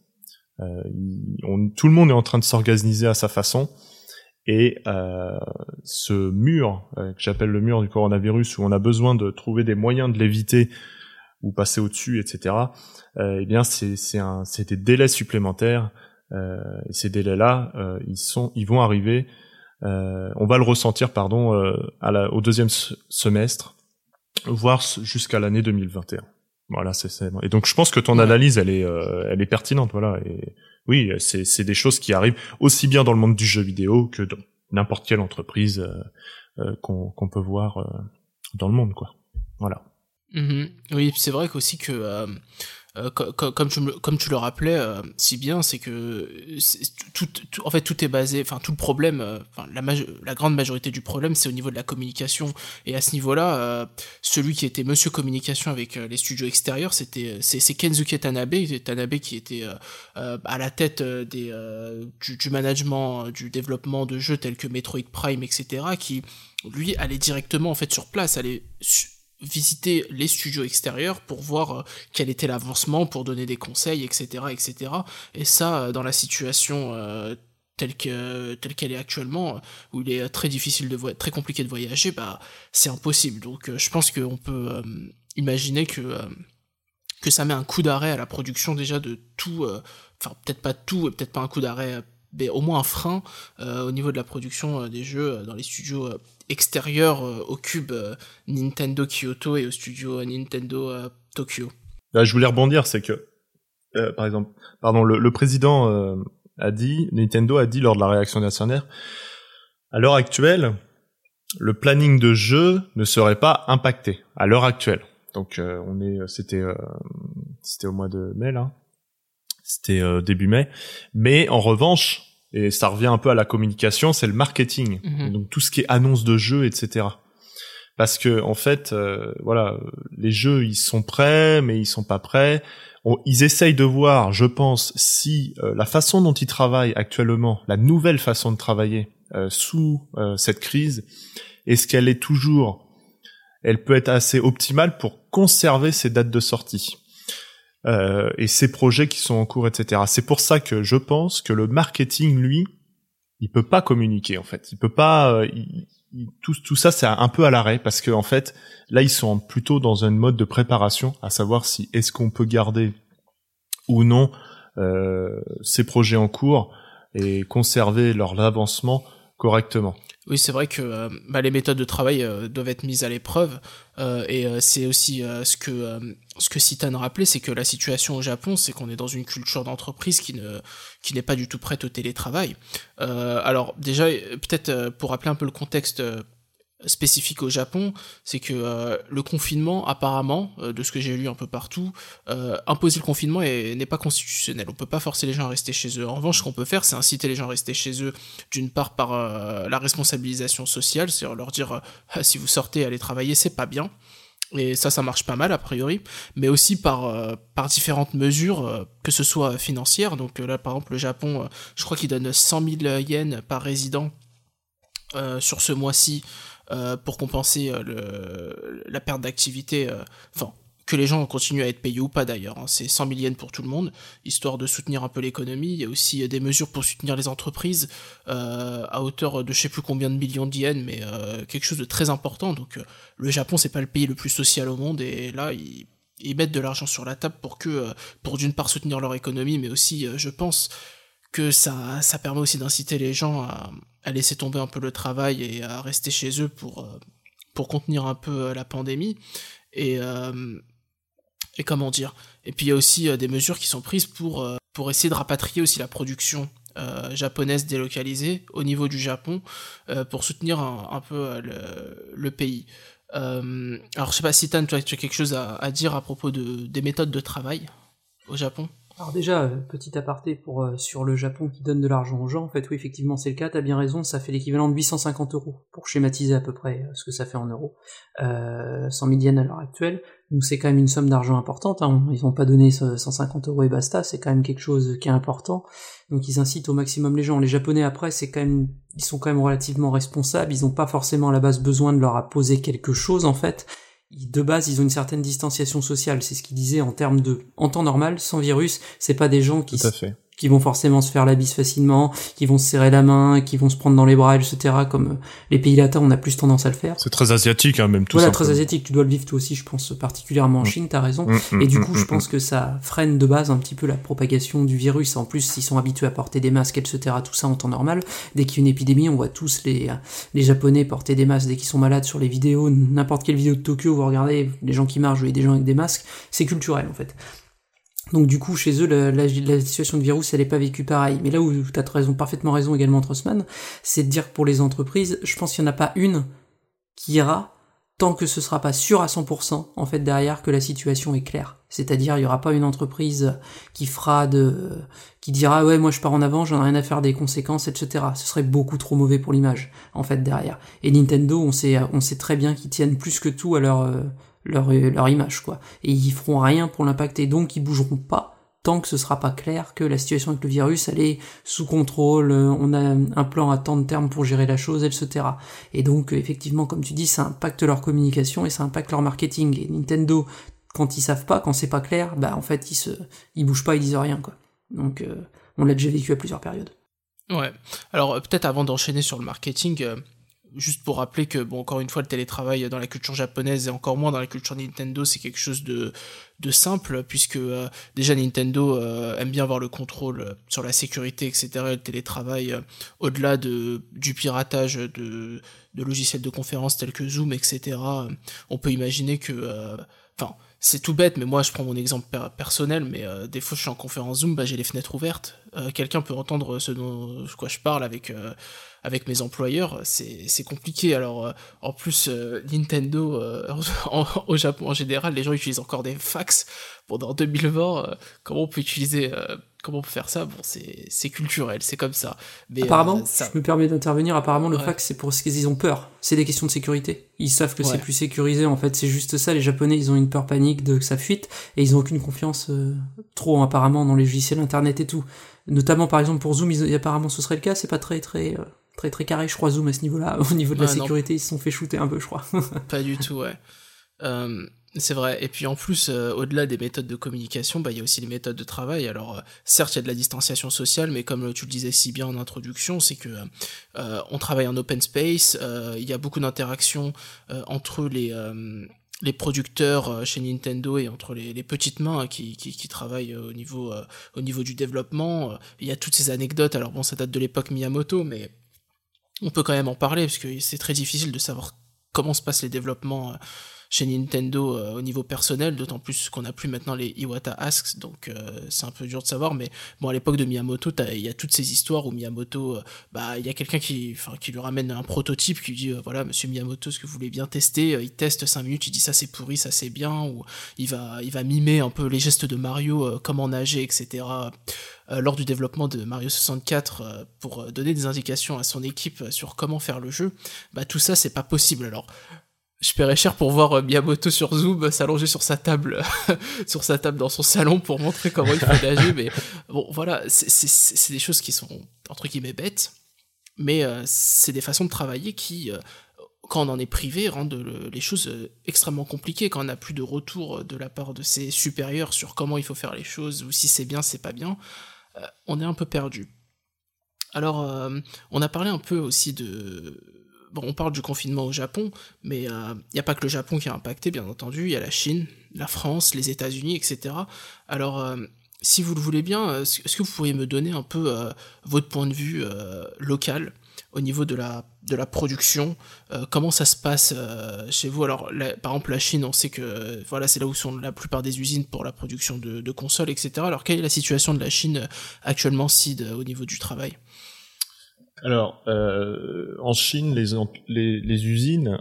Tout le monde est en train de s'organiser à sa façon, et ce mur que j'appelle le mur du coronavirus, où on a besoin de trouver des moyens de l'éviter ou passer au-dessus, etc. Eh bien c'est des délais supplémentaires. Et ces délais-là, ils vont arriver. On va le ressentir, au deuxième semestre, voire jusqu'à l'année 2021. Voilà, et donc je pense que ton analyse, elle est pertinente, voilà. Et oui, c'est des choses qui arrivent aussi bien dans le monde du jeu vidéo que dans n'importe quelle entreprise qu'on peut voir dans le monde, quoi. Voilà. Oui, c'est vrai qu'aussi que comme tu le rappelais si bien, c'est que en fait tout est basé, enfin tout le problème, la grande majorité du problème c'est au niveau de la communication, et à ce niveau-là celui qui était monsieur communication avec les studios extérieurs c'est Kensuke Tanabe qui était à la tête du management du développement de jeux tels que Metroid Prime, etc., qui lui allait directement en fait sur place, allait visiter les studios extérieurs pour voir quel était l'avancement, pour donner des conseils, etc., etc. Et ça, dans la situation telle qu'elle est actuellement, où il est très compliqué de voyager, c'est impossible. Donc, je pense qu'on peut imaginer que ça met un coup d'arrêt à la production déjà de tout, peut-être pas tout, peut-être pas un coup d'arrêt, mais au moins un frein au niveau de la production des jeux dans les studios extérieurs au cube Nintendo Kyoto et au studio Nintendo Tokyo. Là, je voulais rebondir, c'est que par exemple, le président Nintendo a dit lors de la réaction des actionnaires, à l'heure actuelle, le planning de jeu ne serait pas impacté à l'heure actuelle. Donc c'était C'était au mois de mai, là. C'était début mai. Mais en revanche, et ça revient un peu à la communication, c'est le marketing. Donc tout ce qui est annonce de jeux, etc. Parce que en fait, voilà, les jeux ils sont prêts, mais ils sont pas prêts. Ils essayent de voir, je pense, si la façon dont ils travaillent actuellement, la nouvelle façon de travailler sous cette crise, est-ce qu'elle est toujours, elle peut être assez optimale pour conserver ces dates de sortie et ces projets qui sont en cours, etc. C'est pour ça que je pense que le marketing, lui, il peut pas communiquer en fait. Il peut pas. Tout ça, c'est un peu à l'arrêt parce que en fait, là, ils sont plutôt dans un mode de préparation, à savoir si est-ce qu'on peut garder ou non ces projets en cours et conserver leur avancement correctement. Oui, c'est vrai que les méthodes de travail doivent être mises à l'épreuve et c'est aussi ce que Citan rappelait, c'est que la situation au Japon, c'est qu'on est dans une culture d'entreprise qui n'est pas du tout prête au télétravail. Alors déjà, peut-être pour rappeler un peu le contexte spécifique au Japon, c'est que le confinement, apparemment, de ce que j'ai lu un peu partout, imposer le confinement n'est pas constitutionnel. On peut pas forcer les gens à rester chez eux. En revanche, ce qu'on peut faire, c'est inciter les gens à rester chez eux, d'une part par la responsabilisation sociale, c'est-à-dire leur dire si vous sortez, allez travailler, c'est pas bien. Et ça marche pas mal a priori, mais aussi par différentes mesures, que ce soit financières. Donc là, par exemple, le Japon, je crois qu'il donne 100 000 yens par résident sur ce mois-ci, pour compenser la perte d'activité, que les gens continuent à être payés ou pas d'ailleurs, hein. C'est 100 000 yens pour tout le monde, histoire de soutenir un peu l'économie. Il y a aussi des mesures pour soutenir les entreprises, à hauteur de je sais plus combien de millions de yens, mais quelque chose de très important. Donc le Japon, c'est pas le pays le plus social au monde, et là, ils mettent de l'argent sur la table pour d'une part soutenir leur économie, mais aussi, je pense, que ça permet aussi d'inciter les gens à laisser tomber un peu le travail et à rester chez eux pour contenir un peu la pandémie. Et comment dire. Et puis il y a aussi des mesures qui sont prises pour essayer de rapatrier aussi la production japonaise délocalisée au niveau du Japon, pour soutenir un peu le pays. Alors je sais pas si tu as quelque chose à dire à propos des méthodes de travail au Japon. Alors déjà, petit aparté sur le Japon qui donne de l'argent aux gens, en fait oui effectivement c'est le cas, t'as bien raison, ça fait l'équivalent de 850 euros, pour schématiser à peu près ce que ça fait en euros, 100 000 yens à l'heure actuelle, donc c'est quand même une somme d'argent importante, hein. Ils vont pas donner 150 euros et basta, c'est quand même quelque chose qui est important, donc ils incitent au maximum les gens. Les Japonais après, ils sont quand même relativement responsables, ils ont pas forcément à la base besoin de leur imposer quelque chose en fait. De base, ils ont une certaine distanciation sociale, c'est ce qu'ils disaient en temps normal, sans virus, c'est pas des gens qui vont forcément se faire la bise facilement, qui vont se serrer la main, qui vont se prendre dans les bras, etc., comme les pays latins, on a plus tendance à le faire. C'est très asiatique, hein, même tout ça. Voilà, très asiatique, tu dois le vivre toi aussi, je pense, particulièrement en Chine, t'as raison, et du coup, je pense que ça freine de base un petit peu la propagation du virus. En plus, ils sont habitués à porter des masques, etc., tout ça en temps normal. Dès qu'il y a une épidémie, on voit tous les Japonais porter des masques dès qu'ils sont malades sur les vidéos, n'importe quelle vidéo de Tokyo, vous regardez les gens qui marchent, vous voyez des gens avec des masques, c'est culturel, en fait. Donc du coup, chez eux, la situation de virus, elle est pas vécue pareil. Mais là où t'as parfaitement raison également, Trossman, c'est de dire que pour les entreprises, je pense qu'il n'y en a pas une qui ira tant que ce sera pas sûr à 100%, en fait, derrière, que la situation est claire. C'est-à-dire, il y aura pas une entreprise qui dira, ouais, moi je pars en avant, j'en ai rien à faire des conséquences, etc. Ce serait beaucoup trop mauvais pour l'image, en fait, derrière. Et Nintendo, on sait très bien qu'ils tiennent plus que tout à leur image, quoi. Et ils feront rien pour l'impacter, donc ils bougeront pas tant que ce sera pas clair que la situation avec le virus, elle est sous contrôle, on a un plan à temps de terme pour gérer la chose, etc. Et donc, effectivement, comme tu dis, ça impacte leur communication et ça impacte leur marketing. Et Nintendo, quand ils savent pas, quand c'est pas clair, bah, en fait, ils bougent pas, ils disent rien, quoi. Donc, on l'a déjà vécu à plusieurs périodes. Ouais. Alors, peut-être avant d'enchaîner sur le marketing, juste pour rappeler que, bon, encore une fois, le télétravail dans la culture japonaise et encore moins dans la culture Nintendo, c'est quelque chose de simple, puisque déjà Nintendo aime bien avoir le contrôle sur la sécurité, etc., et le télétravail, au-delà du piratage de logiciels de conférence tels que Zoom, etc., on peut imaginer que enfin, c'est tout bête, mais moi je prends mon exemple personnel, mais des fois je suis en conférence Zoom, bah j'ai les fenêtres ouvertes. Quelqu'un peut entendre ce dont quoi je parle avec mes employeurs, c'est compliqué. Alors en plus Nintendo au Japon en général, les gens utilisent encore des fax. Bon, dans 2020, comment on peut faire ça? Bon, c'est culturel, c'est comme ça. Mais apparemment, ça... je me permets d'intervenir, apparemment le Ouais. fax c'est pour ce qu'ils ont peur. C'est des questions de sécurité. Ils savent que Ouais. c'est plus sécurisé en fait, c'est juste ça. Les Japonais ils ont une peur panique de que ça fuite et ils ont aucune confiance trop apparemment dans les logiciels internet et tout. Notamment par exemple pour Zoom, apparemment ce serait le cas, c'est pas très carré je crois Zoom à ce niveau-là. Au niveau de la Ouais, non. sécurité, ils se sont fait shooter un peu je crois. Pas du tout, ouais. C'est vrai. Et puis en plus, au-delà des méthodes de communication, bah il y a aussi les méthodes de travail. Alors certes, il y a de la distanciation sociale, mais comme tu le disais si bien en introduction, c'est que on travaille en open space. Il y a beaucoup d'interactions entre les producteurs chez Nintendo et entre les petites mains hein, qui travaillent au niveau du développement. Il y a toutes ces anecdotes. Alors bon, ça date de l'époque Miyamoto, mais on peut quand même en parler parce que c'est très difficile de savoir comment se passent les développements chez Nintendo au niveau personnel, d'autant plus qu'on n'a plus maintenant les Iwata Asks, donc c'est un peu dur de savoir, mais bon, à l'époque de Miyamoto, il y a toutes ces histoires où Miyamoto, il y a quelqu'un qui lui ramène un prototype, qui lui dit, voilà, monsieur Miyamoto, ce que vous voulez bien tester, il teste 5 minutes, il dit ça c'est pourri, ça c'est bien, ou il va mimer un peu les gestes de Mario, comment nager, etc., lors du développement de Mario 64 pour donner des indications à son équipe sur comment faire le jeu, bah tout ça c'est pas possible. Alors je paierais cher pour voir Miyamoto sur Zoom s'allonger sur sa table dans son salon pour montrer comment il faut nager, mais bon voilà, c'est des choses qui sont entre guillemets bêtes, mais c'est des façons de travailler qui quand on en est privé, rendent les choses extrêmement compliquées, quand on n'a plus de retour de la part de ses supérieurs sur comment il faut faire les choses, ou si c'est bien, c'est pas bien, on est un peu perdu. Alors, on a parlé un peu aussi Bon, on parle du confinement au Japon, mais il n'y a pas que le Japon qui a impacté, bien entendu, il y a la Chine, la France, les États-Unis, etc. Alors, si vous le voulez bien, est-ce que vous pourriez me donner un peu votre point de vue local au niveau de la production, comment ça se passe chez vous? Alors, par exemple, la Chine, on sait que voilà, c'est là où sont la plupart des usines pour la production de consoles, etc. Alors, quelle est la situation de la Chine actuellement, Sid, au niveau du travail? Alors, en Chine, les usines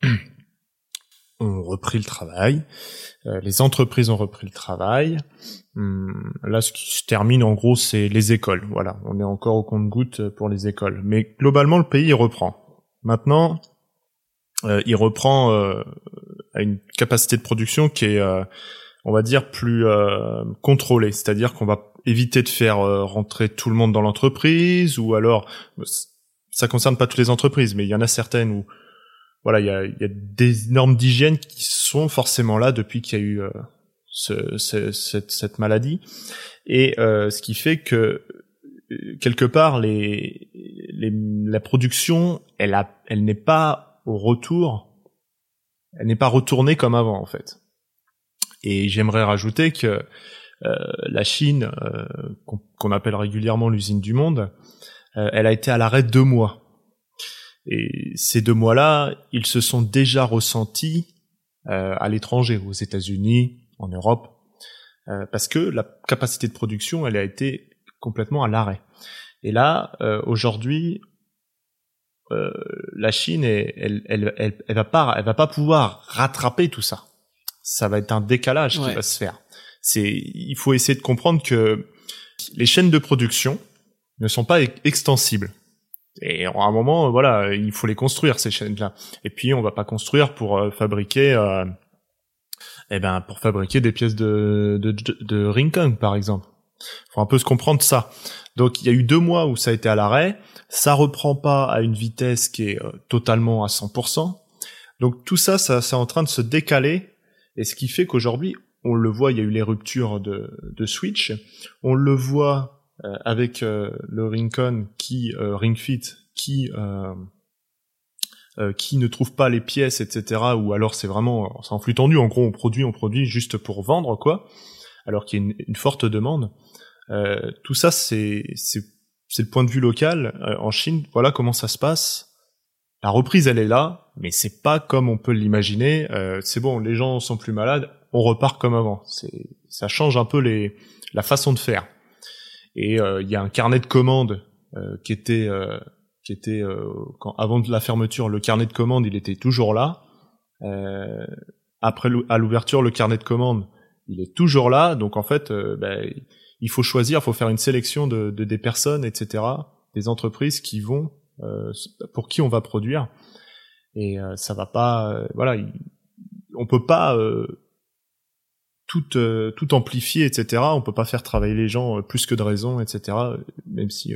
ont repris le travail, les entreprises ont repris le travail. Là, ce qui se termine, en gros, c'est les écoles. Voilà, on est encore au compte-gouttes pour les écoles. Mais globalement, le pays, il reprend. Maintenant, il reprend à une capacité de production qui est, on va dire, plus contrôlée. C'est-à-dire qu'on va éviter de faire rentrer tout le monde dans l'entreprise, ou alors, ça concerne pas toutes les entreprises, mais il y en a certaines où, voilà, il y a des normes d'hygiène qui sont forcément là depuis qu'il y a eu cette maladie, et ce qui fait que quelque part la production, elle n'est pas au retour, elle n'est pas retournée comme avant en fait. Et j'aimerais rajouter que la Chine, qu'on appelle régulièrement l'usine du monde, elle a été à l'arrêt 2 mois. Et ces 2 mois-là, ils se sont déjà ressentis à l'étranger, aux États-Unis, en Europe, parce que la capacité de production, elle a été complètement à l'arrêt. Et là, aujourd'hui, la Chine, elle va pas pouvoir rattraper tout ça. Ça va être un décalage qui va se faire. Il faut essayer de comprendre que les chaînes de production ne sont pas extensibles. Et à un moment, voilà, il faut les construire, ces chaînes-là. Et puis, on va pas construire pour fabriquer des pièces de Rincon, par exemple. Faut un peu se comprendre ça. Donc, il y a eu 2 mois où ça a été à l'arrêt. Ça reprend pas à une vitesse qui est totalement à 100%. Donc, tout ça, c'est en train de se décaler. Et ce qui fait qu'aujourd'hui, on le voit, il y a eu les ruptures de Switch. On le voit avec le Rincon Ring Fit qui ne trouve pas les pièces, etc. Ou alors c'est en flux tendu. En gros, on produit juste pour vendre, quoi. Alors qu'il y a une forte demande. Tout ça, c'est le point de vue local. En Chine, voilà comment ça se passe. La reprise, elle est là, mais c'est pas comme on peut l'imaginer. C'est bon, les gens sont plus malades, on repart comme avant. Ça change un peu la façon de faire. Et il y a un carnet de commandes qui était avant de la fermeture, le carnet de commandes, il était toujours là. Après à l'ouverture, le carnet de commandes, il est toujours là. Donc en fait, il faut choisir, il faut faire une sélection de des personnes, etc., des entreprises qui vont pour qui on va produire. Et ça va pas, on peut pas tout amplifier, etc. On peut pas faire travailler les gens plus que de raison, etc. Même si,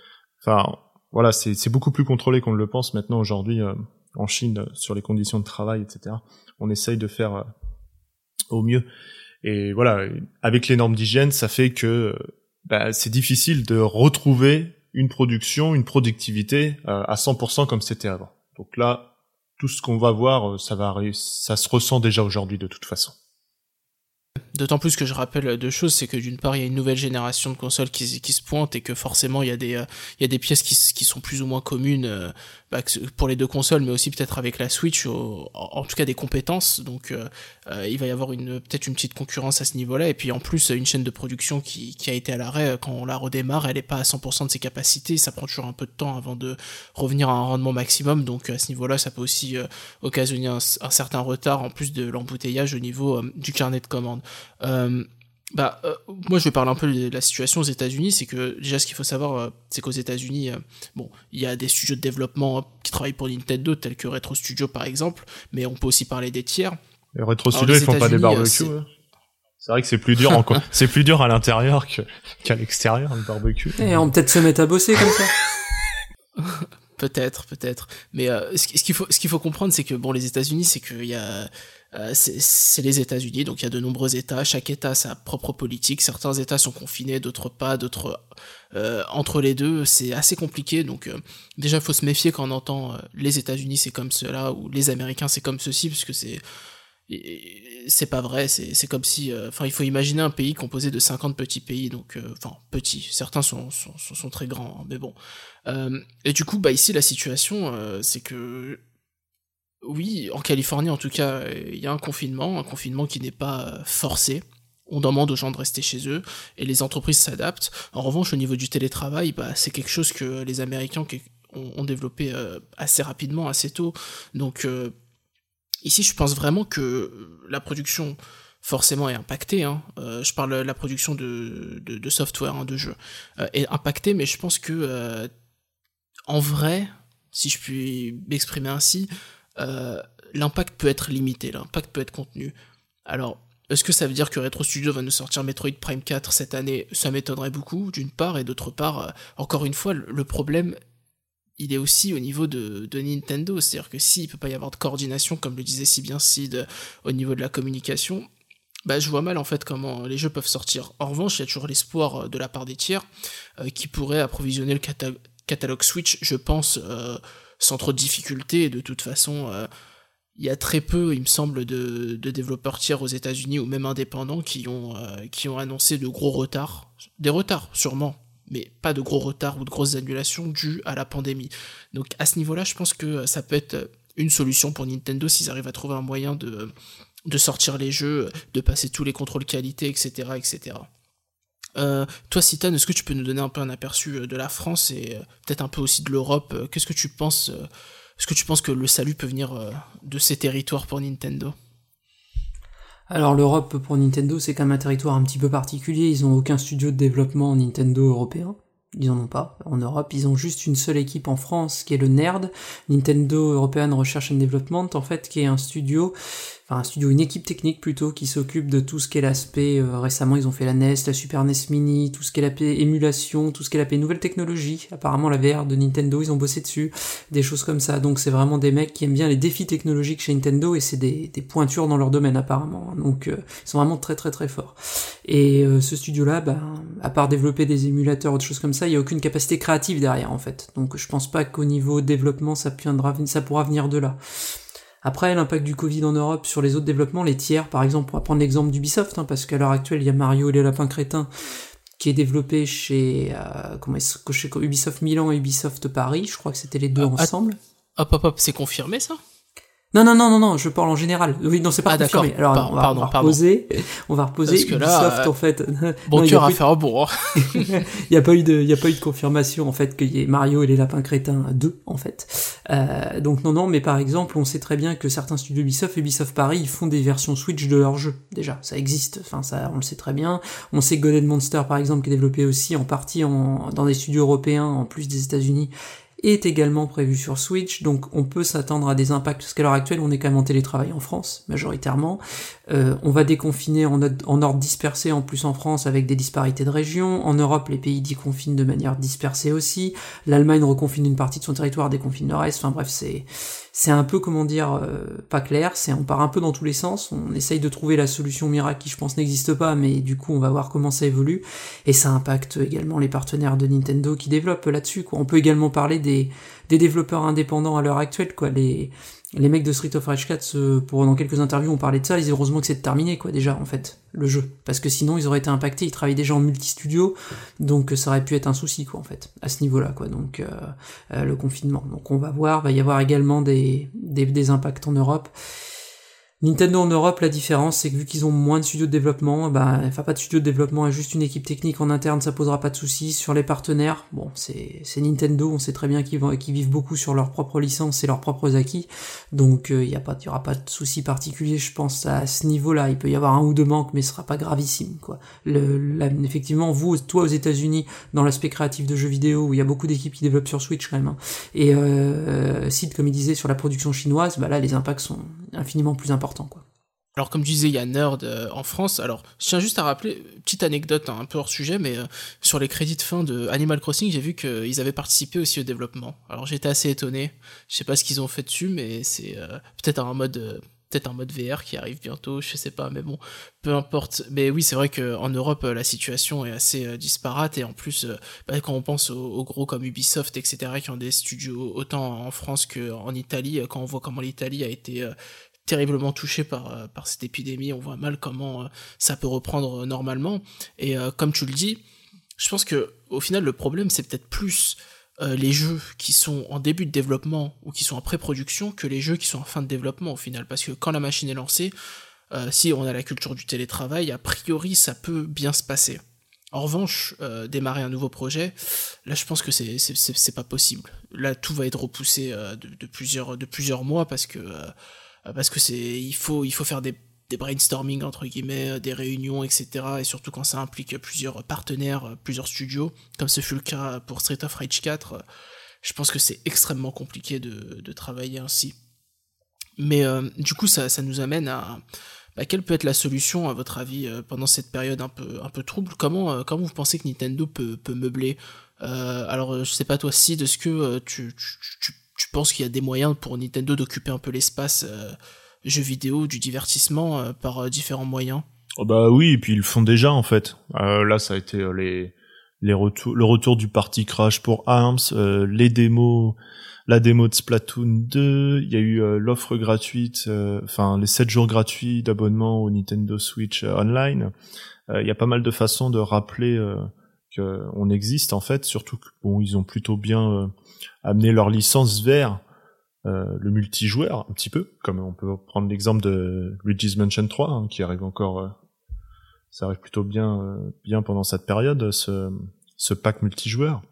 c'est beaucoup plus contrôlé qu'on ne le pense maintenant aujourd'hui en Chine sur les conditions de travail, etc. On essaye de faire au mieux. Et voilà, avec les normes d'hygiène, ça fait que c'est difficile de retrouver une production, une productivité à 100% comme c'était avant. Donc là, tout ce qu'on va voir, ça se ressent déjà aujourd'hui de toute façon. D'autant plus que je rappelle deux choses, c'est que d'une part il y a une nouvelle génération de consoles qui se pointe et que forcément il y a des pièces qui sont plus ou moins communes pour les deux consoles, mais aussi peut-être avec la Switch, en tout cas des compétences, donc il va y avoir peut-être une petite concurrence à ce niveau-là, et puis en plus une chaîne de production qui a été à l'arrêt, quand on la redémarre, elle est pas à 100% de ses capacités, ça prend toujours un peu de temps avant de revenir à un rendement maximum, donc à ce niveau-là ça peut aussi occasionner un certain retard en plus de l'embouteillage au niveau du carnet de commandes. Moi je vais parler un peu de la situation aux États-Unis. C'est que déjà ce qu'il faut savoir, c'est qu'aux États-Unis, il y a des studios de développement qui travaillent pour Nintendo, tels que Retro Studio par exemple, mais on peut aussi parler des tiers. Et Retro Studio, ils font pas des barbecues. C'est vrai que c'est plus dur c'est plus dur à l'intérieur qu'à l'extérieur, le barbecue. Et on peut-être se mettre à bosser comme ça. Peut-être. Mais ce qu'il faut comprendre, c'est que les États-Unis, c'est qu'il y a c'est les États-Unis, donc il y a de nombreux États, chaque État a sa propre politique, certains États sont confinés, d'autres pas, d'autres entre les deux, c'est assez compliqué, donc déjà il faut se méfier quand on entend les États-Unis c'est comme cela, ou les Américains c'est comme ceci, parce que c'est pas vrai, c'est comme si, il faut imaginer un pays composé de 50 petits pays, donc, petits, certains sont très grands, hein, mais bon. Et du coup, ici, la situation, c'est que, oui, en Californie, en tout cas, il y a un confinement qui n'est pas forcé. On demande aux gens de rester chez eux, et les entreprises s'adaptent. En revanche, au niveau du télétravail, c'est quelque chose que les Américains ont développé assez rapidement, assez tôt, donc, ici, je pense vraiment que la production, forcément, est impactée. Je parle de la production de software, de jeux, est impactée, mais je pense que, en vrai, si je puis m'exprimer ainsi, l'impact peut être limité, l'impact peut être contenu. Alors, est-ce que ça veut dire que Retro Studio va nous sortir Metroid Prime 4 cette année ? Ça m'étonnerait beaucoup, d'une part, et d'autre part, encore une fois, le problème, il est aussi au niveau de Nintendo, c'est-à-dire que s'il peut pas y avoir de coordination, comme le disait si bien Sid, au niveau de la communication, je vois mal en fait comment les jeux peuvent sortir. En revanche, il y a toujours l'espoir de la part des tiers qui pourraient approvisionner le catalogue Switch, je pense, sans trop de difficultés, et de toute façon, il y a très peu, il me semble, de développeurs tiers aux États-Unis, ou même indépendants, qui ont annoncé de gros retards. Des retards, sûrement, mais pas de gros retards ou de grosses annulations dues à la pandémie. Donc à ce niveau-là, je pense que ça peut être une solution pour Nintendo s'ils arrivent à trouver un moyen de sortir les jeux, de passer tous les contrôles qualité, etc., etc. Toi, Citan, est-ce que tu peux nous donner un peu un aperçu de la France et peut-être un peu aussi de l'Europe ? Qu'est-ce que tu penses ? Est-ce que tu penses que le salut peut venir de ces territoires pour Nintendo ? Alors l'Europe pour Nintendo c'est quand même un territoire un petit peu particulier, ils ont aucun studio de développement Nintendo européen, ils en ont pas. En Europe ils ont juste une seule équipe en France qui est le NERD, Nintendo European Research and Development en fait, qui est une équipe technique plutôt qui s'occupe de tout ce qui est l'aspect, récemment ils ont fait la NES, la Super NES Mini, tout ce qui est l'aspect émulation, tout ce qui est l'aspect nouvelle technologie, apparemment la VR de Nintendo ils ont bossé dessus, des choses comme ça, donc c'est vraiment des mecs qui aiment bien les défis technologiques chez Nintendo et c'est des pointures dans leur domaine apparemment, donc ils sont vraiment très très très forts. Et ce studio là, à part développer des émulateurs ou des choses comme ça, il y a aucune capacité créative derrière en fait, donc je pense pas qu'au niveau développement ça pourra venir de là. Après, l'impact du Covid en Europe sur les autres développements, les tiers, par exemple, on va prendre l'exemple d'Ubisoft, parce qu'à l'heure actuelle, il y a Mario et les Lapins Crétins, qui est développé chez Ubisoft Milan et Ubisoft Paris, je crois que c'était les deux ensemble. Hop, c'est confirmé ça ? Non, je parle en général. Oui, non, c'est pas confirmé. D'accord. Alors, on va reposer. On va reposer. Parce que là, Ubisoft, en fait. Bon cœur à faire un bourg. Il y a pas eu de confirmation, en fait, qu'il y ait Mario et les Lapins Crétins 2, en fait. Donc non, mais par exemple, on sait très bien que certains studios Ubisoft Paris, ils font des versions Switch de leurs jeux. Déjà, ça existe. Enfin, ça, on le sait très bien. On sait que God & Monster, par exemple, qui est développé aussi en partie dans des studios européens, en plus des États-Unis, est également prévu sur Switch, donc on peut s'attendre à des impacts, parce qu'à l'heure actuelle, on est quand même en télétravail en France, majoritairement. On va déconfiner en ordre dispersé, en plus en France, avec des disparités de régions. En Europe, les pays déconfinent de manière dispersée aussi. L'Allemagne reconfine une partie de son territoire, déconfine le reste. Enfin bref, c'est un peu, pas clair, on part un peu dans tous les sens, on essaye de trouver la solution miracle qui je pense n'existe pas, mais du coup on va voir comment ça évolue, et ça impacte également les partenaires de Nintendo qui développent là-dessus, quoi. On peut également parler des développeurs indépendants à l'heure actuelle, quoi. Les mecs de Street of Rage 4, dans quelques interviews, on parlait de ça, ils disaient heureusement que c'est terminé, quoi, déjà, en fait, le jeu. Parce que sinon, ils auraient été impactés, ils travaillaient déjà en multi-studio, donc ça aurait pu être un souci, quoi, en fait, à ce niveau-là, quoi, donc, le confinement. Donc on va voir, va y avoir également des impacts en Europe. Nintendo en Europe, la différence, c'est que vu qu'ils ont moins de studios de développement, pas de studio de développement et juste une équipe technique en interne, ça posera pas de soucis. Sur les partenaires, bon, c'est Nintendo, on sait très bien qu'ils vivent beaucoup sur leurs propres licences et leurs propres acquis, donc il y aura pas de soucis particuliers, je pense, à ce niveau-là. Il peut y avoir un ou deux manques, mais ce sera pas gravissime, quoi. Effectivement, toi aux États-Unis, dans l'aspect créatif de jeux vidéo, où il y a beaucoup d'équipes qui développent sur Switch quand même, hein, et Sid, comme il disait, sur la production chinoise, là, les impacts sont infiniment plus importants, quoi. Alors comme je disais, il y a Nerd en France. Alors je tiens juste à rappeler, petite anecdote un peu hors sujet, mais sur les crédits de fin de Animal Crossing, j'ai vu qu'ils avaient participé aussi au développement. Alors j'étais assez étonné, je sais pas ce qu'ils ont fait dessus, mais c'est peut-être un mode VR qui arrive bientôt, je sais pas, mais bon, peu importe. Mais oui, c'est vrai qu'en Europe, la situation est assez disparate, et en plus, quand on pense aux gros comme Ubisoft, etc., qui ont des studios autant en France qu'en Italie, quand on voit comment l'Italie a été terriblement touchée par cette épidémie, on voit mal comment ça peut reprendre normalement. Et comme tu le dis, je pense que au final, le problème, c'est peut-être plus les jeux qui sont en début de développement ou qui sont en pré-production que les jeux qui sont en fin de développement au final, parce que quand la machine est lancée, si on a la culture du télétravail, a priori ça peut bien se passer. En revanche, démarrer un nouveau projet, là je pense que c'est pas possible. Là tout va être repoussé de plusieurs mois, parce que il faut faire des brainstorming entre guillemets, des réunions, etc. Et surtout quand ça implique plusieurs partenaires, plusieurs studios, comme ce fut le cas pour Street of Rage 4, je pense que c'est extrêmement compliqué de travailler ainsi. Mais du coup ça nous amène à quelle peut être la solution à votre avis pendant cette période un peu trouble. Comment vous pensez que Nintendo peut meubler alors je sais pas toi Sid, est-ce que tu penses qu'il y a des moyens pour Nintendo d'occuper un peu l'espace jeux vidéo, du divertissement par différents moyens? Oh bah oui, et puis ils le font déjà en fait. Là ça a été le retour du Party Crash pour ARMS, les démos, la démo de Splatoon 2, il y a eu l'offre gratuite, les 7 jours gratuits d'abonnement au Nintendo Switch Online. Il y a pas mal de façons de rappeler qu'on existe en fait, surtout que bon, ils ont plutôt bien amené leur licence vers le multijoueur un petit peu, comme on peut prendre l'exemple de Luigi's Mansion 3 qui arrive encore, ça arrive plutôt bien pendant cette période, ce pack multijoueur.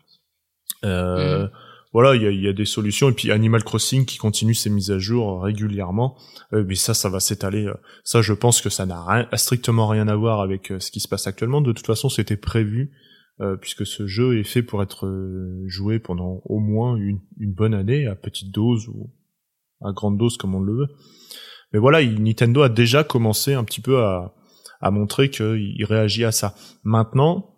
Voilà, il y a des solutions, et puis Animal Crossing qui continue ses mises à jour régulièrement, mais ça va s'étaler. Ça, je pense que ça n'a strictement rien à voir avec ce qui se passe actuellement. De toute façon, c'était prévu, puisque ce jeu est fait pour être joué pendant au moins une bonne année, à petite dose ou à grande dose comme on le veut. Mais voilà, Nintendo a déjà commencé un petit peu à montrer qu'il réagit à ça. Maintenant,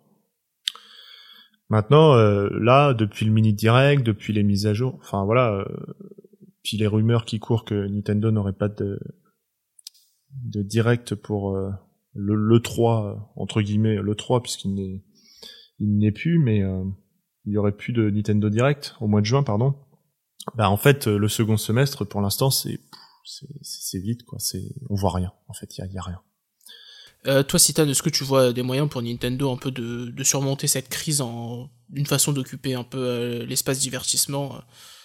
là, depuis le mini direct, depuis les mises à jour, puis les rumeurs qui courent que Nintendo n'aurait pas de direct pour le 3 entre guillemets, le 3 puisqu'il n'est plus, mais il y aurait plus de Nintendo Direct au mois de juin, pardon. En fait, le second semestre, pour l'instant, c'est vide, quoi. On voit rien. En fait, il y a rien. Toi, Citan, est-ce que tu vois des moyens pour Nintendo un peu de surmonter cette crise d'une façon d'occuper un peu l'espace divertissement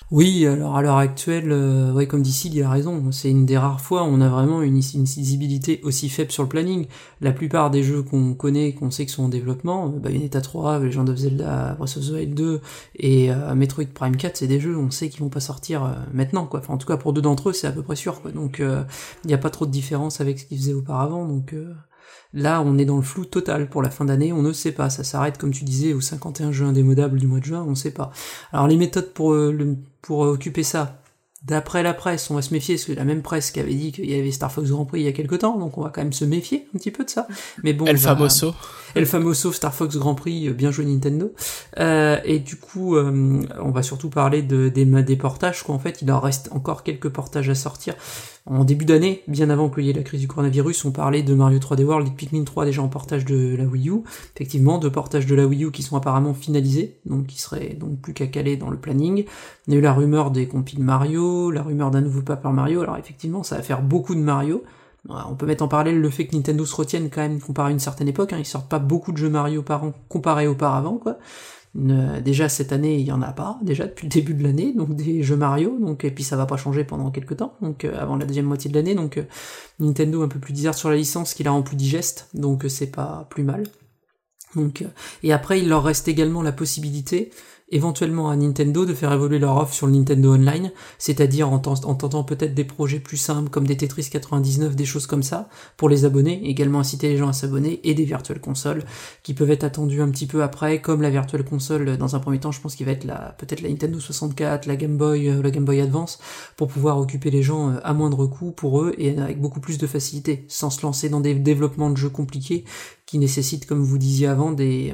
Oui, alors à l'heure actuelle, ouais, comme dit Sid, il a raison. C'est une des rares fois où on a vraiment une visibilité aussi faible sur le planning. La plupart des jeux qu'on connaît, qu'on sait qu'ils sont en développement, Bayonetta 3, Legend of Zelda, Breath of the Wild 2 et Metroid Prime 4, c'est des jeux où on sait qu'ils vont pas sortir maintenant, quoi. Enfin, en tout cas, pour 2 d'entre eux, c'est à peu près sûr, quoi. Donc, il n'y a pas trop de différence avec ce qu'ils faisaient auparavant, donc... Là, on est dans le flou total pour la fin d'année, on ne sait pas, ça s'arrête comme tu disais aux 51 jeux indémodables du mois de juin, on ne sait pas. Alors les méthodes pour occuper ça, d'après la presse, on va se méfier, parce que la même presse qui avait dit qu'il y avait Star Fox Grand Prix il y a quelque temps, donc on va quand même se méfier un petit peu de ça. Mais bon, El Famoso Star Fox Grand Prix, bien joué Nintendo. Et du coup, on va surtout parler des portages, quoi. En fait, il en reste encore quelques portages à sortir. En début d'année, bien avant qu'il y ait la crise du coronavirus, on parlait de Mario 3D World et de Pikmin 3 déjà en portage de la Wii U. Effectivement, 2 portages de la Wii U qui sont apparemment finalisés, donc qui seraient donc plus qu'à caler dans le planning. Il y a eu la rumeur des compiles Mario, la rumeur d'un nouveau Paper Mario. Alors effectivement, ça va faire beaucoup de Mario. On peut mettre en parallèle le fait que Nintendo se retienne quand même comparé à une certaine époque, hein. Ils sortent pas beaucoup de jeux Mario par an comparé auparavant, quoi. Déjà cette année il y en a pas, déjà depuis le début de l'année, donc des jeux Mario, donc et puis ça va pas changer pendant quelques temps, donc avant la deuxième moitié de l'année, donc Nintendo un peu plus disert sur la licence, qui la rend plus digeste, donc c'est pas plus mal. Donc et après il leur reste également la possibilité éventuellement à Nintendo de faire évoluer leur offre sur le Nintendo Online, c'est-à-dire en tentant peut-être des projets plus simples comme des Tetris 99, des choses comme ça, pour les abonnés, également inciter les gens à s'abonner, et des Virtual Consoles qui peuvent être attendues un petit peu après, comme la Virtual Console dans un premier temps, je pense qu'il va être peut-être la Nintendo 64, la Game Boy Advance, pour pouvoir occuper les gens à moindre coût pour eux et avec beaucoup plus de facilité, sans se lancer dans des développements de jeux compliqués qui nécessitent, comme vous disiez avant, des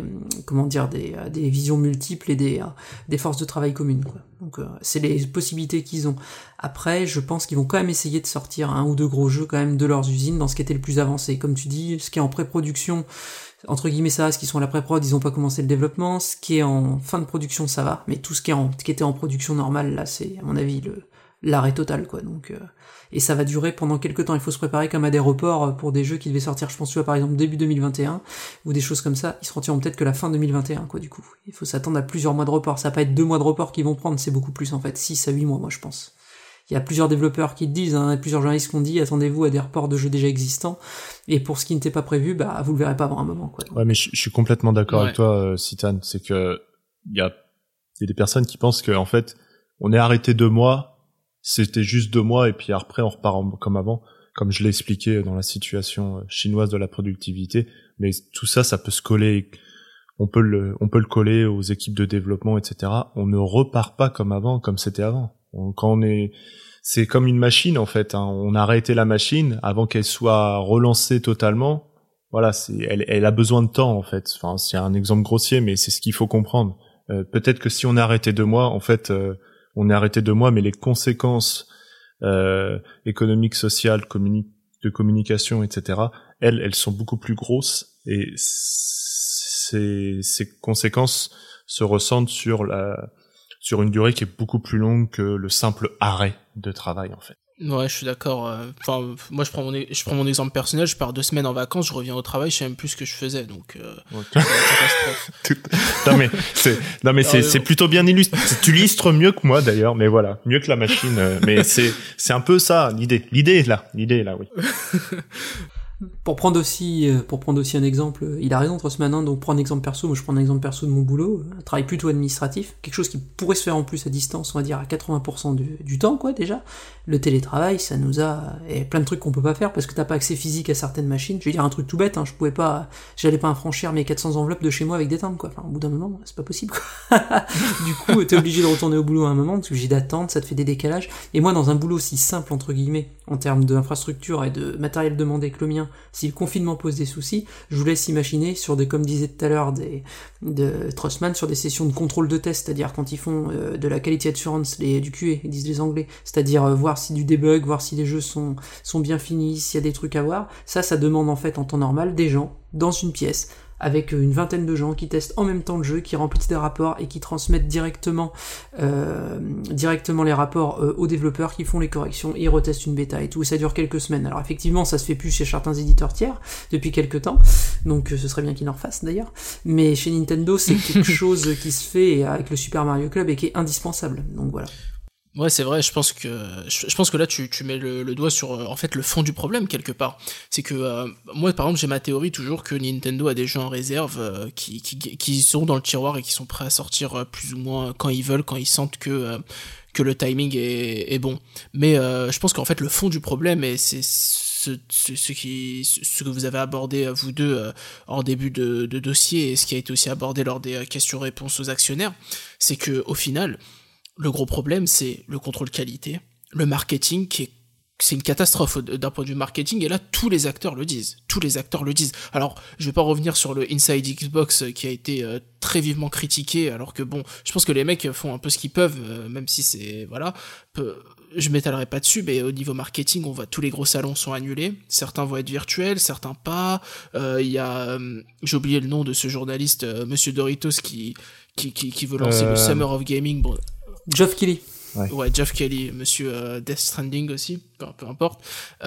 visions multiples et des forces de travail communes, quoi. Donc c'est les possibilités qu'ils ont. Après, je pense qu'ils vont quand même essayer de sortir 1 ou 2 gros jeux quand même de leurs usines dans ce qui était le plus avancé. Comme tu dis, ce qui est en pré-production, entre guillemets ça va, ce qui sont à la pré-prod, ils ont pas commencé le développement, ce qui est en fin de production ça va, mais tout ce qui était en production normale, là c'est à mon avis l'arrêt total, quoi. Donc et ça va durer pendant quelques temps, il faut se préparer comme à des reports pour des jeux qui devaient sortir, je pense, tu vois, par exemple début 2021 ou des choses comme ça, ils se sortiront peut-être que la fin 2021, quoi. Du coup il faut s'attendre à plusieurs mois de report, ça va pas être 2 mois de report qu'ils vont prendre, c'est beaucoup plus en fait, 6 à 8 mois, moi je pense. Il y a plusieurs développeurs qui le disent, hein, plusieurs journalistes qui ont dit, attendez-vous à des reports de jeux déjà existants, et pour ce qui n'était pas prévu, vous le verrez pas avant un moment, quoi. Ouais, mais je suis complètement d'accord avec toi, Citan, c'est que il y a des personnes qui pensent que en fait on est arrêté 2 mois, c'était juste 2 mois et puis après on repart comme avant, comme je l'ai expliqué dans la situation chinoise de la productivité. Mais tout ça, ça peut se coller, on peut le coller aux équipes de développement, etc. On ne repart pas comme avant, comme c'était avant. C'est comme une machine en fait, hein. On a arrêté la machine avant qu'elle soit relancée totalement. Voilà, elle a besoin de temps en fait. Enfin, c'est un exemple grossier, mais c'est ce qu'il faut comprendre. Peut-être que si on est arrêté 2 mois, en fait. On est arrêté 2 mois, mais les conséquences économiques, sociales, de communication, etc., elles sont beaucoup plus grosses, et ces conséquences se ressentent sur une durée qui est beaucoup plus longue que le simple arrêt de travail, en fait. Ouais, je suis d'accord. Enfin, moi, je prends mon exemple personnel. Je pars 2 semaines en vacances, je reviens au travail, je sais même plus ce que je faisais, donc c'est une catastrophe. Non mais c'est plutôt bien illustré. Tu l'illustres mieux que moi d'ailleurs, mais voilà, mieux que la machine. Mais c'est un peu ça l'idée. L'idée est là, oui. Pour prendre aussi un exemple, il a raison Trossman, hein, donc prendre un exemple perso, moi je prends un exemple perso de mon boulot, un travail plutôt administratif, quelque chose qui pourrait se faire en plus à distance, on va dire à 80% du temps, quoi, déjà. Le télétravail, ça nous a plein de trucs qu'on peut pas faire parce que t'as pas accès physique à certaines machines. Je vais dire un truc tout bête, hein, j'allais pas infranchir mes 400 enveloppes de chez moi avec des timbres, quoi. Enfin, au bout d'un moment, c'est pas possible, quoi. Du coup, t'es obligé de retourner au boulot à un moment, t'es obligé d'attendre, ça te fait des décalages. Et moi, dans un boulot si simple, entre guillemets, en termes d'infrastructure et de matériel demandé que le mien, si le confinement pose des soucis, je vous laisse imaginer sur comme disait tout à l'heure de Trossman, sur des sessions de contrôle de test, c'est-à-dire quand ils font de la quality assurance, du QA, ils disent les anglais, c'est-à-dire voir si du debug, voir si les jeux sont bien finis, s'il y a des trucs à voir, ça demande en fait en temps normal des gens dans une pièce, avec une vingtaine de gens qui testent en même temps le jeu, qui remplissent des rapports et qui transmettent directement les rapports aux développeurs qui font les corrections et ils retestent une bêta et tout, et ça dure quelques semaines. Alors effectivement, ça se fait plus chez certains éditeurs tiers depuis quelques temps, donc ce serait bien qu'ils en refassent d'ailleurs, mais chez Nintendo, c'est quelque chose qui se fait avec le Super Mario Club et qui est indispensable, donc voilà. Ouais, c'est vrai, je pense que là tu mets le doigt sur en fait le fond du problème quelque part. C'est que moi par exemple, j'ai ma théorie toujours que Nintendo a des jeux en réserve qui sont dans le tiroir et qui sont prêts à sortir plus ou moins quand ils veulent, quand ils sentent que le timing est bon. Mais je pense qu'en fait le fond du problème, et c'est ce que vous avez abordé vous deux en début de dossier, et ce qui a été aussi abordé lors des questions-réponses aux actionnaires, c'est que au final le gros problème, c'est le contrôle qualité, le marketing c'est une catastrophe d'un point de vue marketing, et là, tous les acteurs le disent. Tous les acteurs le disent. Alors, je vais pas revenir sur le Inside Xbox qui a été très vivement critiqué, alors que bon, je pense que les mecs font un peu ce qu'ils peuvent, même si c'est, voilà, je m'étalerai pas dessus, mais au niveau marketing, on voit tous les gros salons sont annulés. Certains vont être virtuels, certains pas. Il y a, j'ai oublié le nom de ce journaliste, Monsieur Doritos, qui veut lancer le Summer of Gaming. Bon, Geoff Keighley. Ouais, Geoff Keighley, monsieur Death Stranding aussi, peu importe,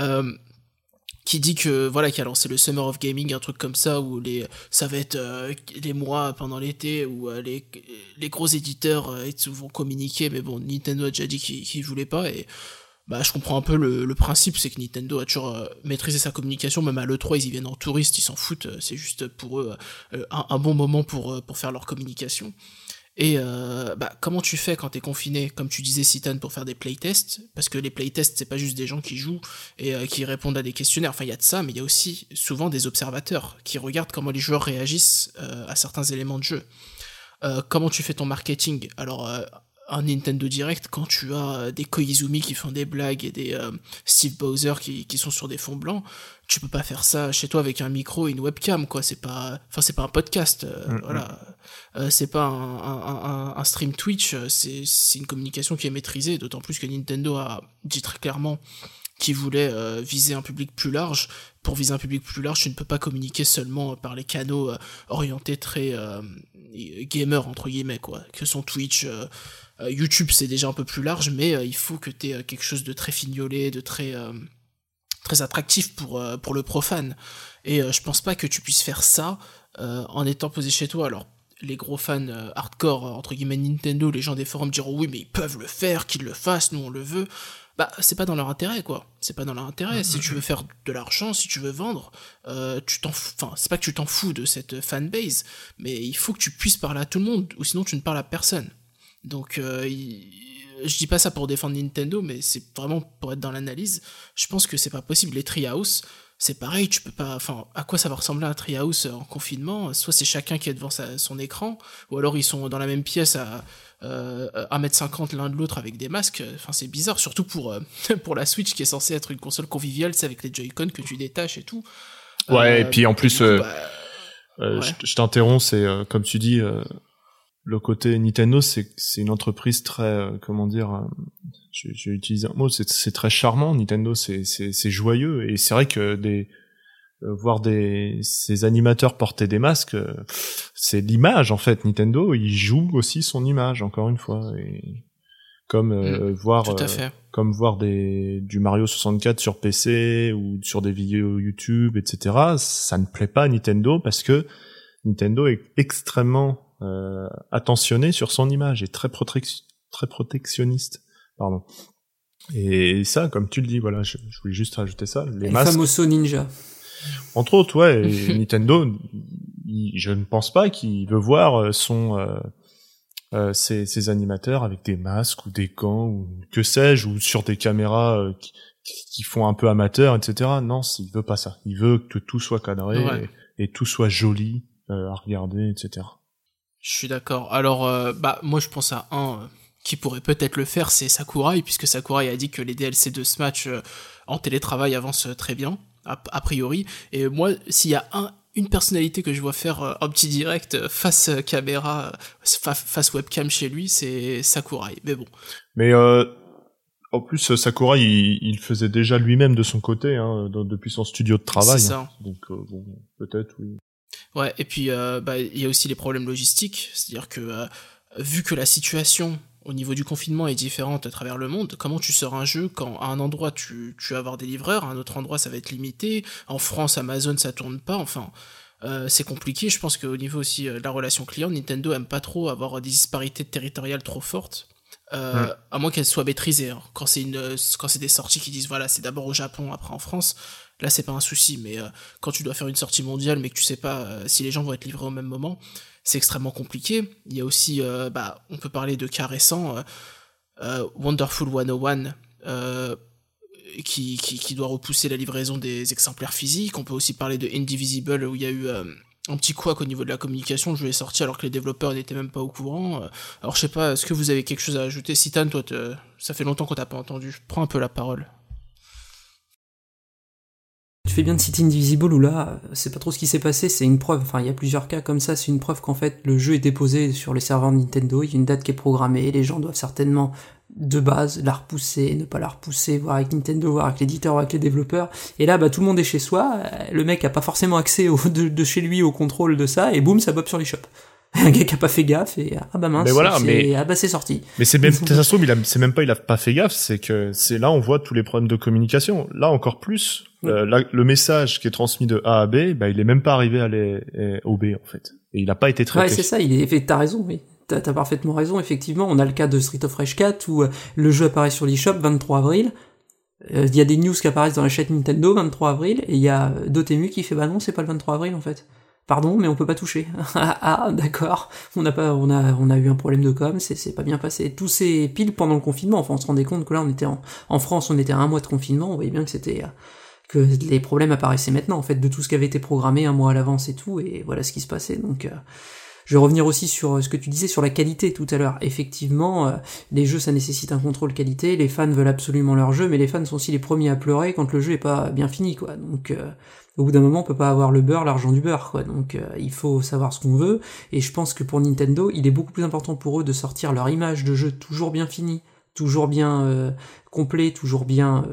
qui dit que voilà, qui a lancé le Summer of Gaming, un truc comme ça, où ça va être les mois pendant l'été où les gros éditeurs vont communiquer, mais bon, Nintendo a déjà dit qu'il voulait pas, et bah je comprends un peu le principe, c'est que Nintendo a toujours maîtrisé sa communication, même à l'E3 ils y viennent en touriste, ils s'en foutent, c'est juste pour eux un bon moment pour faire leur communication. Et bah comment tu fais quand t'es confiné, comme tu disais Citan, pour faire des playtests, parce que les playtests c'est pas juste des gens qui jouent et qui répondent à des questionnaires, enfin il y a de ça, mais il y a aussi souvent des observateurs qui regardent comment les joueurs réagissent à certains éléments de jeu. Comment tu fais ton marketing? Alors un Nintendo Direct, quand tu as des Koizumi qui font des blagues et des Steve Bowser qui sont sur des fonds blancs, tu peux pas faire ça chez toi avec un micro et une webcam, quoi. C'est pas un podcast, voilà. C'est pas un stream Twitch, c'est une communication qui est maîtrisée, d'autant plus que Nintendo a dit très clairement qu'il voulait viser un public plus large. Pour viser un public plus large, tu ne peux pas communiquer seulement par les canaux orientés très gamer, entre guillemets, quoi, que sont Twitch, YouTube, c'est déjà un peu plus large, mais il faut que t'aies quelque chose de très fignolé, de très attractif pour le profane. Et je pense pas que tu puisses faire ça en étant posé chez toi. Alors, les gros fans hardcore, entre guillemets Nintendo, les gens des forums diront oui, mais ils peuvent le faire, qu'ils le fassent, nous on le veut. Bah, c'est pas dans leur intérêt, quoi. C'est pas dans leur intérêt. Si tu veux faire de l'argent, si tu veux vendre, c'est pas que tu t'en fous de cette fanbase, mais il faut que tu puisses parler à tout le monde, ou sinon tu ne parles à personne. Donc, je dis pas ça pour défendre Nintendo, mais c'est vraiment pour être dans l'analyse. Je pense que c'est pas possible. Les Treehouse, c'est pareil, tu peux pas, enfin, à quoi ça va ressembler un Treehouse en confinement? Soit c'est chacun qui est devant son écran, ou alors ils sont dans la même pièce à 1m50 l'un de l'autre avec des masques. Enfin, c'est bizarre, surtout pour la Switch qui est censée être une console conviviale, c'est avec les Joy-Con que tu détaches et tout. Ouais, et puis en plus, ouais. je t'interromps, c'est comme tu dis, le côté Nintendo, c'est une entreprise très, comment dire, je vais utiliser un mot, c'est très charmant. Nintendo, c'est joyeux, et c'est vrai que voir ces animateurs porter des masques, c'est l'image en fait. Nintendo, il joue aussi son image, encore une fois, et comme voir du Mario 64 sur PC ou sur des vidéos YouTube, etc. Ça ne plaît pas à Nintendo, parce que Nintendo est extrêmement attentionné sur son image et très protectionniste, pardon. Et ça, comme tu le dis, voilà, je voulais juste rajouter ça. Les masques. Famoso Ninja. Entre autres, ouais. Et Nintendo, je ne pense pas qu'il veut voir ses animateurs avec des masques ou des gants ou que sais-je, ou sur des caméras qui font un peu amateur, etc. Non, il veut pas ça. Il veut que tout soit cadré, ouais, et tout soit joli à regarder, etc. Je suis d'accord. Alors, moi je pense à un qui pourrait peut-être le faire, c'est Sakurai, puisque Sakurai a dit que les DLC de Smash en télétravail avancent très bien, a priori. Et moi, s'il y a une personnalité que je vois faire un petit direct face caméra, face webcam chez lui, c'est Sakurai. Mais bon. Mais en plus, Sakurai, il faisait déjà lui-même de son côté, hein, depuis son studio de travail. C'est ça. Hein. Donc bon, peut-être, oui. Ouais, et puis il y a aussi les problèmes logistiques, c'est-à-dire que vu que la situation au niveau du confinement est différente à travers le monde, comment tu sors un jeu quand à un endroit tu vas avoir des livreurs, à un autre endroit ça va être limité, en France Amazon ça tourne pas, enfin c'est compliqué. Je pense qu'au niveau aussi de la relation client, Nintendo aime pas trop avoir des disparités territoriales trop fortes. À moins qu'elle soit maîtrisée. Hein. Quand c'est des sorties qui disent voilà, c'est d'abord au Japon, après en France, là c'est pas un souci. Mais quand tu dois faire une sortie mondiale, mais que tu sais pas si les gens vont être livrés au même moment, c'est extrêmement compliqué. Il y a aussi, on peut parler de cas récents, Wonderful 101, qui doit repousser la livraison des exemplaires physiques. On peut aussi parler de Indivisible, où il y a eu un petit couac au niveau de la communication. Le jeu est sorti alors que les développeurs n'étaient même pas au courant. Alors je sais pas, est-ce que vous avez quelque chose à ajouter? Citan, toi, ça fait longtemps qu'on t'a pas entendu. Prends un peu la parole. Tu fais bien de citer Indivisible où là, c'est pas trop ce qui s'est passé, c'est une preuve, enfin il y a plusieurs cas comme ça, c'est une preuve qu'en fait le jeu est déposé sur les serveurs Nintendo, il y a une date qui est programmée, les gens doivent certainement de base la repousser, ne pas la repousser, voir avec Nintendo, voir avec l'éditeur, voir avec les développeurs, et là tout le monde est chez soi, le mec a pas forcément accès de chez lui au contrôle de ça, et boum, ça bob sur l'eShop. Un gars qui a pas fait gaffe et mince, c'est sorti. Mais c'est même ça se trouve il a pas fait gaffe, c'est que c'est là on voit tous les problèmes de communication. Là encore plus le message qui est transmis de A à B, il est même pas arrivé au B en fait. Et il a pas été traité. Ouais, c'est ça, t'as raison, oui. T'as parfaitement raison, effectivement, on a le cas de Street of Rage 4 où le jeu apparaît sur l'eShop 23 avril. Il y a des news qui apparaissent dans la chaîne Nintendo 23 avril et il y a Dotemu qui fait non, c'est pas le 23 avril en fait. Pardon, mais on peut pas toucher. Ah, d'accord. On a eu un problème de com, c'est pas bien passé. Tous ces pile pendant le confinement. Enfin, on se rendait compte que là, on était en France, on était à 1 mois de confinement. On voyait bien que les problèmes apparaissaient maintenant, en fait, de tout ce qui avait été programmé 1 mois à l'avance et tout. Et voilà ce qui se passait. Donc, je vais revenir aussi sur ce que tu disais sur la qualité tout à l'heure. Effectivement, les jeux, ça nécessite un contrôle qualité. Les fans veulent absolument leur jeu, mais les fans sont aussi les premiers à pleurer quand le jeu est pas bien fini, quoi. Donc, au bout d'un moment, on peut pas avoir le beurre, l'argent du beurre, quoi. Donc, il faut savoir ce qu'on veut. Et je pense que pour Nintendo, il est beaucoup plus important pour eux de sortir leur image de jeu toujours bien finie, toujours bien complet, toujours bien,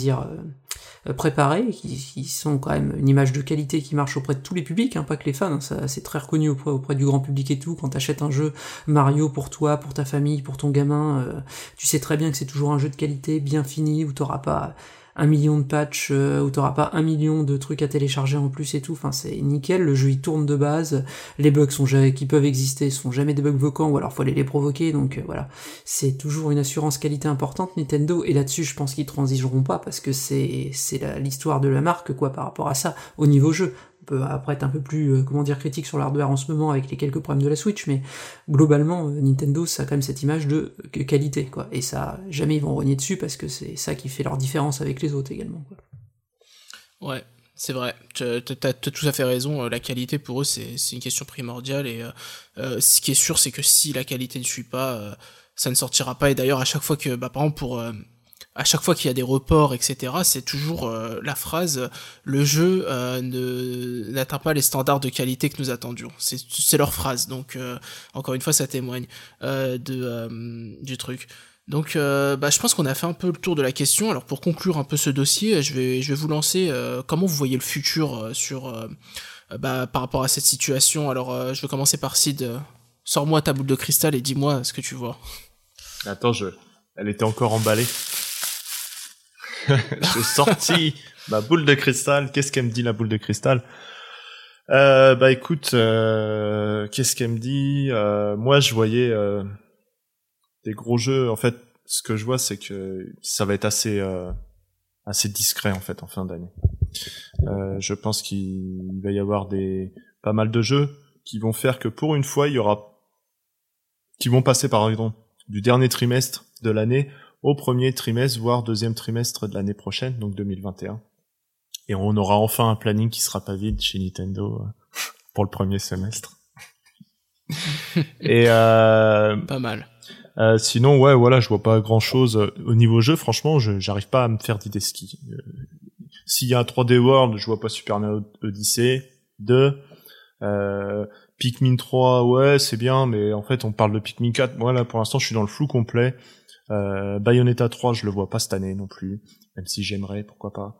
préparés, qui sont quand même une image de qualité qui marche auprès de tous les publics, pas que les fans, hein, ça c'est très reconnu auprès du grand public et tout. Quand t'achètes un jeu Mario pour toi, pour ta famille, pour ton gamin, tu sais très bien que c'est toujours un jeu de qualité, bien fini, où t'auras pas 1 million de patchs, où t'auras pas 1 million de trucs à télécharger en plus et tout, enfin c'est nickel, le jeu il tourne de base, les bugs qui peuvent exister sont jamais des bugs bloquants, ou alors faut aller les provoquer, donc voilà, c'est toujours une assurance qualité importante Nintendo, et là-dessus je pense qu'ils transigeront pas, parce que c'est l'histoire de la marque, quoi, par rapport à ça, au niveau jeu. On peut après être un peu plus, critique sur l'hardware en ce moment avec les quelques problèmes de la Switch, mais globalement, Nintendo, ça a quand même cette image de qualité, quoi. Et ça, jamais ils vont rogner dessus parce que c'est ça qui fait leur différence avec les autres également, quoi. Ouais, c'est vrai. T'as tout à fait raison. La qualité, pour eux, c'est une question primordiale. Et ce qui est sûr, c'est que si la qualité ne suit pas, ça ne sortira pas. Et d'ailleurs, à chaque fois que, par exemple, à chaque fois qu'il y a des reports, etc., c'est toujours la phrase le jeu n'atteint pas les standards de qualité que nous attendions. C'est leur phrase. Donc, encore une fois, ça témoigne du truc. Donc, je pense qu'on a fait un peu le tour de la question. Alors, pour conclure un peu ce dossier, je vais vous lancer comment vous voyez le futur par rapport à cette situation. Alors, je vais commencer par Sid. Sors-moi ta boule de cristal et dis-moi ce que tu vois. Attends, elle était encore emballée. J'ai sorti ma boule de cristal. Qu'est-ce qu'elle me dit, la boule de cristal? Écoute, qu'est-ce qu'elle me dit? Moi, je voyais des gros jeux. En fait, ce que je vois, c'est que ça va être assez discret en fait en fin d'année. Je pense qu'il va y avoir pas mal de jeux qui vont faire que pour une fois, qui vont passer par exemple du dernier trimestre de l'année au premier trimestre, voire deuxième trimestre de l'année prochaine, donc 2021. Et on aura enfin un planning qui sera pas vide chez Nintendo pour le premier semestre. Et pas mal. Sinon, ouais, voilà, je vois pas grand chose au niveau jeu. Franchement, j'arrive pas à me faire d'idée ski. S'il y a un 3D World, je vois pas Super Mario Odyssey 2. Pikmin 3, ouais, c'est bien, mais en fait, on parle de Pikmin 4. Moi, là, pour l'instant, je suis dans le flou complet. Bayonetta 3, je le vois pas cette année non plus, même si j'aimerais, pourquoi pas.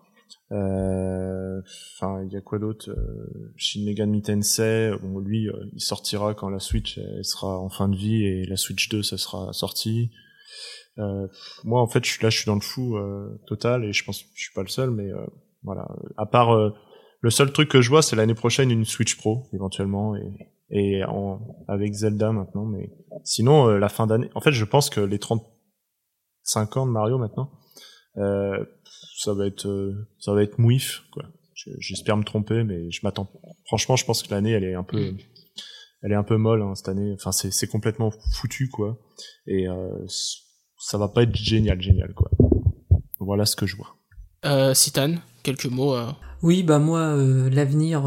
Enfin, il y a quoi d'autre? Shin Megami Tensei, bon, lui, il sortira quand la Switch elle sera en fin de vie, et la Switch 2, ça sera sorti. Moi, en fait, je suis dans le flou total, et je pense que je suis pas le seul, mais voilà. À part le seul truc que je vois, c'est l'année prochaine une Switch Pro, éventuellement, et avec Zelda maintenant, mais sinon la fin d'année. En fait, je pense que les 35 ans de Mario maintenant, ça va être mouif, quoi. J'espère me tromper, mais je m'attends. Franchement, je pense que l'année, elle est un peu molle, hein, cette année. Enfin, c'est complètement foutu, quoi. Et ça va pas être génial, quoi. Voilà ce que je vois. Citan, quelques mots. Oui, bah moi, l'avenir,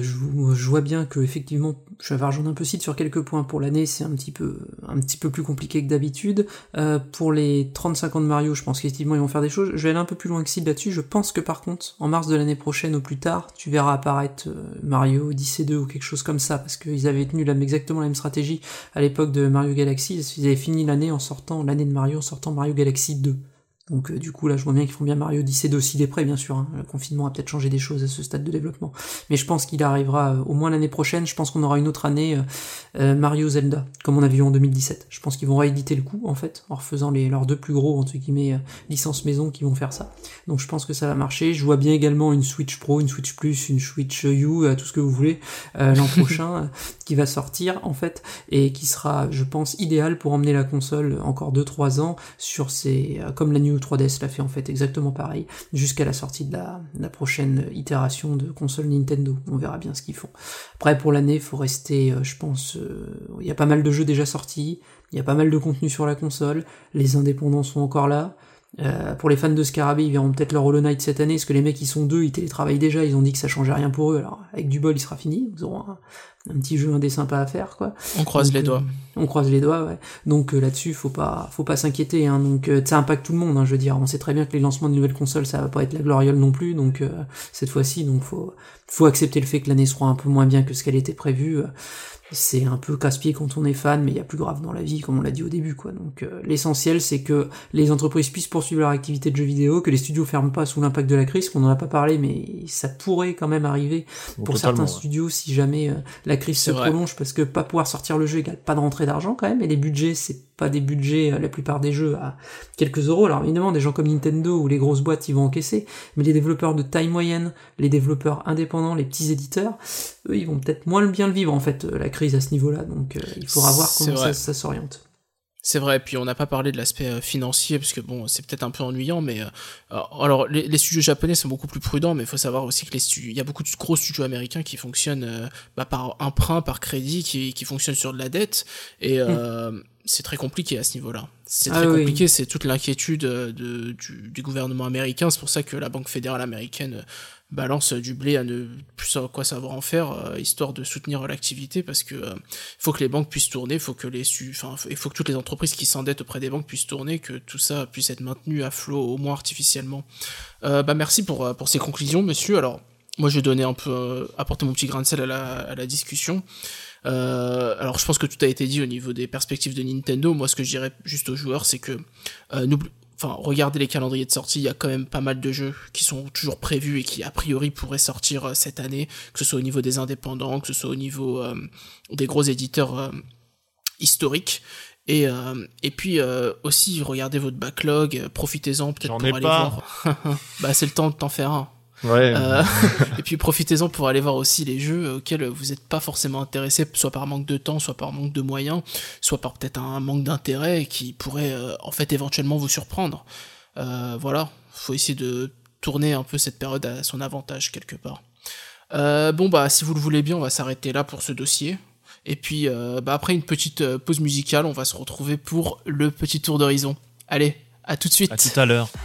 je vois bien que effectivement, je vais rejoindre un peu Sid sur quelques points. Pour l'année, c'est un petit peu plus compliqué que d'habitude. Pour les 35 ans de Mario, je pense qu'effectivement ils vont faire des choses. Je vais aller un peu plus loin que Sid là-dessus. Je pense que par contre, en mars de l'année prochaine ou plus tard, tu verras apparaître Mario Odyssey 2 ou quelque chose comme ça, parce qu'ils avaient tenu exactement la même stratégie à l'époque de Mario Galaxy. Ils avaient fini l'année de Mario en sortant Mario Galaxy 2. Donc du coup là je vois bien qu'ils font bien Mario Odyssey 2 aussi des près bien sûr, hein. Le confinement a peut-être changé des choses à ce stade de développement, mais je pense qu'il arrivera au moins l'année prochaine. Je pense qu'on aura une autre année Mario Zelda, comme on a vu en 2017. Je pense qu'ils vont rééditer le coup en fait, en refaisant leurs deux plus gros entre guillemets licences maison qui vont faire ça. Donc je pense que ça va marcher. Je vois bien également une Switch Pro, une Switch Plus, une Switch U, tout ce que vous voulez, l'an prochain, qui va sortir en fait, et qui sera je pense idéal pour emmener la console encore 2-3 ans sur ces comme la New 3DS l'a fait en fait exactement pareil, jusqu'à la sortie de la prochaine itération de console Nintendo. On verra bien ce qu'ils font. Après pour l'année, faut rester, je pense, il y a pas mal de jeux déjà sortis, il y a pas mal de contenu sur la console, les indépendants sont encore là. Pour les fans de Scarabée, ils verront peut-être leur Hollow Knight cette année, parce que les mecs ils sont deux, ils télétravaillent déjà, ils ont dit que ça changeait rien pour eux, alors avec du bol il sera fini, ils auront un petit jeu indé sympa à faire, quoi. On croise les doigts. On croise les doigts, ouais. Donc là-dessus, faut pas s'inquiéter, hein. Donc ça impacte tout le monde, hein, je veux dire. On sait très bien que les lancements de nouvelles consoles, ça va pas être la gloriole non plus, donc cette fois-ci, donc faut accepter le fait que l'année sera un peu moins bien que ce qu'elle était prévue. C'est un peu casse-pied quand on est fan, mais il y a plus grave dans la vie, comme on l'a dit au début, quoi. Donc l'essentiel, c'est que les entreprises puissent poursuivre leur activité de jeux vidéo, que les studios ferment pas sous l'impact de la crise, qu'on en a pas parlé, mais ça pourrait quand même arriver pour certains studios si jamais la crise se prolonge, parce que pas pouvoir sortir le jeu égale pas de rentrée d'argent quand même, et les budgets, c'est pas des budgets, la plupart des jeux à quelques euros. Alors évidemment, des gens comme Nintendo ou les grosses boîtes, ils vont encaisser, mais les développeurs de taille moyenne, les développeurs indépendants, les petits éditeurs, eux, ils vont peut-être moins bien le vivre en fait, la crise à ce niveau-là. Donc il faudra voir comment ça s'oriente. C'est vrai, puis on n'a pas parlé de l'aspect financier, parce que bon, c'est peut-être un peu ennuyant, mais alors les studios japonais sont beaucoup plus prudents, mais il faut savoir aussi que il y a beaucoup de gros studios américains qui fonctionnent par emprunt, par crédit, qui fonctionnent sur de la dette, et c'est très compliqué à ce niveau-là. C'est très compliqué, oui. C'est toute l'inquiétude du gouvernement américain, c'est pour ça que la Banque fédérale américaine balance du blé à ne plus savoir quoi savoir en faire, histoire de soutenir l'activité, parce que faut que les banques puissent tourner, il faut que toutes les entreprises qui s'endettent auprès des banques puissent tourner, que tout ça puisse être maintenu à flot, au moins artificiellement. Merci pour ces conclusions, monsieur. Alors moi je vais donner un peu apporter mon petit grain de sel à la discussion. Alors je pense que tout a été dit au niveau des perspectives de Nintendo. Moi ce que je dirais juste aux joueurs, c'est que regardez les calendriers de sortie, il y a quand même pas mal de jeux qui sont toujours prévus et qui a priori pourraient sortir cette année, que ce soit au niveau des indépendants, que ce soit au niveau des gros éditeurs historiques. Et puis aussi regardez votre backlog, profitez-en peut-être pour aller voir. C'est le temps de t'en faire un. Ouais. Et puis profitez-en pour aller voir aussi les jeux auxquels vous n'êtes pas forcément intéressé, soit par manque de temps, soit par manque de moyens, soit par peut-être un manque d'intérêt qui pourrait en fait éventuellement vous surprendre. Voilà, faut essayer de tourner un peu cette période à son avantage quelque part. Si vous le voulez bien, on va s'arrêter là pour ce dossier. Et puis après une petite pause musicale, on va se retrouver pour le petit tour d'horizon. Allez, à tout de suite. À tout à l'heure.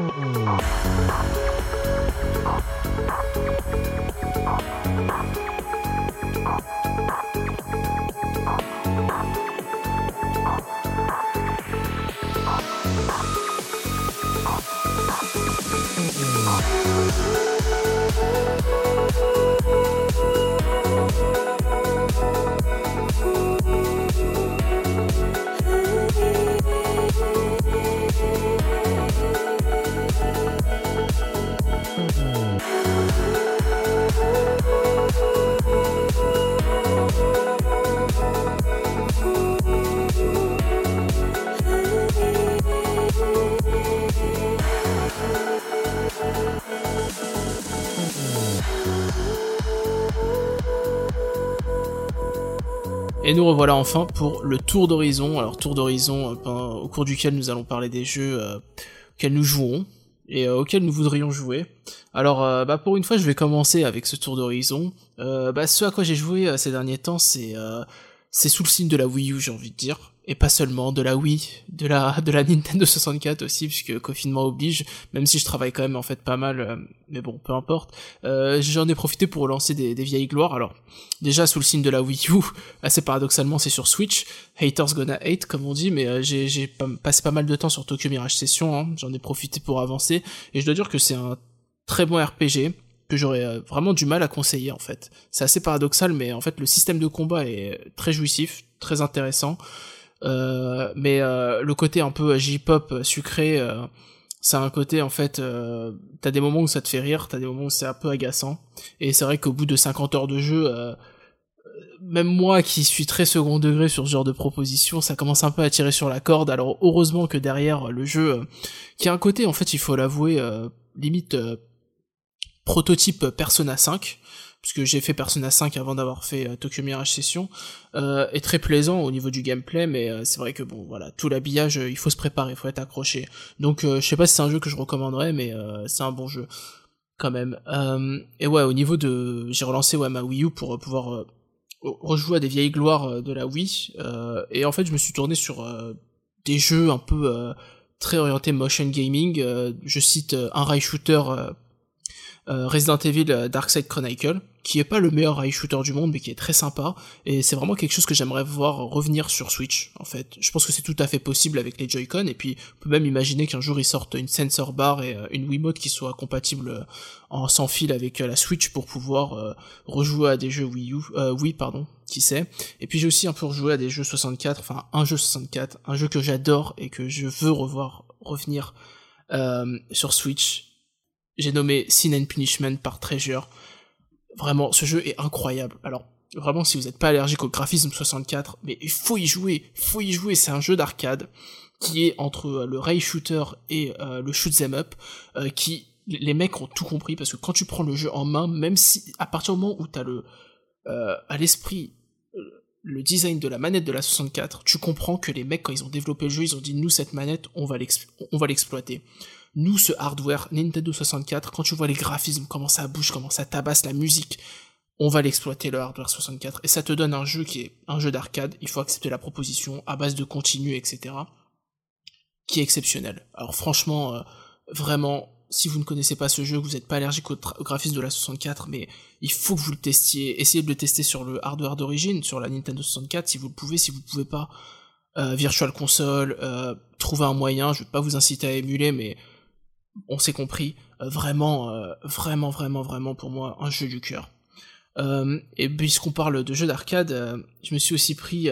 Et nous revoilà enfin pour le tour d'horizon. Alors tour d'horizon au cours duquel nous allons parler des jeux auxquels nous jouons et auxquels nous voudrions jouer. Alors pour une fois je vais commencer avec ce tour d'horizon. Ce à quoi j'ai joué ces derniers temps c'est sous le signe de la Wii U, j'ai envie de dire. Et pas seulement, de la Wii, de la Nintendo 64 aussi, puisque confinement oblige, même si je travaille quand même en fait pas mal, mais bon, peu importe. J'en ai profité pour relancer des vieilles gloires. Alors, déjà sous le signe de la Wii U, assez paradoxalement c'est sur Switch, haters gonna hate comme on dit, mais j'ai passé pas mal de temps sur Tokyo Mirage Session, hein. J'en ai profité pour avancer, et je dois dire que c'est un très bon RPG, que j'aurais vraiment du mal à conseiller en fait. C'est assez paradoxal, mais en fait le système de combat est très jouissif, très intéressant. Mais le côté un peu J-pop sucré, ça a un côté en fait, t'as des moments où ça te fait rire, t'as des moments où c'est un peu agaçant, et c'est vrai qu'au bout de 50 heures de jeu, même moi qui suis très second degré sur ce genre de proposition, ça commence un peu à tirer sur la corde. Alors heureusement que derrière le jeu, qui a un côté en fait, il faut l'avouer, limite prototype Persona 5, puisque j'ai fait Persona 5 avant d'avoir fait Tokyo Mirage Session, est très plaisant au niveau du gameplay, mais c'est vrai que bon voilà, tout l'habillage, il faut se préparer, il faut être accroché. Donc je sais pas si c'est un jeu que je recommanderais, mais c'est un bon jeu quand même. Et ouais, au niveau de, j'ai relancé ma Wii U pour pouvoir rejouer à des vieilles gloires de la Wii, et en fait je me suis tourné sur des jeux un peu très orientés motion gaming. Je cite un rail shooter, Resident Evil Darkside Chronicle, qui est pas le meilleur rail shooter du monde, mais qui est très sympa, et c'est vraiment quelque chose que j'aimerais voir revenir sur Switch, en fait. Je pense que c'est tout à fait possible avec les Joy-Con, et puis on peut même imaginer qu'un jour ils sortent une sensor bar et une Wiimote qui soit compatible sans fil avec la Switch pour pouvoir rejouer à des jeux Wii, qui sait. Et puis j'ai aussi un peu rejoué à des jeux 64, enfin un jeu 64, un jeu que j'adore et que je veux revoir revenir sur Switch. J'ai nommé Sin and Punishment par Treasure. Vraiment, ce jeu est incroyable. Alors, vraiment, si vous n'êtes pas allergique au graphisme 64, mais il faut y jouer, c'est un jeu d'arcade qui est entre le rail shooter et le shoot 'em up, qui, les mecs ont tout compris, parce que quand tu prends le jeu en main, même si, à partir du moment où t'as à l'esprit, le design de la manette de la 64, tu comprends que les mecs, quand ils ont développé le jeu, ils ont dit, nous, cette manette, on va l'exploiter. Nous, ce hardware Nintendo 64, quand tu vois les graphismes, comment ça bouge, comment ça tabasse la musique, on va l'exploiter, le hardware 64, et ça te donne un jeu qui est un jeu d'arcade, il faut accepter la proposition, à base de continu, etc., qui est exceptionnel. Alors franchement, vraiment, si vous ne connaissez pas ce jeu, que vous n'êtes pas allergique au graphisme de la 64, mais il faut que vous le testiez, essayez de le tester sur le hardware d'origine, sur la Nintendo 64, si vous le pouvez, si vous pouvez pas, Virtual Console, trouver un moyen, je vais pas vous inciter à émuler, mais on s'est compris, vraiment pour moi, un jeu du cœur. Et puisqu'on parle de jeux d'arcade, je me suis aussi pris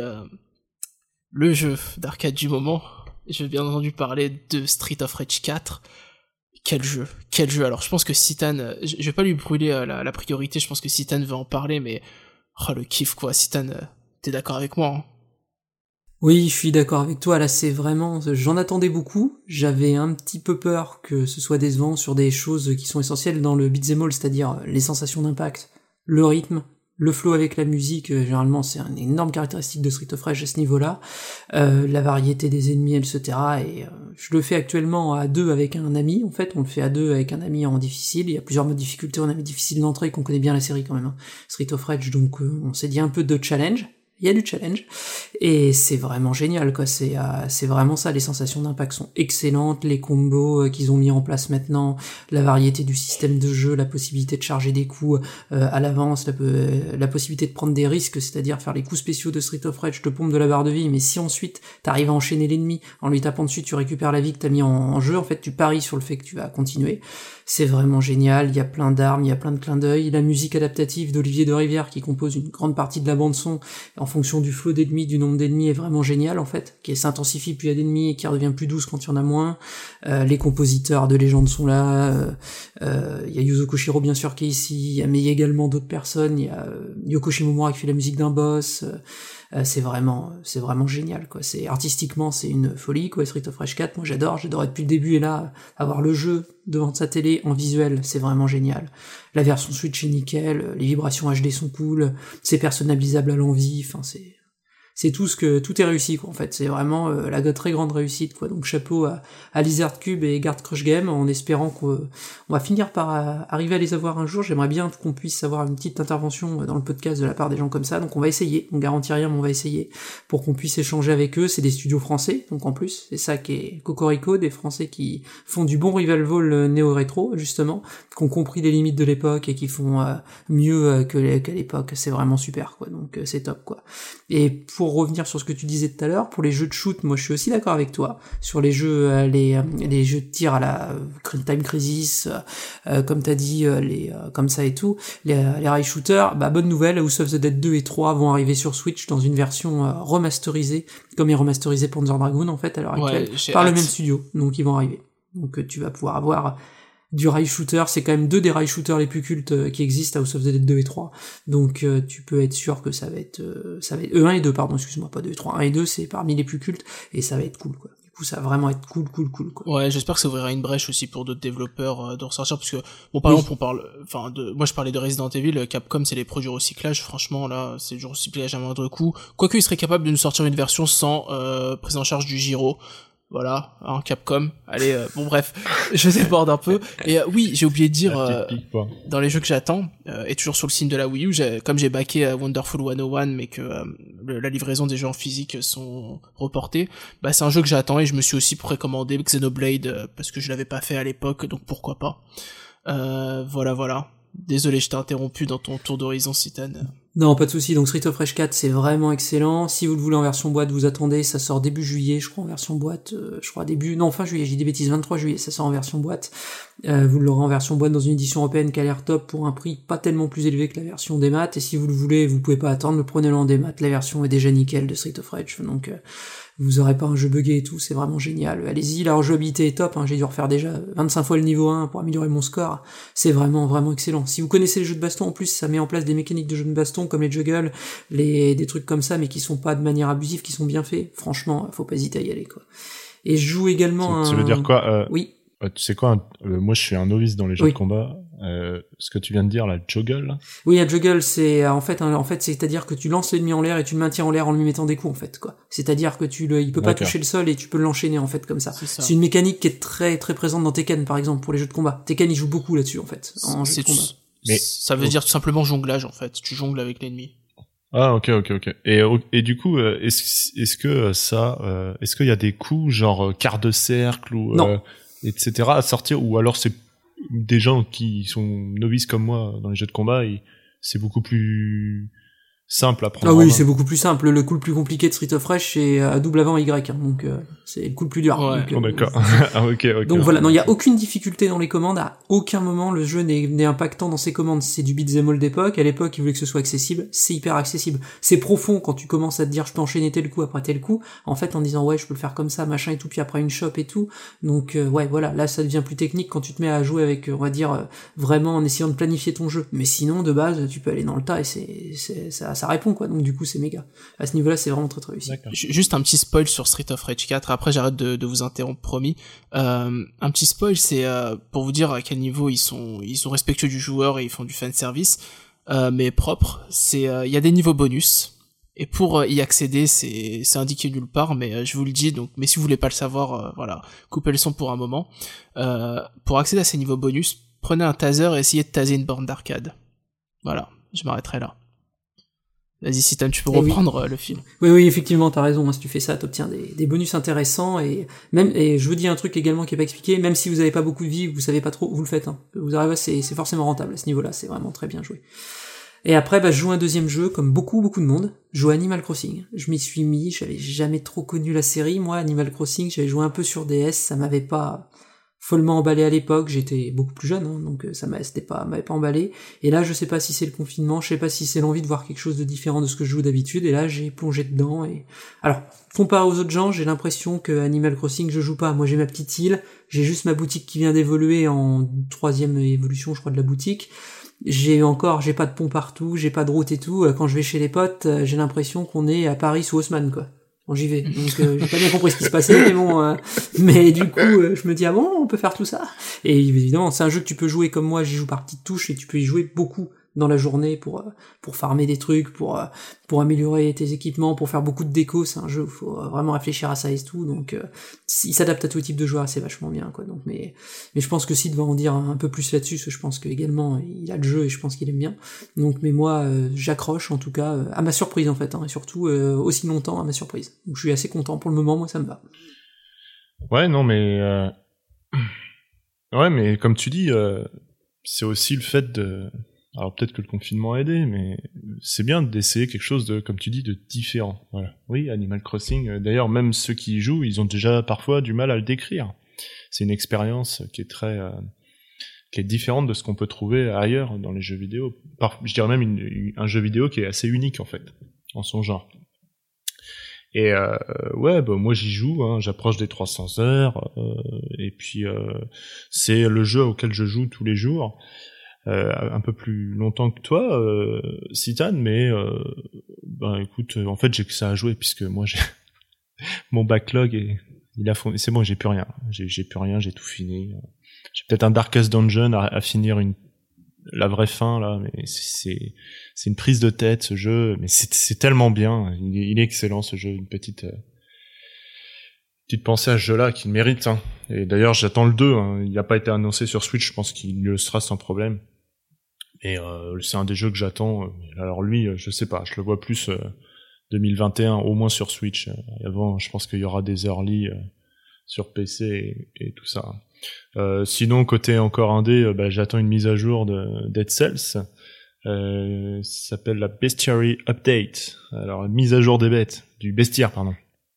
le jeu d'arcade du moment. Je vais bien entendu parler de Street of Rage 4. Quel jeu. Alors je pense que Citan, je vais pas lui brûler la priorité, je pense que Citan veut en parler, mais oh le kiff quoi. Citan, t'es d'accord avec moi hein? Oui, je suis d'accord avec toi, là c'est vraiment, j'en attendais beaucoup, j'avais un petit peu peur que ce soit décevant sur des choses qui sont essentielles dans le beat'em all, c'est-à-dire les sensations d'impact, le rythme, le flow avec la musique, généralement c'est une énorme caractéristique de Street of Rage à ce niveau-là, la variété des ennemis, etc. Et je le fais actuellement à deux avec un ami, en fait, on le fait à deux avec un ami en difficile, il y a plusieurs modes de difficulté, on a mis difficile d'entrée, qu'on connaît bien la série quand même, hein. Street of Rage, donc on s'est dit un peu de challenge. il y a du challenge, et c'est vraiment génial, quoi. C'est vraiment ça, les sensations d'impact sont excellentes, les combos qu'ils ont mis en place maintenant, la variété du système de jeu, la possibilité de charger des coups à l'avance, la possibilité de prendre des risques, c'est-à-dire faire les coups spéciaux de Street of Rage, je te pompe de la barre de vie, mais si ensuite t'arrives à enchaîner l'ennemi, en lui tapant dessus, tu récupères la vie que t'as mis en jeu, en fait tu paries sur le fait que tu vas continuer. C'est vraiment génial, il y a plein d'armes, il y a plein de clins d'œil, la musique adaptative d'Olivier de Rivière qui compose une grande partie de la bande son en fonction du flot d'ennemis, du nombre d'ennemis est vraiment génial en fait, qui s'intensifie plus il y a d'ennemis et qui redevient plus douce quand il y en a moins. Les compositeurs de légende sont là, il y a Yuzo Koshiro bien sûr qui est ici, mais il y a également d'autres personnes, il y a Yoko Shimomura qui fait la musique d'un boss. C'est vraiment génial, quoi. C'est artistiquement, c'est une folie, quoi. Street of Rage 4, moi j'adorais depuis le début, et là, avoir le jeu devant sa télé en visuel, c'est vraiment génial. La version Switch est nickel, les vibrations HD sont cool, c'est personnalisable à l'envie, enfin c'est tout est réussi, quoi, en fait. C'est vraiment la très grande réussite, quoi. Donc chapeau à Lizard Cube et Guard Crush Game, en espérant qu'on va finir par arriver à les avoir un jour. J'aimerais bien qu'on puisse avoir une petite intervention dans le podcast de la part des gens comme ça. Donc on va essayer. On garantit rien, mais on va essayer pour qu'on puisse échanger avec eux. C'est des studios français, donc en plus, c'est ça qui est cocorico, des Français qui font du bon revival néo-rétro, justement, qui ont compris les limites de l'époque et qui font mieux qu'à l'époque. C'est vraiment super, quoi. Donc c'est top, quoi. Et pour revenir sur ce que tu disais tout à l'heure, pour les jeux de shoot, moi je suis aussi d'accord avec toi, sur les jeux les jeux de tir à la Time Crisis, comme t'as dit, comme ça et tout, les rail shooters, bonne nouvelle, House of the Dead 2 et 3 vont arriver sur Switch dans une version remasterisée, comme est remasterisé Panzer Dragoon en fait à l'heure actuelle, par le même studio, donc ils vont arriver. Donc tu vas pouvoir avoir du rail shooter, c'est quand même deux des rail shooters les plus cultes qui existent, House of the Dead 2 et 3. Donc tu peux être sûr que ça va être 1 et 2 pardon, excuse-moi, pas 2 et 3. 1 et 2 c'est parmi les plus cultes et ça va être cool, quoi. Du coup, ça va vraiment être cool quoi. Ouais, j'espère que ça ouvrira une brèche aussi pour d'autres développeurs de ressortir, parce que bon, par exemple, moi je parlais de Resident Evil, Capcom c'est les produits recyclage, franchement là, c'est du recyclage à moindre coût. Quoique ils seraient capables de nous sortir une version sans prise en charge du gyro. Voilà, hein, Capcom. Allez, bon bref, je déborde un peu. Et oui, j'ai oublié de dire, dans les jeux que j'attends, et toujours sur le signe de la Wii U, comme j'ai backé Wonderful 101, mais que la livraison des jeux en physique sont reportés, c'est un jeu que j'attends, et je me suis aussi précommandé Xenoblade, parce que je l'avais pas fait à l'époque, donc pourquoi pas. Voilà. Désolé, je t'ai interrompu dans ton tour d'horizon, Citan. Non, pas de souci. Donc Street of Rage 4, c'est vraiment excellent. Si vous le voulez en version boîte, vous attendez, ça sort début juillet, je crois, en version boîte, fin juillet, j'ai des bêtises, 23 juillet, ça sort en version boîte. Vous l'aurez en version boîte dans une édition européenne qui a l'air top pour un prix pas tellement plus élevé que la version démat, et si vous le voulez, vous pouvez pas attendre, prenez-le en démat, la version est déjà nickel de Street of Rage, donc vous aurez pas un jeu buggé et tout, c'est vraiment génial. Allez-y, la rejouabilité est top, j'ai dû refaire déjà 25 fois le niveau 1 pour améliorer mon score, c'est vraiment, vraiment excellent. Si vous connaissez les jeux de baston, en plus, ça met en place des mécaniques de jeux de baston, comme les juggles, des trucs comme ça, mais qui sont pas de manière abusive, qui sont bien faits. Franchement, faut pas hésiter à y aller, quoi. Et je joue également Tu veux dire quoi Oui. Tu sais quoi, moi je suis un novice dans les jeux de combat. Ce que tu viens de dire, la juggle. Oui, la juggle, c'est en fait, c'est-à-dire que tu lances l'ennemi en l'air et tu le maintiens en l'air en lui mettant des coups, en fait, quoi. C'est-à-dire que il peut pas toucher le sol et tu peux l'enchaîner, en fait, comme ça. C'est une mécanique qui est très très présente dans Tekken, par exemple, pour les jeux de combat. Tekken, il joue beaucoup là-dessus, en fait, en jeu de combat. Mais ça veut dire tout simplement jonglage, en fait. Tu jongles avec l'ennemi. Ah, ok. Et du coup, est-ce qu'il y a des coups genre quart de cercle ou etc. à sortir, ou alors c'est des gens qui sont novices comme moi dans les jeux de combat et c'est beaucoup plus simple à prendre. Ah oui, c'est beaucoup plus simple. Le coup le plus compliqué de Street of Rage, c'est à double avant Y, donc c'est le coup le plus dur. Ouais. Donc, d'accord. Ah, ok. Donc voilà, non, il y a aucune difficulté dans les commandes. À aucun moment le jeu n'est impactant dans ses commandes. C'est du beat'em all d'époque. À l'époque, ils voulaient que ce soit accessible. C'est hyper accessible. C'est profond quand tu commences à te dire je peux enchaîner tel coup après tel coup. En fait, en disant ouais, je peux le faire comme ça, machin et tout, puis après une chope et tout. Donc ouais, voilà, là ça devient plus technique quand tu te mets à jouer avec, on va dire, vraiment en essayant de planifier ton jeu. Mais sinon, de base, tu peux aller dans le tas et ça répond, quoi. Donc du coup, c'est méga. À ce niveau-là, c'est vraiment très très réussi. D'accord. Juste un petit spoil sur Street of Rage 4. Après, j'arrête de vous interrompre, promis. Un petit spoil, c'est pour vous dire à quel niveau ils sont respectueux du joueur et ils font du fan service, mais propre. C'est il y a des niveaux bonus. Et pour y accéder, c'est indiqué nulle part, mais je vous le dis. Donc, mais si vous voulez pas le savoir, voilà, coupez le son pour un moment. Pour accéder à ces niveaux bonus, prenez un taser et essayez de taser une borne d'arcade. Voilà, je m'arrêterai là. Vas-y, Citan, tu peux Eh oui. reprendre le fil. Oui, effectivement, t'as raison. Si tu fais ça, t'obtiens des bonus intéressants et je vous dis un truc également qui est pas expliqué. Même si vous avez pas beaucoup de vie, vous savez pas trop, vous le faites. Hein. Vous arrivez, c'est forcément rentable à ce niveau-là. C'est vraiment très bien joué. Et après, je joue un deuxième jeu comme beaucoup de monde. Je joue à Animal Crossing. Je m'y suis mis. J'avais jamais trop connu la série. Moi, Animal Crossing, j'avais joué un peu sur DS. Ça m'avait pas follement emballé à l'époque, j'étais beaucoup plus jeune, hein, donc ça m'avait pas emballé. Et là, je sais pas si c'est le confinement, je sais pas si c'est l'envie de voir quelque chose de différent de ce que je joue d'habitude, et là, j'ai plongé dedans, et... Alors, comparé aux autres gens, j'ai l'impression que Animal Crossing, je joue pas. Moi, j'ai ma petite île, j'ai juste ma boutique qui vient d'évoluer en 3e évolution, je crois, de la boutique. J'ai pas de pont partout, j'ai pas de route et tout. Quand je vais chez les potes, j'ai l'impression qu'on est à Paris sous Haussmann, quoi. Bon, j'y vais, donc j'ai pas bien compris ce qui se passait, mais bon, mais du coup, je me dis ah bon, on peut faire tout ça. Et évidemment, c'est un jeu que tu peux jouer comme moi, j'y joue par petites touches et tu peux y jouer beaucoup dans la journée pour farmer des trucs, pour améliorer tes équipements, pour faire beaucoup de déco. C'est un jeu où il faut vraiment réfléchir à ça et tout, donc il s'adapte à tout type de joueur, c'est vachement bien, quoi. Donc mais je pense que Sid va en dire un peu plus là-dessus, parce que je pense que également il a le jeu et je pense qu'il aime bien. Donc mais moi j'accroche en tout cas à ma surprise en fait, hein, et surtout aussi longtemps à ma surprise. Donc je suis assez content pour le moment, moi ça me va. Ouais, non mais ouais, mais comme tu dis, c'est aussi le fait de... Alors peut-être que le confinement a aidé, mais c'est bien d'essayer quelque chose de, comme tu dis, de différent. Voilà. Oui, Animal Crossing. D'ailleurs, même ceux qui y jouent, ils ont déjà parfois du mal à le décrire. C'est une expérience qui est qui est différente de ce qu'on peut trouver ailleurs dans les jeux vidéo. Je dirais même un jeu vidéo qui est assez unique en fait, en son genre. Et ouais, moi j'y joue, hein, j'approche des 300 heures, et puis c'est le jeu auquel je joue tous les jours. Un peu plus longtemps que toi, Citan, mais écoute, en fait j'ai que ça à jouer puisque moi j'ai mon backlog et c'est bon, j'ai plus rien, j'ai tout fini. J'ai peut-être un Darkest Dungeon à finir la vraie fin là, mais c'est une prise de tête ce jeu, mais c'est tellement bien, il est excellent ce jeu, une petite pensée à ce jeu-là qu'il mérite, hein. Et d'ailleurs j'attends le 2, hein. Il n'a pas été annoncé sur Switch, je pense qu'il le sera sans problème. Et c'est un des jeux que j'attends. Alors lui, je sais pas, je le vois plus 2021, au moins sur Switch. Et avant, je pense qu'il y aura des early sur PC et tout ça. Sinon, côté encore indé, j'attends une mise à jour de Dead Cells. Ça s'appelle la Bestiary Update. Alors, mise à jour des bêtes, du bestiaire, pardon.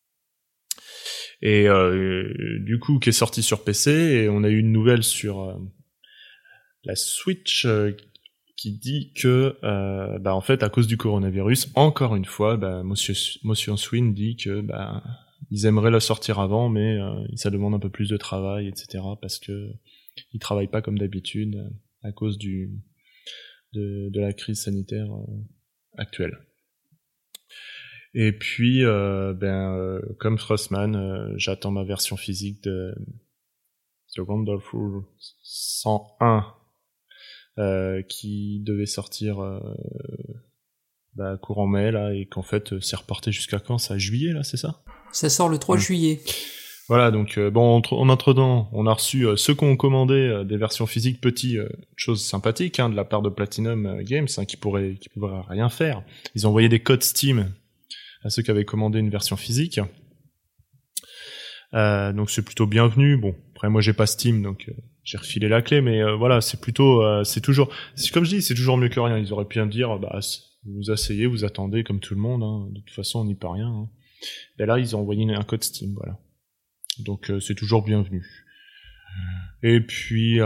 Et du coup, qui est sorti sur PC, et on a eu une nouvelle sur la Switch qui dit que en fait à cause du coronavirus, encore une fois, Motion Swing dit que ils aimeraient la sortir avant, mais ça demande un peu plus de travail, etc. parce que ils travaillent pas comme d'habitude à cause de la crise sanitaire actuelle. Et puis comme Frostman, j'attends ma version physique de The Wonderful 101 qui devait sortir courant mai là, et qu'en fait c'est reporté jusqu'à quand? Ça, juillet là, c'est ça? Ça sort le 3 juillet. Voilà, donc en entre-temps, on a reçu ceux qui ont commandé des versions physiques, chose sympathique de la part de Platinum Games, qui pourraient rien faire. Ils ont envoyé des codes Steam à ceux qui avaient commandé une version physique. Donc c'est plutôt bienvenu. Bon, après moi j'ai pas Steam, donc j'ai refilé la clé, mais voilà, c'est toujours, comme je dis, c'est toujours mieux que rien. Ils auraient pu dire, vous asseyez, vous attendez comme tout le monde, hein. De toute façon on n'y peut rien, hein. Ben là ils ont envoyé un code Steam, voilà. Donc c'est toujours bienvenu. Et puis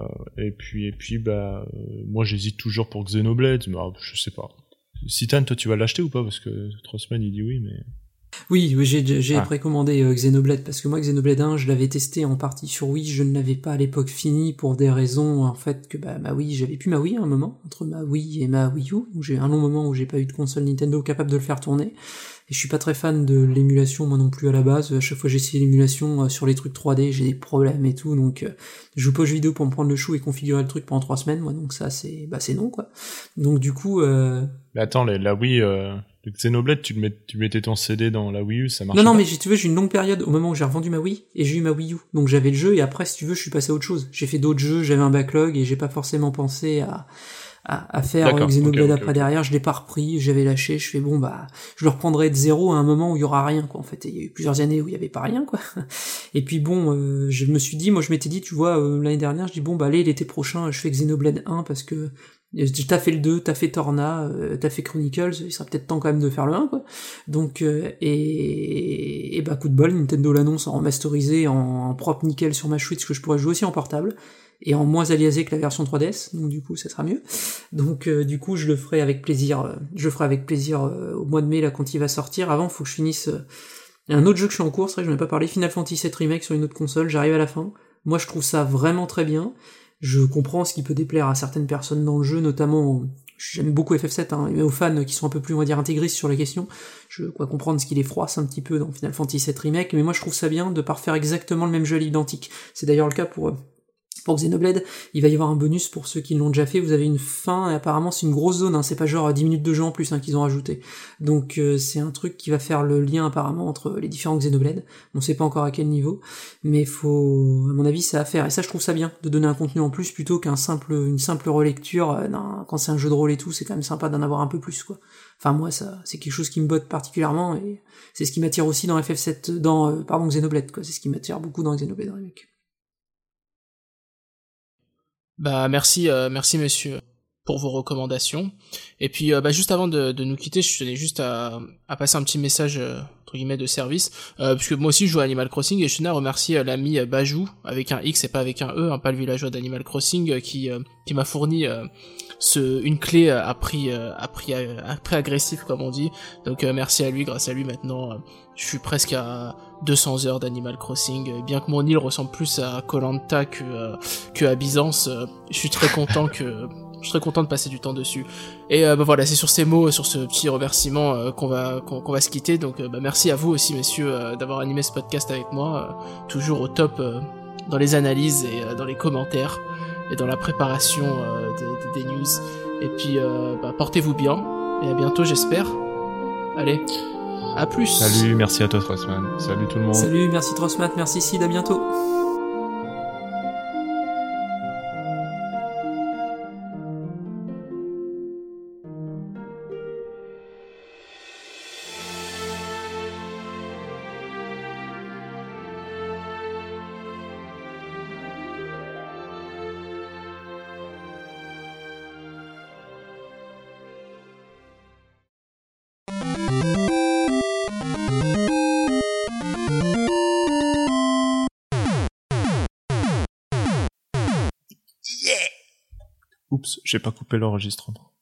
moi j'hésite toujours pour Xenoblade, mais je sais pas. Citan, toi tu vas l'acheter ou pas? Parce que Trossman il dit oui, mais... Oui, j'ai précommandé Xenoblade, parce que moi Xenoblade 1 je l'avais testé en partie sur Wii, je ne l'avais pas à l'époque fini pour des raisons en fait que ma Wii, j'avais plus ma Wii à un moment, entre ma Wii et ma Wii U, donc j'ai un long moment où j'ai pas eu de console Nintendo capable de le faire tourner, et je suis pas très fan de l'émulation moi non plus à la base. À chaque fois j'ai essayé l'émulation sur les trucs 3D, j'ai des problèmes et tout, donc je joue pas aux jeux vidéo pour me prendre le chou et configurer le truc pendant 3 semaines, moi, donc ça c'est non quoi. Donc du coup Mais attends, la Wii le Xenoblade, tu mettais ton CD dans la Wii U, ça marche pas? Non, mais si tu veux, j'ai une longue période au moment où j'ai revendu ma Wii, et j'ai eu ma Wii U. Donc j'avais le jeu, et après, si tu veux, je suis passé à autre chose. J'ai fait d'autres jeux, j'avais un backlog, et j'ai pas forcément pensé à faire D'accord, Xenoblade ok, après ok. derrière. Je l'ai pas repris, j'avais lâché. Je fais bon bah, je le reprendrai de zéro à un moment où il y aura rien quoi. En fait, il y a eu plusieurs années où il y avait pas rien quoi. Et puis bon, je me suis dit, moi je m'étais dit, tu vois, l'année dernière, je dis bon bah allez l'été prochain, je fais Xenoblade 1 parce que t'as fait le 2, t'as fait Torna, t'as fait Chronicles, il sera peut-être temps quand même de faire le 1 quoi. Donc et bah coup de bol, Nintendo l'annonce en remasterisé, en propre nickel sur ma Switch que je pourrais jouer aussi en portable et en moins aliasé que la version 3DS, donc du coup ça sera mieux. Donc du coup je le ferai avec plaisir, au mois de mai là quand il va sortir. Avant faut que je finisse un autre jeu que je suis en cours, c'est vrai que je n'en ai pas parlé, Final Fantasy VII Remake sur une autre console, j'arrive à la fin. Moi je trouve ça vraiment très bien. Je comprends ce qui peut déplaire à certaines personnes dans le jeu, notamment, j'aime beaucoup FF7, hein, mais aux fans qui sont un peu plus, on va dire, intégristes sur la question, je crois comprendre ce qui les froisse un petit peu dans Final Fantasy VII Remake, mais moi je trouve ça bien de pas refaire exactement le même jeu à l'identique. C'est d'ailleurs le cas pour Xenoblade, il va y avoir un bonus pour ceux qui l'ont déjà fait, vous avez une fin, et apparemment c'est une grosse zone, hein, c'est pas genre 10 minutes de jeu en plus qu'ils ont rajouté. Donc c'est un truc qui va faire le lien apparemment entre les différents Xenoblade, on sait pas encore à quel niveau, mais faut, à mon avis, ça à faire, et ça je trouve ça bien, de donner un contenu en plus plutôt qu'une simple relecture, quand c'est un jeu de rôle et tout, c'est quand même sympa d'en avoir un peu plus, quoi. Enfin moi ça, c'est quelque chose qui me botte particulièrement, et c'est ce qui m'attire aussi dans FF7, Xenoblade, quoi, c'est ce qui m'attire beaucoup dans Xenoblade Remake. Bah merci messieurs pour vos recommandations. Et puis juste avant de nous quitter, je tenais juste à passer un petit message entre guillemets de service, puisque moi aussi je joue à Animal Crossing et je tenais à remercier l'ami Bajou avec un X et pas avec un E, hein, pas le villageois d'Animal Crossing qui m'a fourni une clé à prix agressif comme on dit. Donc merci à lui, grâce à lui maintenant je suis presque à 200 heures d'Animal Crossing, bien que mon île ressemble plus à Koh-Lanta que à Byzance, je suis très content de passer du temps dessus. Et voilà, c'est sur ces mots, sur ce petit remerciement qu'on va se quitter. Donc merci à vous aussi messieurs d'avoir animé ce podcast avec moi, toujours au top dans les analyses et dans les commentaires et dans la préparation des news. Et puis portez-vous bien et à bientôt j'espère. Allez, à plus. Salut, merci à toi Trossman. Salut tout le monde. Salut, merci Trossmat, merci Sid, à bientôt. Oups, j'ai pas coupé l'enregistrement.